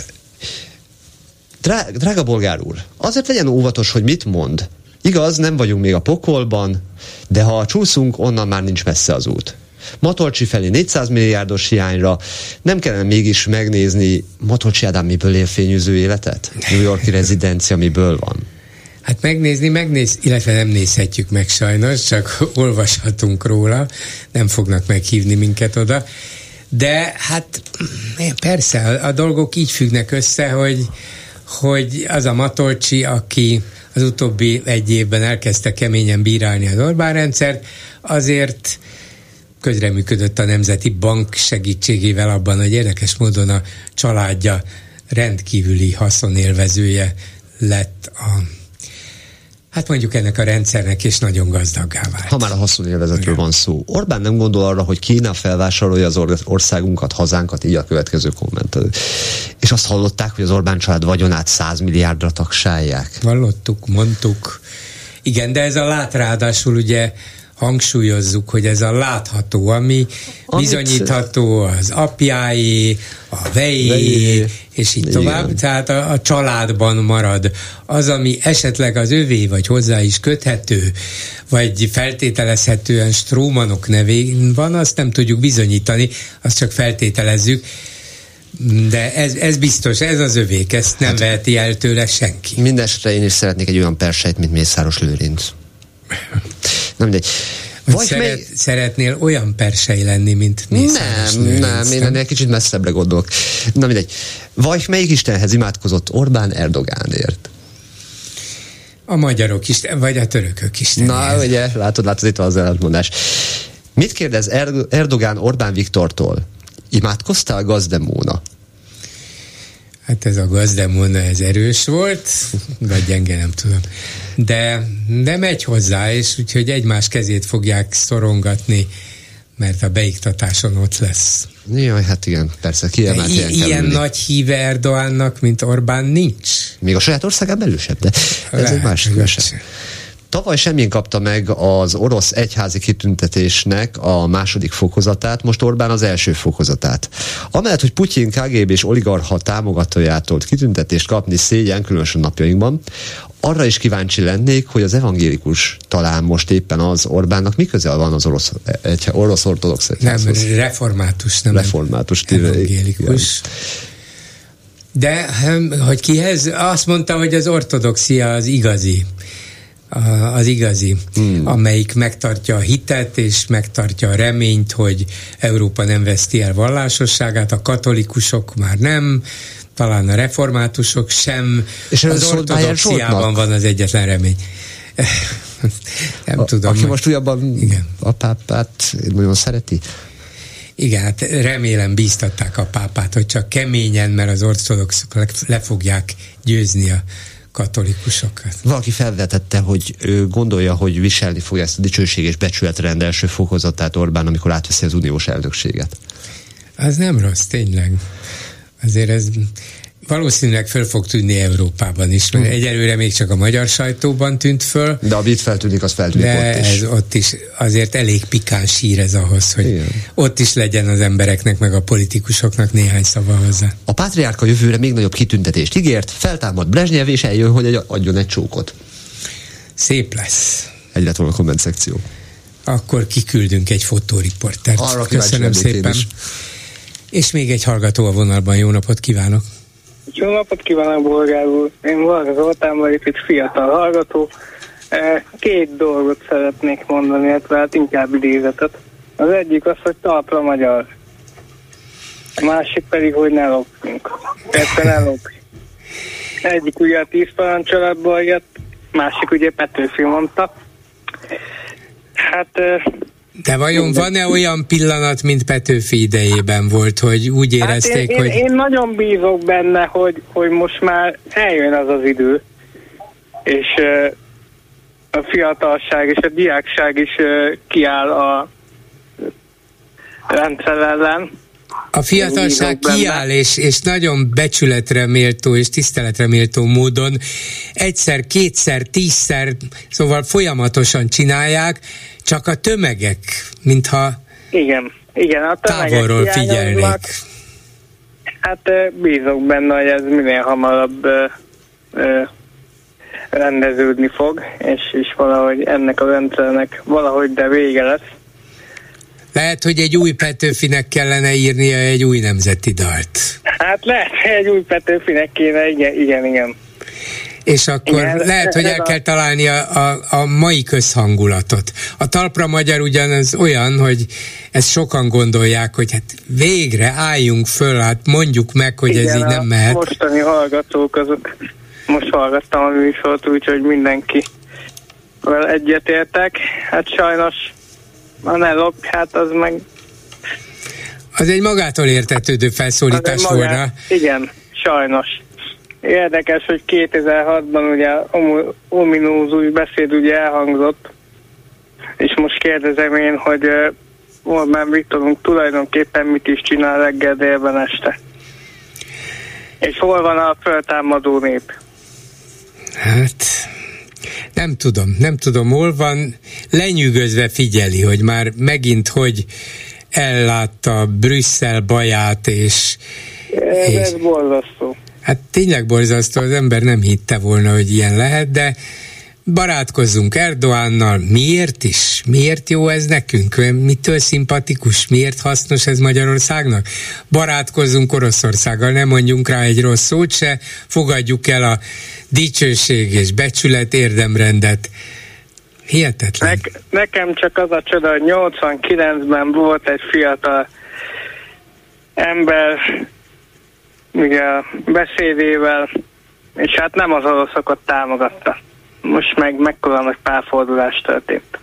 Drá, drága bolgár úr, azért legyen óvatos, hogy mit mond. Igaz, nem vagyunk még a pokolban, de ha csúszunk, onnan már nincs messze az út. Matolcsi felé négyszáz milliárdos hiányra nem kellene mégis megnézni Matolcsi Ádám miből él fényűző életet? New Yorki rezidencia miből van? Hát megnézni, megnéz, illetve nem nézhetjük meg sajnos, csak olvashatunk róla, nem fognak meghívni minket oda. De hát persze, a, a dolgok így függnek össze, hogy, hogy az a Matolcsi, aki az utóbbi egy évben elkezdte keményen bírálni az Orbán rendszert, azért közreműködött a Nemzeti Bank segítségével abban, hogy érdekes módon a családja rendkívüli haszonélvezője lett a hát mondjuk ennek a rendszernek, és nagyon gazdaggá vált. Ha már a haszonélvezetről van szó. Orbán nem gondol arra, hogy Kína felvásárolja az országunkat, hazánkat, így a következő komment. És azt hallották, hogy az Orbán család vagyonát száz milliárdra tagsálják. Hallottuk, mondtuk. Igen, de ez a lát, ráadásul ugye hangsúlyozzuk, hogy ez a látható, ami Amit bizonyítható az apjáé, a vejé, és így igen. tovább, tehát a, a családban marad. Az, ami esetleg az övé, vagy hozzá is köthető, vagy feltételezhetően Strómanok nevén van, azt nem tudjuk bizonyítani, azt csak feltételezzük, de ez, ez biztos, ez az övék, ezt nem hát, veheti el tőle senki. Mindenesetre én is szeretnék egy olyan persejt, mint Mészáros Lőrinc. Nem mindegy. Vagy szeret, mely... Szeretnél olyan persei lenni, mint Mészáros Nem, Lőrinc, nem, én ennél kicsit messzebbre gondolok. Na mindegy. Vagy melyik istenhez imádkozott Orbán Erdogánért? A magyarok isten, vagy a törökök istenhez. Na, ugye, látod, látod, itt van az ellentmondás. Mit kérdez er- Erdogán Orbán Viktortól? Imádkoztál Gazdemóna? Hát ez a Gazdemóna, ez erős volt, vagy gyenge, nem tudom. De, de megy hozzá, és úgyhogy egymás kezét fogják szorongatni, mert a beiktatáson ott lesz. Jaj, hát igen, persze, kiemelt ilyen I- Ilyen nagy híve Erdoğannak, mint Orbán nincs. Még a saját országán belül sem, de ez Le, egy másik eset. Tavaly semmilyen kapta meg az orosz egyházi kitüntetésnek a második fokozatát, most Orbán az első fokozatát. Amellett, hogy Putyin, ká gé bé és oligarcha támogatójától kitüntetést kapni szégyen, különösen napjainkban, arra is kíváncsi lennék, hogy az evangélikus talán most éppen az Orbánnak mi közel van az orosz, egy, orosz ortodox egyházhoz? Nem, református, nem református, evangélikus. De hogy kihez? Azt mondta, hogy az ortodoxia az igazi. az igazi, hmm. amelyik megtartja a hitet, és megtartja a reményt, hogy Európa nem veszti el vallásosságát, a katolikusok már nem, talán a reformátusok sem, és az ortodoxiában van az egyetlen remény. Nem a, tudom. Aki most újabban igen. a pápát nagyon szereti? Igen, hát remélem bíztatták a pápát, hogy csak keményen, mert az ortodoxok le, le fogják győzni a katolikusokat. Valaki felvetette, hogy ő gondolja, hogy viselni fogja ezt a dicsőség és becsületrend első fokozatát Orbán, amikor átveszi az uniós elnökséget. Az nem rossz, tényleg. Azért ez valószínűleg föl fog tűnni Európában is, mert hmm. egyelőre még csak a magyar sajtóban tűnt föl. De amit feltűnik, az feltűnik de ott is. Ez ott is azért elég pikáns hír ez ahhoz, hogy igen. ott is legyen az embereknek, meg a politikusoknak néhány szava hozzá. A pátriárka jövőre még nagyobb kitüntetést ígért, feltámad Brezsnyev, és eljön, hogy egy, adjon egy csókot. Szép lesz. Egy lett volna a komment szekció. Akkor kiküldünk egy fotóriportert. Arra köszönöm szépen. És még egy hallgató a vonalban. Jó napot kívánok! Jó napot kívánok, bolgár úr! Én Varga Zoltán vagyok, itt fiatal hallgató. Két dolgot szeretnék mondani, illetve hát inkább idézetet. Az egyik az, hogy talpra magyar. A másik pedig, hogy ne lopjunk. Persze ne lopjunk. Egyik ugye a tíz parancsolatból jött, másik ugye Petőfi mondta. Hát De vajon van-e olyan pillanat, mint Petőfi idejében volt, hogy úgy érezték, hát én, hogy... Én, én nagyon bízok benne, hogy, hogy most már eljön az az idő, és uh, a fiatalság és a diákság is uh, kiáll a rendszer ellen. A fiatalság kiáll, és, és nagyon becsületre méltó és tiszteletre méltó módon egyszer, kétszer, tízszer, szóval folyamatosan csinálják, csak a tömegek, mintha igen, igen, a távolról figyelnék. Hát bízok benne, hogy ez minél hamarabb ö, ö, rendeződni fog, és, és valahogy ennek a rendszernek valahogy de vége lesz. Lehet, hogy egy új Petőfinek kellene írnia egy új nemzeti dalt. Hát lehet, egy új Petőfinek kéne, igen, igen, igen. És akkor igen, lehet, hogy el a... kell találni a, a, a mai közhangulatot. A talpra magyar ugyanaz olyan, hogy ezt sokan gondolják, hogy hát végre álljunk föl, hát mondjuk meg, hogy igen, ez így nem mehet. Mostani hallgatók azok, most hallgattam a műsort, úgyhogy mindenki egyetértek. Hát sajnos a ne lopj, hát az meg... Az egy magától értetődő felszólítás magát, volna. Igen, sajnos. Érdekes, hogy kétezer-hatban ugye ominózus beszéd ugye elhangzott, és most kérdezem én, hogy uh, Orbán Viktorunk tulajdonképpen mit is csinál reggel, délben, este. És hol van a föltámadó nép? Hát... Nem tudom, nem tudom, hol van, lenyűgözve figyeli, hogy már megint hogy ellátta Brüsszel baját, és... Ez, és, ez borzasztó. Hát tényleg borzasztó, az ember nem hitte volna, hogy ilyen lehet, de barátkozzunk Erdoánnal. Miért is? Miért jó ez nekünk? Mitől szimpatikus? Miért hasznos ez Magyarországnak? Barátkozzunk Oroszországgal, nem mondjunk rá egy rossz szót se, fogadjuk el a dicsőség és becsület érdemrendet. Hihetetlen. Ne- nekem csak az a csoda, hogy nyolcvankilencben volt egy fiatal ember, ugye beszédével, és hát nem az oroszokat támogatta. Most meg mekkora nagy párfordulás történt.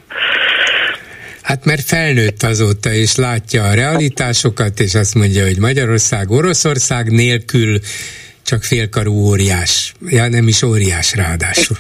Hát mert felnőtt azóta, és látja a realitásokat, és azt mondja, hogy Magyarország Oroszország nélkül csak félkarú óriás. Ja, nem is óriás ráadásul.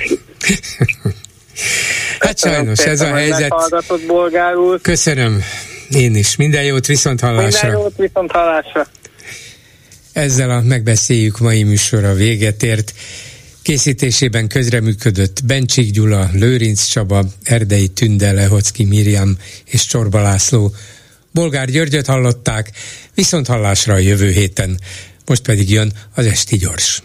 Hát sajnos ez a helyzet. Köszönöm. Én is. Minden jót, viszont hallásra. Minden jót, viszont hallásra. Ezzel a megbeszéljük mai műsora véget ért. Készítésében közreműködött Bencsik Gyula, Lőrinc Csaba, Erdei Tünde, Lehocki Miriam és Csorba László. Bolgár Györgyöt hallották, viszont hallásra a jövő héten. Most pedig jön az Esti Gyors.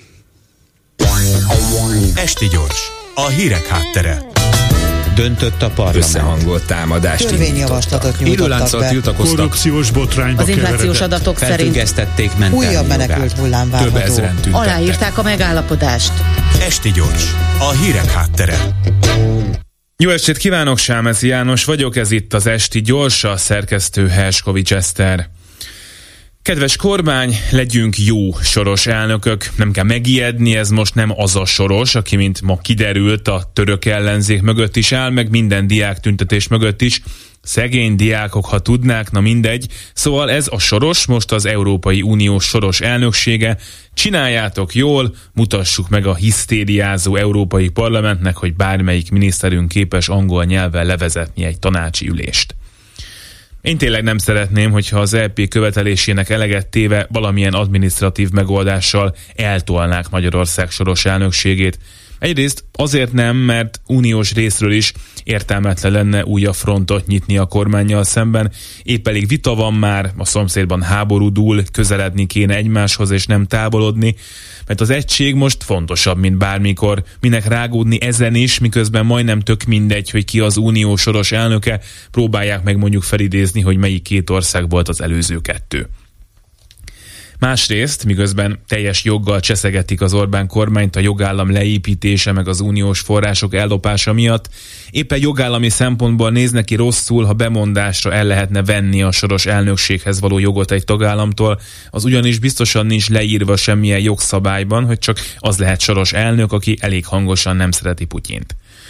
Esti Gyors, a hírek háttere. Döntött a parlament. Összehangolt támadást Törvényjavaslatot nyújtottak be. Tiltakoztak. Korrupciós botrányba Az inflációs adatok szerint felfüggesztették mentelmi újabb menekült hullám várható. Több ezren tüntettek. Aláírták a megállapodást. Esti Gyors, a hírek háttere. Jó estét kívánok, Sámezi János vagyok, ez itt az Esti Gyors, a szerkesztő Herskovics Eszter. Kedves kormány, legyünk jó soros elnökök. Nem kell megijedni, ez most nem az a Soros, aki, mint ma kiderült, a török ellenzék mögött is áll, meg minden diák tüntetés mögött is. Szegény diákok, ha tudnák, na mindegy. Szóval ez a Soros, most az Európai Unió soros elnöksége. Csináljátok jól, mutassuk meg a hisztériázó Európai Parlamentnek, hogy bármelyik miniszterünk képes angol nyelvvel levezetni egy tanácsi ülést. Én tényleg nem szeretném, hogyha az é pé követelésének eleget téve valamilyen adminisztratív megoldással eltolnák Magyarország soros elnökségét. Egyrészt azért nem, mert uniós részről is értelmetlen lenne újabb frontot nyitni a kormánnyal szemben. Épp elég vita van már, a szomszédban háború dúl, közeledni kéne egymáshoz és nem távolodni, mert az egység most fontosabb, mint bármikor. Minek rágódni ezen is, miközben majdnem tök mindegy, hogy ki az unió soros elnöke, próbálják meg mondjuk felidézni, hogy melyik két ország volt az előző kettő. Másrészt, miközben teljes joggal cseszegetik az Orbán kormányt a jogállam leépítése meg az uniós források ellopása miatt, éppen jogállami szempontból néz neki rosszul, ha bemondásra el lehetne venni a soros elnökséghez való jogot egy tagállamtól, az ugyanis biztosan nincs leírva semmilyen jogszabályban, hogy csak az lehet soros elnök, aki elég hangosan nem szereti Putyint.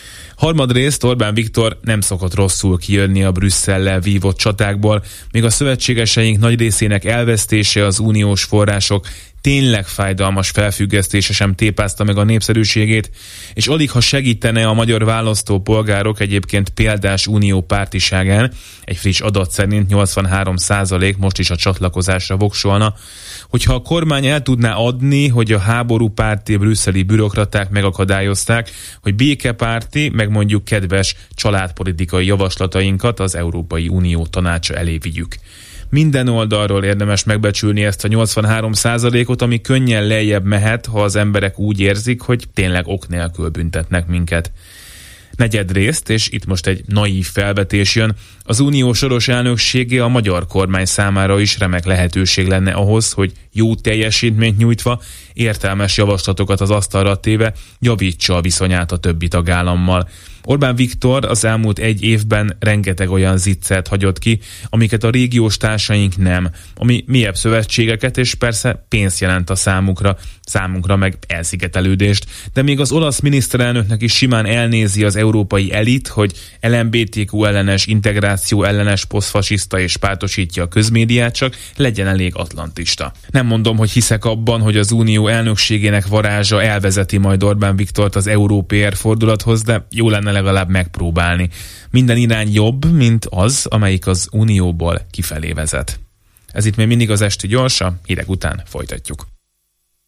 Harmadrészt Orbán Viktor nem szokott rosszul kijönni a Brüsszellel vívott csatákból, míg a szövetségeseink nagy részének elvesztése, az uniós források tényleg fájdalmas felfüggesztése sem tépázta meg a népszerűségét, és alig ha segítene a magyar választópolgárok egyébként példás unió pártiságán, egy friss adat szerint nyolcvanhárom százalék most is a csatlakozásra voksolna, hogyha a kormány el tudná adni, hogy a háborúpárti brüsszeli bürokraták megakadályozták, hogy békepárti, meg mondjuk kedves családpolitikai javaslatainkat az Európai Unió tanácsa elé vigyük. Minden oldalról érdemes megbecsülni ezt a nyolcvanhárom százalékot, ami könnyen lejjebb mehet, ha az emberek úgy érzik, hogy tényleg ok nélkül büntetnek minket. Negyedrészt, és itt most egy naív felvetés jön, az unió soros elnöksége a magyar kormány számára is remek lehetőség lenne ahhoz, hogy jó teljesítményt nyújtva, értelmes javaslatokat az asztalra téve javítsa a viszonyát a többi tagállammal. Orbán Viktor az elmúlt egy évben rengeteg olyan ziccert hagyott ki, amiket a régiós társaink nem, ami mélyebb szövetségeket és persze pénzt jelent a számukra, számunkra meg elszigetelődést, de még az olasz miniszterelnöknek is simán elnézi az európai elit, hogy el em bé té kú ellenes, integráció ellenes, posztfasiszta és pártosítja a közmédiát, csak legyen elég atlantista. Nem mondom, hogy hiszek abban, hogy az unió elnökségének varázsa elvezeti majd Orbán Viktort az Euró-pé er fordulathoz, de jó lenne legalább megpróbálni. Minden irány jobb, mint az, amelyik az unióból kifelé vezet. Ez itt még mindig az Esti Gyors, a hírek után folytatjuk.